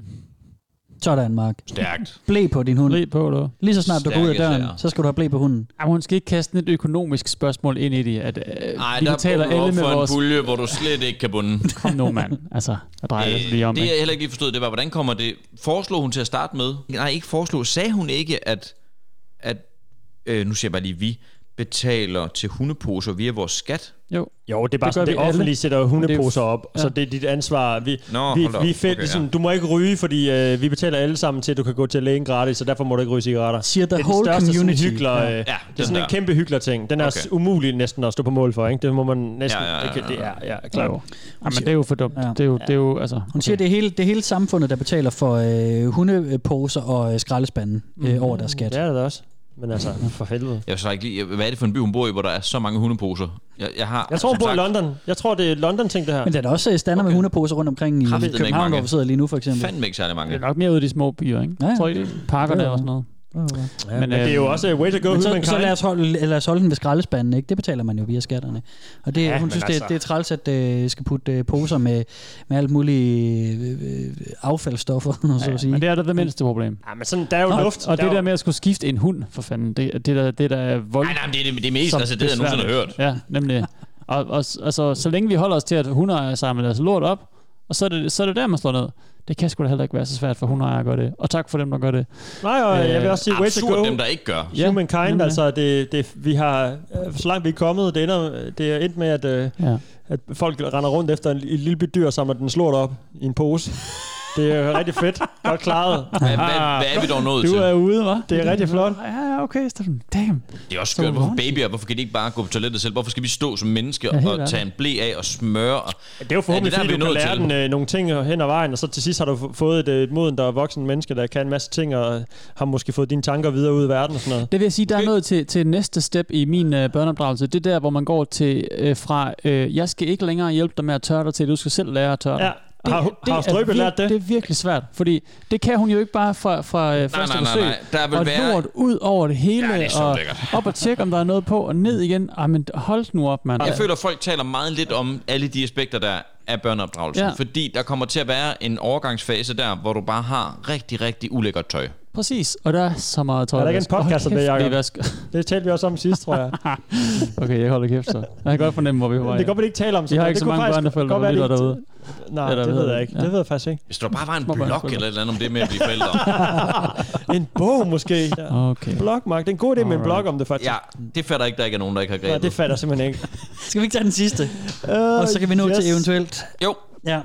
Sådan, Mark. Stærkt. Blæ på din hund. Blæ på, du. Lige så snart du går ud af Stærke døren, sager. så skal du have blæ på hunden. Ej, hun skal ikke kaste et økonomisk spørgsmål ind i det, at øh, Nej, vi der betaler er alle med for vores... en pulje, hvor du slet ikke kan bunde. Kom nu, mand. Altså, hvad drejer det sig lige om? Det ikke? jeg heller ikke lige forstod, det var, hvordan kommer det... Foreslog hun til at starte med? Nej, ikke foreslog. Sagde hun ikke, at... at øh, nu siger jeg bare lige, vi betaler til hundeposer via vores skat? Jo. Jo, det er bare Det sådan, gør det vi alle. offentlige sætter hundeposer op, Ja. så det er dit ansvar. Vi, Nå, vi, hold da op. vi er fedt, Okay, ligesom, ja. du må ikke ryge, fordi øh, vi betaler alle sammen til, at du kan gå til lægen gratis, så derfor må du ikke ryge cigaretter. Siger the det er den whole største sådan community. Hykler, øh, Ja. ja, Ja, det er den sådan der. en kæmpe hykler ting. Den er Okay. okay. umulig næsten at stå på mål for, ikke? Det må man næsten Ja, ja, ja, ikke. Det er, ja, klart. Jo. Jamen, det er jo for dumt. Ja. Det er jo, det er jo altså... Hun siger, det er hele, det er hele samfundet, der betaler for øh, hundeposer og øh, skraldespanden øh, over deres skat. Det er det da også. Men altså, for helvede. Jeg så ikke lige, hvad er det for en by, hun bor i, hvor der er så mange hundeposer? Jeg, jeg, har, Jeg tror, hun som bor i sagt, London. Jeg tror, det er London-ting, det her. Men der er da også stander okay. med hundeposer rundt omkring i Kraftedeme ikke København, mange. hvor vi sidder lige nu, for eksempel. Fandme ikke særlig mange. Det er nok mere ude i de små byer, ikke? Ja, ja. Jeg tror ikke, parkerne Jo, jo. og sådan noget. Ja, men, men det er jo også uh, way to go, men så, humankind. så lad os, holde, lad os holde den ved skraldespanden, ikke? Det betaler man jo via skatterne. Og det, Ja, hun men synes, altså- det, det er træls, at øh, skal putte øh, poser med, med alt mulige øh, øh, affaldsstoffer, så at sige. Men det er da det mindste problem. Ja, men sådan, der er jo og, luft. Og der det er der jo- med at skulle skifte en hund, for fanden, det, det, der, det der er vold. Nej, nej, men det er det, det mest, som altså det, jeg nogensinde har hørt. Ja, nemlig. Og, og altså, så længe vi holder os til, at hundeejere samler deres lort op, og så er, det, så er det der, man slår ned. Det kan sgu da heller ikke være så svært for hundeejere at gøre det. Og tak for dem, der gør det. Nej, og jeg vil også sige, way to Absurd go. dem, der ikke gør. Ja, Humankind, nemlig. altså, det, det, vi har, øh, så langt vi er kommet, det, ender, det er endt med, at, øh, Ja. at folk render rundt efter en, et lille bit dyr og samler den slort op i en pose. Det er jo rigtig fedt. Godt klaret. Hvad, hvad, hvad er vi dog nået Du til? er ude, hva'? Det er rigtig flot. Ja, okay, Steffen. Damn. Det er også skørt. Hvorfor babyer? Hvorfor kan de ikke bare gå på toilettet selv? Hvorfor skal vi stå som mennesker Ja, helt og ærligt. tage en blæ af og smøre? Og... Det er jo forhåbentlig, Ja, det er der, fordi vi er du kan nået lære til. den øh, nogle ting hen ad vejen, og så til sidst har du f- fået et, et modent og voksen menneske, der kan en masse ting, og har måske fået dine tanker videre ud i verden og sådan noget. Det vil jeg sige, der er noget til, til næste step i min øh, børneopdragelse. Det er der, hvor man går til øh, fra, øh, jeg skal ikke længere hjælpe dig med at tørre dig til, du skal selv lære at tørre dig. Ja. Har- har Strøbe er lært det? Det er virkelig svært, fordi det kan hun jo ikke bare fra, fra øh, første nej, nej, besøg. nej. Der vil og være- lort ud over det hele, Ja, det er så og lækkert. op og tjekke, om der er noget på, og ned igen. Ej, men hold nu op, mand. Jeg føler, at folk taler meget lidt om alle de aspekter, der er børneopdragelsen. Ja. Fordi der kommer til at være en overgangsfase der, hvor du bare har rigtig, rigtig ulækkert tøj. Præcis, og der er så meget tøj. Er der ikke en podcast om det, Jacob? Jacob? Det talte vi også om sidst, tror jeg. Okay, jeg holder kæft så. Jeg kan godt fornemme, hvor vi er på vej. Det kan godt, vi ikke taler om Vi har noget. ikke Det så kunne mange faktisk børneforældre, godt der være, lytter det- derude. Nej, Eller det hvad ved hedder jeg det? ikke. Ja. Det ved jeg faktisk ikke. Hvis der bare var en Små blog børneforældre. eller et eller andet om det med at blive forældre. En bog måske. Ja. Okay. Blog, Mark. Det er en god idé med en blog om det, faktisk. Ja, det fatter ikke, der ikke er nogen, der ikke har grebet. Nej, det fatter jeg simpelthen ikke. Skal vi ikke tage den sidste? Uh, Og så kan vi nå yes. til eventuelt... Jo. Ja.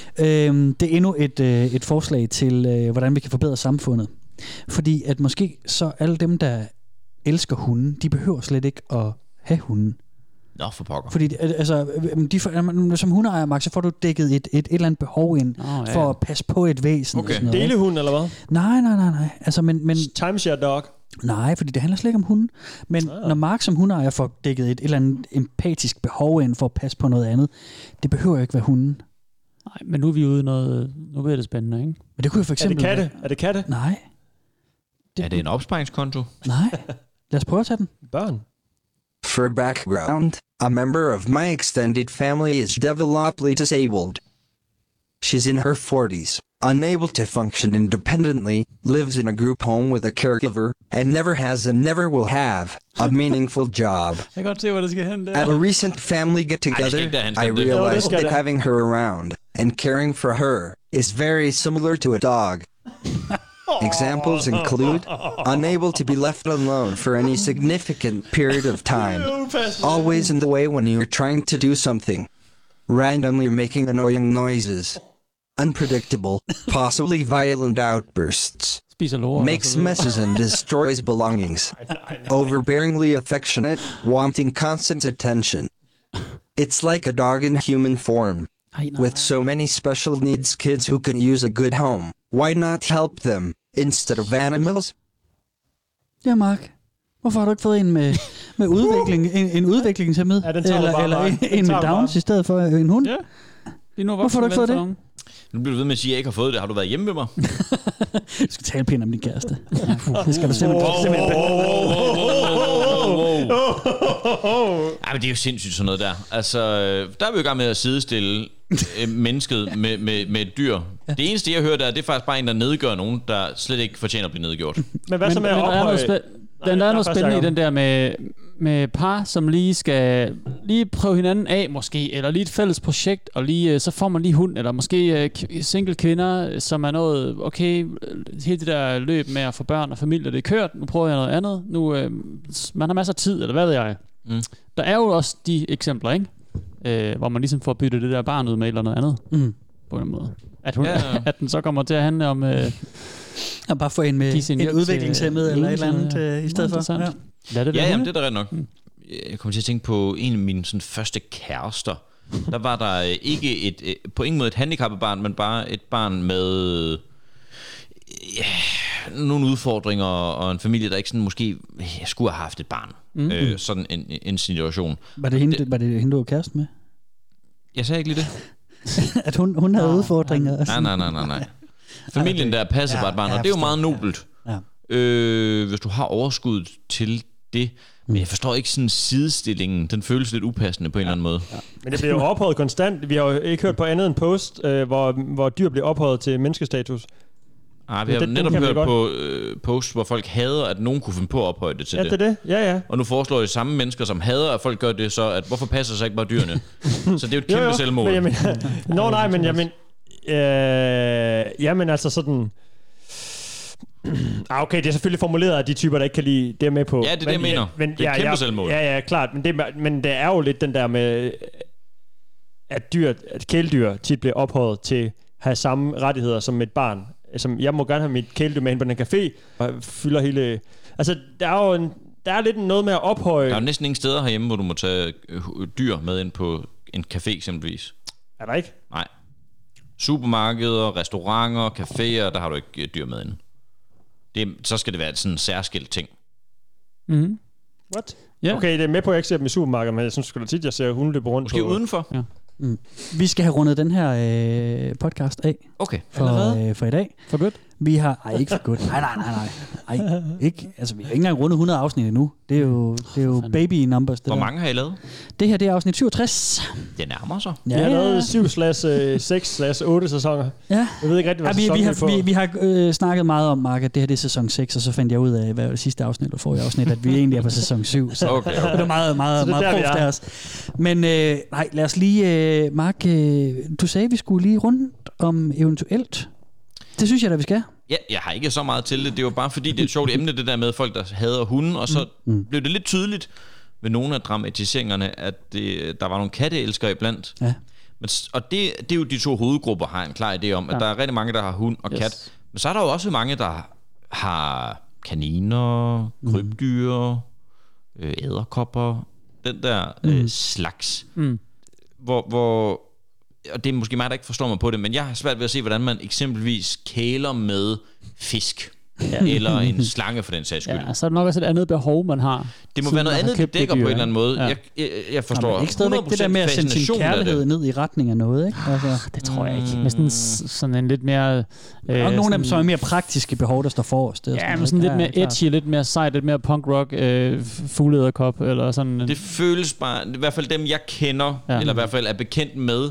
Øhm, det er endnu et, øh, et forslag til, øh, hvordan vi kan forbedre samfundet. Fordi at måske så alle dem, der elsker hunden, de behøver slet ikke at have hunden. Nå, for pokker. Fordi øh, altså, øh, de får, som hundeejer, Mark, så får du dækket et, et, et eller andet behov ind Nå, ja. for at passe på et væsen. Okay. Og sådan noget, ikke? Delehund, eller hvad? Nej, nej, nej, nej. Altså, men, men, Timeshare dog. nej, fordi det handler slet ikke om hunden. Men Ah. når Mark som hundeejer får dækket et, et eller andet empatisk behov ind for at passe på noget andet, det behøver jo ikke være hunden. Nej, men nu er vi ude i noget... Nu bliver det spændende, ikke? Men det kunne jo for Er det eksempel... katte? Er det katte? Nej, Er det en opsparingskonto? nej. Lad os prøve at tage den. Børn. For background, a member of my extended family is developmentally disabled. She's in her forties, unable to function independently, lives in a group home with a caregiver, and never has and never will have a meaningful job. Jeg kan godt se, hvor det skal hen der. At a recent family get Ej, det skal together, ikke derhen, I skal det? Jo, det realized skal that det. having her around and caring for her is very similar to a dog. Examples include unable to be left alone for any significant period of time, always in the way when you're trying to do something, randomly making annoying noises, unpredictable, possibly violent outbursts, Spiser lort. makes messes and destroys belongings, overbearingly affectionate, wanting constant attention. It's like a dog in human form, With so many special needs kids who can use a good home, why not help them instead of animals? Ja, Mark. Hvorfor har du ikke fået en med, med udvikling, en, en udviklingshemmet? Ja, den tager du eller bare, eller Mark. en, Den en med tager du Downs bare. i stedet for en hund? Ja. Lige nu Hvorfor har du ikke fået det? Nu bliver du ved med at sige, at jeg ikke har fået det. Har du været hjemme ved mig? Du skal tale pænt om din kæreste. Ja, det skal du simpelthen. simpelthen. Ej, men det er jo sindssygt sådan noget der. Altså, der er vi jo i gang med at sidestille øh, mennesket med, med, med et dyr. Det eneste, jeg hører der, det er faktisk bare en, der nedgør nogen, der slet ikke fortjener at blive nedgjort. Men hvad så med at der er noget, ophøje? spæ- den, der er noget spændende i den der med, med par, som lige skal lige prøve hinanden af måske, eller lige et fælles projekt, og lige, så får man lige hund, eller måske single kvinder, som er noget, okay, hele det der løb med at få børn og familie, det er kørt, nu prøver jeg noget andet, nu, øh, man har masser af tid, eller hvad ved jeg. Mm. Der er jo også de eksempler, ikke? Øh, hvor man ligesom får byttet det der barn ud med eller noget andet, mm. på en måde. At, hun, Ja. at den så kommer til at handle om... Øh, og bare få en med en udviklingshemmet eller et eller andet øh, i stedet for. Ja. Lad det Ja, være jamen, hun, det er da ret nok. Jeg kommer til at tænke på en af mine sådan, første kærester. Der var der øh, ikke et, øh, på ingen måde et handicappet barn, men bare et barn med ja, nogle udfordringer og en familie, der ikke sådan måske jeg skulle have haft et barn. Mm. Øh, sådan en, en situation. Var det hende, det, var det hende du var kæreste med? Jeg sagde ikke lige det. At hun, hun havde udfordringer? Nej, nej, nej, nej, nej. Familien der passer Ja, bare et barn, ja, og det er jo forstår. meget nobelt. Ja. Øh, hvis du har overskud til det. Men jeg forstår ikke sådan sidestillingen. Den føles lidt upassende på en eller anden måde. Ja. Men det bliver jo ophøjet konstant. Vi har jo ikke hørt på andet end post, øh, hvor, hvor dyr bliver ophøjet til menneskestatus. Ah, vi har det, netop den hørt godt. på øh, post, hvor folk hader, at nogen kunne finde på at ophøje det til Ja, det. det er det. Ja, ja. Og nu foreslår de samme mennesker, som hader, at folk gør det, så at hvorfor passer så ikke bare dyrene? Så det er jo et kæmpe jo, jo. selvmål. Men, jamen, Nå nej, men jamen, øh, jamen altså sådan... Ah, okay, det er selvfølgelig formuleret af de typer, der ikke kan lide det er med på. Ja, det er det, jeg mener. Det er et kæmpe ja, selvmål. Ja, ja, klart. Men det, men det er jo lidt den der med, at, dyr, at kæledyr tit bliver ophøjet til at have samme rettigheder som et barn. Som, jeg må gerne have mit kæledyr med hen på en café, og fylder hele... Altså, der er jo en, der er lidt noget med at ophøje... Der er jo næsten ingen steder herhjemme, hvor du må tage øh, dyr med ind på en café eksempelvis. Er der ikke? Nej. Supermarkeder, restauranter, caféer, der har du ikke øh, dyr med ind. Det, så skal det være sådan en særskilt ting. Mm-hmm. What? Ja. Okay, det er med på, at jeg ikke ser dem i supermarkedet, men jeg synes sgu da tit, jeg ser hunde løbe rundt. Måske på, udenfor. Ja. Mm. Vi skal have rundet den her øh, podcast af. Okay. For, øh, for i dag. For godt? Vi har... Ej, ikke for godt. Nej, nej, nej, nej. Ej, ikke. Altså, vi har ikke engang rundet hundrede afsnit endnu. Det er jo, det er jo baby numbers. Det Hvor der. mange har I lavet? Det her, det er afsnit syvogtres. Det nærmer sig. Ja, vi har lavet syv slash seks slash otte sæsoner. Ja. Jeg ved ikke rigtig, hvad Ja, vi, sæson vi vi har, er på. vi, vi har øh, snakket meget om, Mark, at det her det er sæson seks, og så fandt jeg ud af, hvad var det sidste afsnit og forrige afsnit, at vi egentlig er på sæson syv. Så Okay, okay. det er meget, meget, Så det er meget der, vi proft er. af os. Men øh, nej, lad os lige... Øh, Mark, øh, du sagde, at vi skulle lige rundt om eventuelt. Det synes jeg da, vi skal. Ja, jeg har ikke så meget til det. Det var bare fordi, det er et sjovt emne, det der med folk, der hader hunde. Og så mm. Mm. blev det lidt tydeligt ved nogle af dramatiseringerne, at det, der var nogle katteelskere iblandt. Ja. Men, og det, det er jo de to hovedgrupper, har en klar idé om, at Ja. der er rigtig mange, der har hund og Yes. kat. Men så er der jo også mange, der har kaniner, krybdyr, øh, æderkopper, den der øh, Mm. slags. Mm. Hvor, hvor, og det er måske mig, der ikke forstår mig på det, men jeg har svært ved at se, hvordan man eksempelvis kæler med fisk. Ja. Eller en slange for den sags skyld. Ja, så er det nok også et andet behov, man har. Det må siden være man noget har andet, købt det dækker det på dyr, en eller anden måde. ja. Jeg, jeg, jeg forstår Nå, men ikke stadigvæk det der med at sende sin fascinationen af kærlighed det. ned i retning af noget, ikke? Altså, Det tror jeg ikke. Med sådan, sådan en lidt mere... Øh, der er nogle af dem, sådan- som er mere praktiske behov, der står forrest. Det er Ja, men sådan lidt mere klart. edgy, lidt mere sejt, lidt mere punk rock, øh, fuglederkop, eller sådan. Det føles bare, i hvert fald dem, jeg kender, Ja. ja. eller i hvert fald er bekendt med,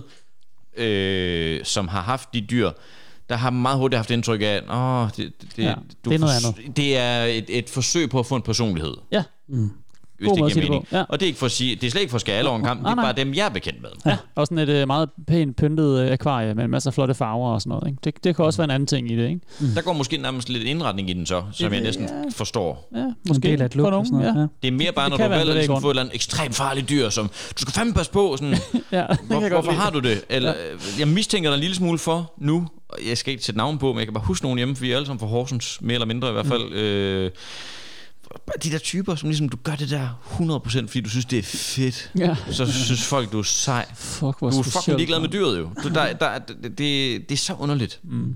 øh, som har haft de dyr, der har meget hurtigt haft indtryk af, åh, det, det, Ja, du det er noget fors- andet. det er et, et forsøg på at få en personlighed. Ja. Mm. Hvis God det måde at giver sige det mening. på. Ja. Og det er, ikke for at sige, det er slet ikke for at skære alle over en kamp, det Nej, er nej. bare dem, jeg er bekendt med. Ja, og sådan et øh, meget pænt pyntet øh, akvarie med en masse flotte farver og sådan noget. Ikke? Det, det kan også være en anden ting i det, ikke? Mm. Der går måske nærmest lidt indretning i den så, som jeg næsten ja. forstår. Ja, En måske del af et look for og sådan nogen, noget. ja. Ja. Det er mere bare, det når kan du være en valger bevæggrund. ligesom, få et eller andet ekstremt farligt dyr, som du skal fandme passe på. Sådan, Ja, det kan Hvor, jeg godt hvorfor lide. har du det? Eller, ja. Jeg mistænker dig en lille smule for nu, og jeg skal ikke sætte navn på, men jeg kan bare huske nogen hjemme, for vi er alle sammen fra Horsens, mere eller mindre i hvert fald. Mm. Øh, de der typer, som ligesom, du gør det der hundrede procent, fordi du synes, det er fedt. Ja. Så synes folk, du er sej. Fuck, hvor du er specielt, fucking ligeglad med dyret jo. Du, der, der, det, det er så underligt. Mm.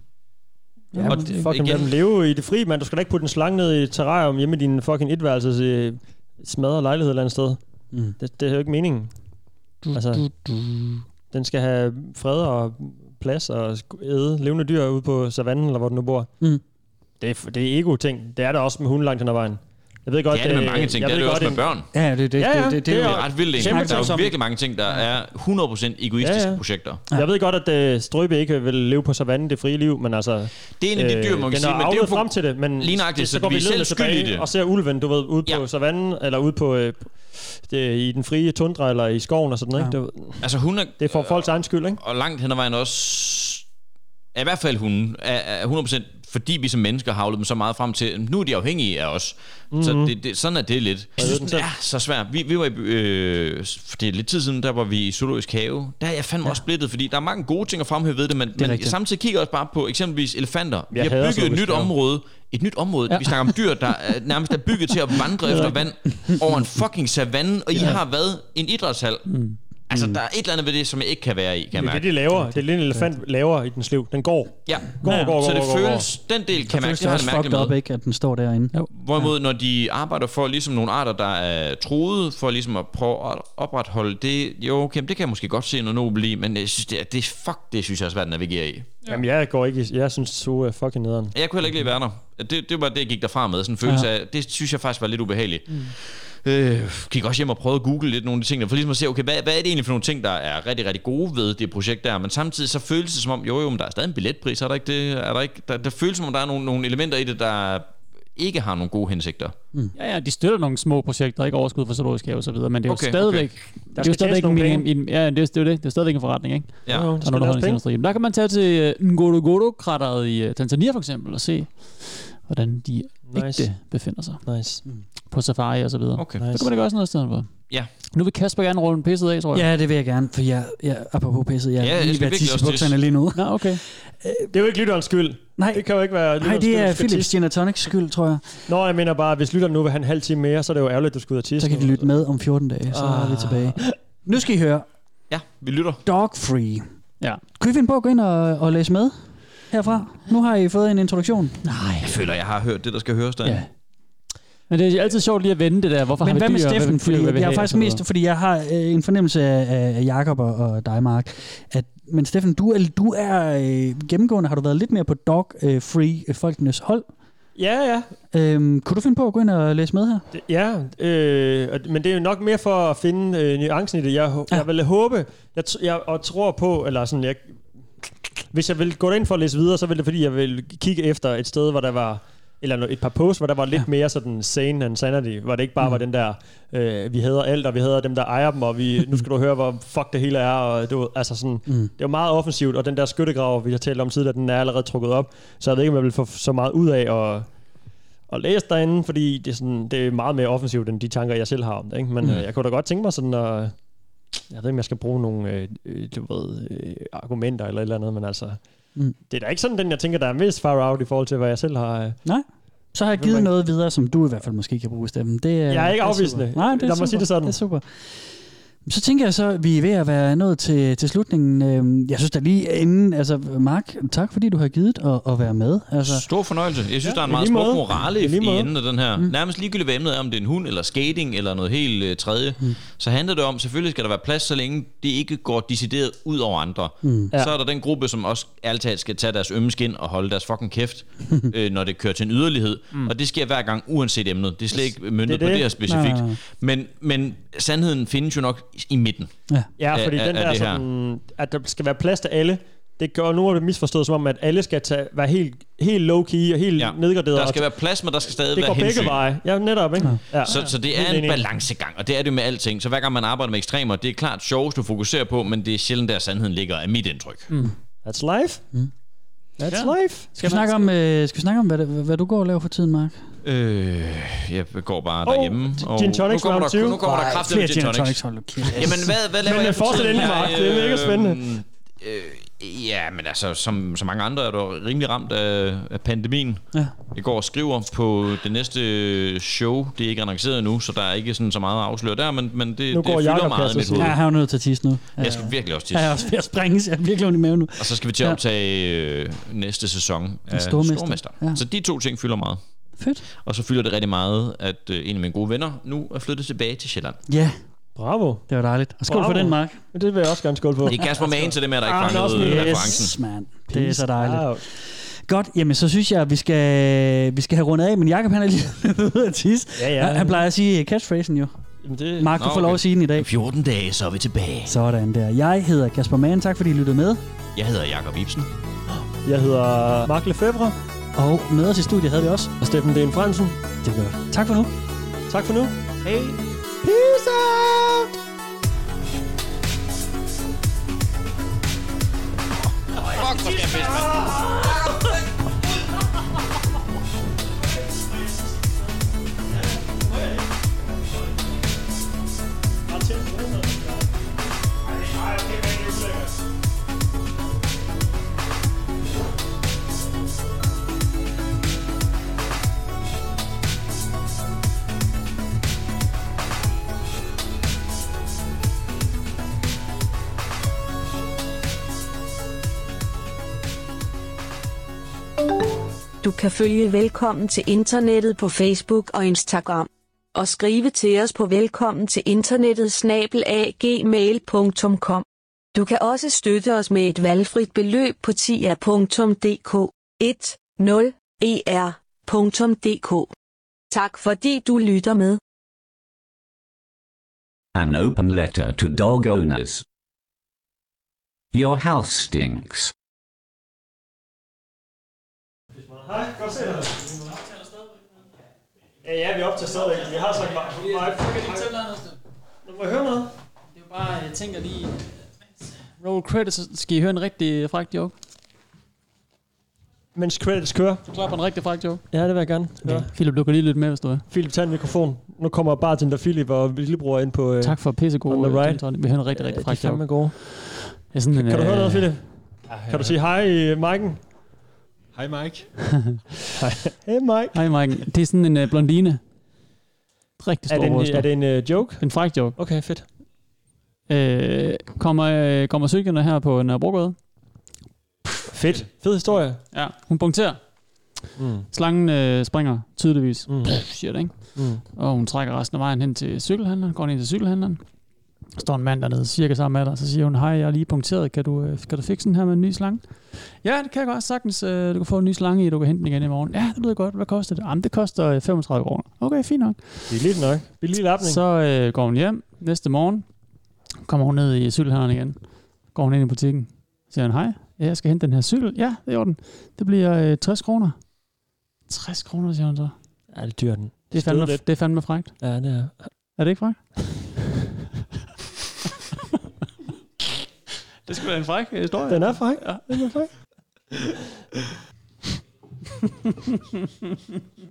Ja, og det, fucking lad dem leve i det fri, man. Du skal da ikke putte en slange ned i et terrarium hjemme i din fucking etværelses øh, smadret lejlighed et eller andet sted. Mm. Det, det er jo ikke meningen. Altså, du, du. Den skal have fred og plads og æde levende dyr ude på savannen, eller hvor den nu bor. Mm. Det er, det er ego-ting. Det er der også med hunde langt hen ad vejen. Jeg ved godt, det er det med mange ting. Det er det også med børn. Ja, det, det, ja, ja, det, det, det, det det er ret vildt. Der er jo virkelig mange ting, der er hundrede procent egoistiske ja, ja. projekter. Ja. Jeg ved godt, at uh, strøbe ikke vil leve på savannen, det frie liv, men altså... Det er en af de dyr, man kan sige, men det er jo frem til det, men lige nøjagtigt, så går vi, vi selv skyld i det. Og ser ulven, du ved, ude ja. på savannen, eller ude på... Øh, det, i den frie tundra, eller i skoven og sådan noget. Ja. Det, altså, hun er, det er for folks egen skyld, ikke? Og langt hen ad vejen også... I hvert fald hun er hundrede procent, fordi vi som mennesker har avlet dem så meget frem til, nu er de afhængige af os. Mm-hmm. Så det, det, sådan er det lidt. Jeg synes, det er så svært. Vi, vi var i, øh, for det er lidt tid siden, der var vi i Zoologisk Have. Der er jeg fandme ja. også splittet, fordi der er mange gode ting at fremhæve ved det, men, det men samtidig kigger jeg også bare på eksempelvis elefanter. Vi jeg har bygget et nyt område. Et nyt område. Ja. Vi snakker om dyr, der er nærmest er bygget til at vandre efter vand over en fucking savanne, og I ja. har været en idrætshal. Mm. Altså, mm. der er et eller andet ved det, som jeg ikke kan være i, kan jeg mærke. Det er det, de laver. Det er lidt en elefant laver i dens liv. Den går. Ja. Går, ja. går, går, så det går, føles, går. den del kan jeg mærke, det har det mærkeligt med. Ikke, at den står derinde. Jo. Hvorimod, når de arbejder for ligesom nogle arter, der er truet, for ligesom at prøve at opretholde det, jo, okay, det kan jeg måske godt se noget nobel i, men jeg synes, det er, det, fuck, det synes jeg er svært at navigere i. Ja. Jamen, jeg går ikke, jeg synes, så er fucking nederen. Jeg kunne heller ikke lide være der. Det, det var det, jeg gik derfra med. Sådan en følelse ja. af, det synes jeg faktisk var lidt ubehageligt. Mm. Øh, gik også hjem og prøvede at google lidt nogle af de ting der, for ligesom at se, okay, hvad, hvad er det egentlig for nogle ting, der er rigtig, rigtig gode ved det projekt der, men samtidig så føles det som om, jo jo, men der er stadig en billetpris, er der ikke det? Er der ikke? Der, der føles som om, der er nogle, nogle elementer i det, der ikke har nogle gode hensigter. Mm. Ja, ja, de støtter nogle små projekter, ikke overskud for Zoologisk Have og så videre, men det er okay, jo stadigvæk, okay. det er jo stadigvæk en, en, en, ja, det er, det er det, det er stadigvæk en forretning, ikke? Ja. Jo, og noget der kan man tage til Ngorongoro-krateret i Tanzania for eksempel og se, hvordan de nice. ægte befinder sig. Nice. Mm. På safari og så videre. Okay. Så kan man da gøre sådan noget i stedet for. Ja. Nu vil Kasper gerne rulle en pisset af, tror jeg. Ja, det vil jeg gerne, for jeg, jeg apropos pisset, jeg ja, er lige ved at tisse i bukserne lige nu. Nå, okay. Det er jo ikke lytterens skyld. Nej. Det kan jo ikke være Nej, det er Philips Gin and Tonics skyld, tror jeg. Nå, jeg mener bare, hvis lytteren nu vil have en halv time mere, så er det jo ærgerligt, at du skal ud og tisse. Så kan de lytte med om fjorten dage, så ah. er vi tilbage. Nu skal I høre. Ja, vi lytter. Dog Free. Ja. Kan I finde på at gå ind og, og læse med herfra? Nu har I fået en introduktion. Nej, jeg føler, jeg har hørt det, der skal høres derinde. Ja. Men det er altid sjovt lige at vende det der. Hvorfor Men har hvad vi med dyr, Steffen? Fordi hvad, hvad jeg har faktisk mest, fordi jeg har øh, en fornemmelse af, af Jakob og, og dig, Mark. At, men Steffen, du er, du er øh, gennemgående, har du været lidt mere på dog-free øh, folkenes hold? Ja, ja. Øhm, kunne du finde på at gå ind og læse med her? Det, ja, øh, men det er jo nok mere for at finde øh, nuancen i det. Jeg, ja. jeg vil håbe, jeg, jeg og tror på, eller sådan, jeg, hvis jeg vil gå ind for at læse videre, så vil det fordi, jeg vil kigge efter et sted, hvor der var eller et par posts, hvor der var lidt ja. mere sådan sane and sanity, hvor det ikke bare mm. var den der, øh, vi hader alt, og vi hader dem, der ejer dem, og vi, nu skal du høre, hvor fuck det hele er, og det var, altså sådan, mm. det var meget offensivt, og den der skyttegrav, vi har talt om tidligere, den er allerede trukket op, så jeg ved ikke, om jeg vil få så meget ud af at, at læse derinde, fordi det er, sådan, det er meget mere offensivt, end de tanker, jeg selv har om det, ikke? Men mm. øh, jeg kunne da godt tænke mig sådan at, jeg ved ikke, om jeg skal bruge nogle øh, du ved, øh, argumenter eller et eller andet, men altså, mm. det er da ikke sådan den, jeg tænker, der er mest far out i forhold til, hvad jeg selv har. Øh, Nej. Så har jeg givet noget videre, som du i hvert fald måske kan bruge stemmen. Det er, jeg er ikke afvisende. Nej, det er Lad super. mig sige det sådan. Det er super. Så tænker jeg så, at vi er ved at være nået til, til slutningen. Jeg synes da lige inden, altså Mark, tak fordi du har givet at, at være med. Altså, stor fornøjelse. Jeg synes, ja, der er en meget smuk morale i, i enden af den her. Mm. Nærmest ligegyldigt, hvad emnet er, om det er en hund, eller skating, eller noget helt uh, tredje. Mm. Så handler det om, selvfølgelig skal der være plads, så længe det ikke går decideret ud over andre. Mm. Så er der den gruppe, som også altid skal tage deres ømme skin og holde deres fucking kæft, øh, når det kører til en yderlighed. Mm. Og det sker hver gang, uanset emnet. Det er slet ikke møntet det det. på det her specifikt. Nej, nej, nej. Men, men sandheden findes jo nok i midten. Ja, ja fordi af, den der sådan, at der skal være plads til alle, det gør nu er det misforstået som om, at alle skal tage, være helt, helt low-key og helt ja. nedgraderet. Der skal være plads, men der skal stadig det være hensyn. Det går begge veje. Ja, netop, ikke? Ja. Ja. Så, så det er en balancegang, og det er det med alting. Så hver gang man arbejder med ekstremer, det er klart sjovt, du fokuserer på, men det er sjældent, der sandheden ligger af mit indtryk. Mm. That's life. Mm. That's ja. life. Skal vi snakke om, øh, skal vi snakke om hvad, hvad du går og laver for tiden, Mark? Øh, jeg går bare derhjemme. Oh, gin tonics nu kommer der, nu kommer der kraftigt med gin tonics. tonics. Jamen, hvad, hvad laver men jeg for tiden? Men fortsæt endelig, Mark. Det er mega spændende. Øh, Ja, men altså, som så mange andre er du rimelig ramt af, af pandemien. Ja. Jeg går og skriver på det næste show. Det er ikke annonceret nu, så der er ikke sådan så meget at afsløre der, men, men det, det fylder meget i mit hoved. Ja, jeg har jo nødt til at tisse nu. Jeg skal virkelig også tisse. Ja, jeg er også ved at springe, så jeg er virkelig ondt i maven nu. Og så skal vi til at optage øh, næste sæson af Stormester. Stormester. Ja. Så de to ting fylder meget. Fedt. Og så fylder det rigtig meget, at øh, en af mine gode venner nu er flyttet tilbage til Sjælland. Ja. Bravo. Det var dejligt. Og skål Bravo. for den, Mark. Det vil jeg også gerne skål på. Det er Kasper Magen til dem, der ikke Ah, fangede også ud yes, referencen. Man. Det er så dejligt. Out. Godt, jamen så synes jeg, at vi skal, vi skal have rundet af, men Jakob han er lige ude at tisse. Ja, ja. Han, han plejer at sige catchphrasen jo. Det... Mark, du får lov at sige den i dag. fjorten dage, så er vi tilbage. Sådan der. Jeg hedder Kasper Mann. Tak fordi I lyttede med. Jeg hedder Jakob Ibsen. Jeg hedder Mark Lefebvre. Og med os i studiet havde vi også og Steffen Den Fransen. Det er godt. Tak for nu. Tak for nu. Hej. Peace out. Fuck, så skal jeg pisse, mand. Du kan følge Velkommen til Internettet på Facebook og Instagram. Og skrive til os på velkommen til internettet snabel-a gmail punktum com. Du kan også støtte os med et valgfrit beløb på tia punktum d k ti punktum er punktum d k. Tak fordi du lytter med. An open letter to dog owners. Your house stinks. Hej, godt se dig. Ja, ja, vi er optaget stadigvæk. Vi har sagt bare... Må jeg høre noget? Det er jo bare, jeg tænker lige... Roll credits, skal I høre en rigtig fræk joke? Mens credits kører. Du klapper en rigtig fræk joke? Ja, det vil jeg gerne. Ja. Philip, du kan lige lidt med, hvis du er. Philip, tag en mikrofon. Nu kommer bartender Philip og lillebror ind på... Uh, tak for pissegod. Right. Vi hører en rigtig, rigtig fræk joke. De er gode. Ja, sådan kan, en, kan du høre noget, Philip? Ja, kan du sige hej i mic'en? Hej Mike. Hej Mike. Hej Mike. Det er sådan en uh, blondine. Rigtig stor er det en, ryster. er det en uh, joke? En fræk joke. Okay, fedt. Øh, kommer, øh, kommer cyklerne her på Nørrebrogade. Fedt. Fed historie. Ja, hun punkterer. Mm. Slangen øh, springer tydeligvis. Mm. Pff, shit, ikke? Mm. Og hun trækker resten af vejen hen til cykelhandleren. Går ind til cykelhandleren. Der står en mand dernede, cirka sammen med dig. Så siger hun, hej, jeg er lige punkteret. Kan du, øh, kan du fikse den her med en ny slange? Ja, det kan jeg godt sagtens. Øh, du kan få en ny slange i, du kan hente den igen i morgen. Ja, det lyder godt. Hvad koster det? Jamen, det koster femogtredive kroner. Okay, fint nok. Billigt nok. Billig lapning. Så øh, går hun hjem. Næste morgen kommer hun ned i cykelhandleren igen. Går hun ind i butikken. Siger hun, hej, ja, jeg skal hente den her cykel. Ja, det er den. Det bliver øh, tres kroner. tres kroner, siger hun så. Ja, det dyrer den. Det er fandme, det er fandme frækt. Ja, det er. Er det ikke frækt? Det skal være en fræk historie. Den er fræk. Ja. Den er fræk.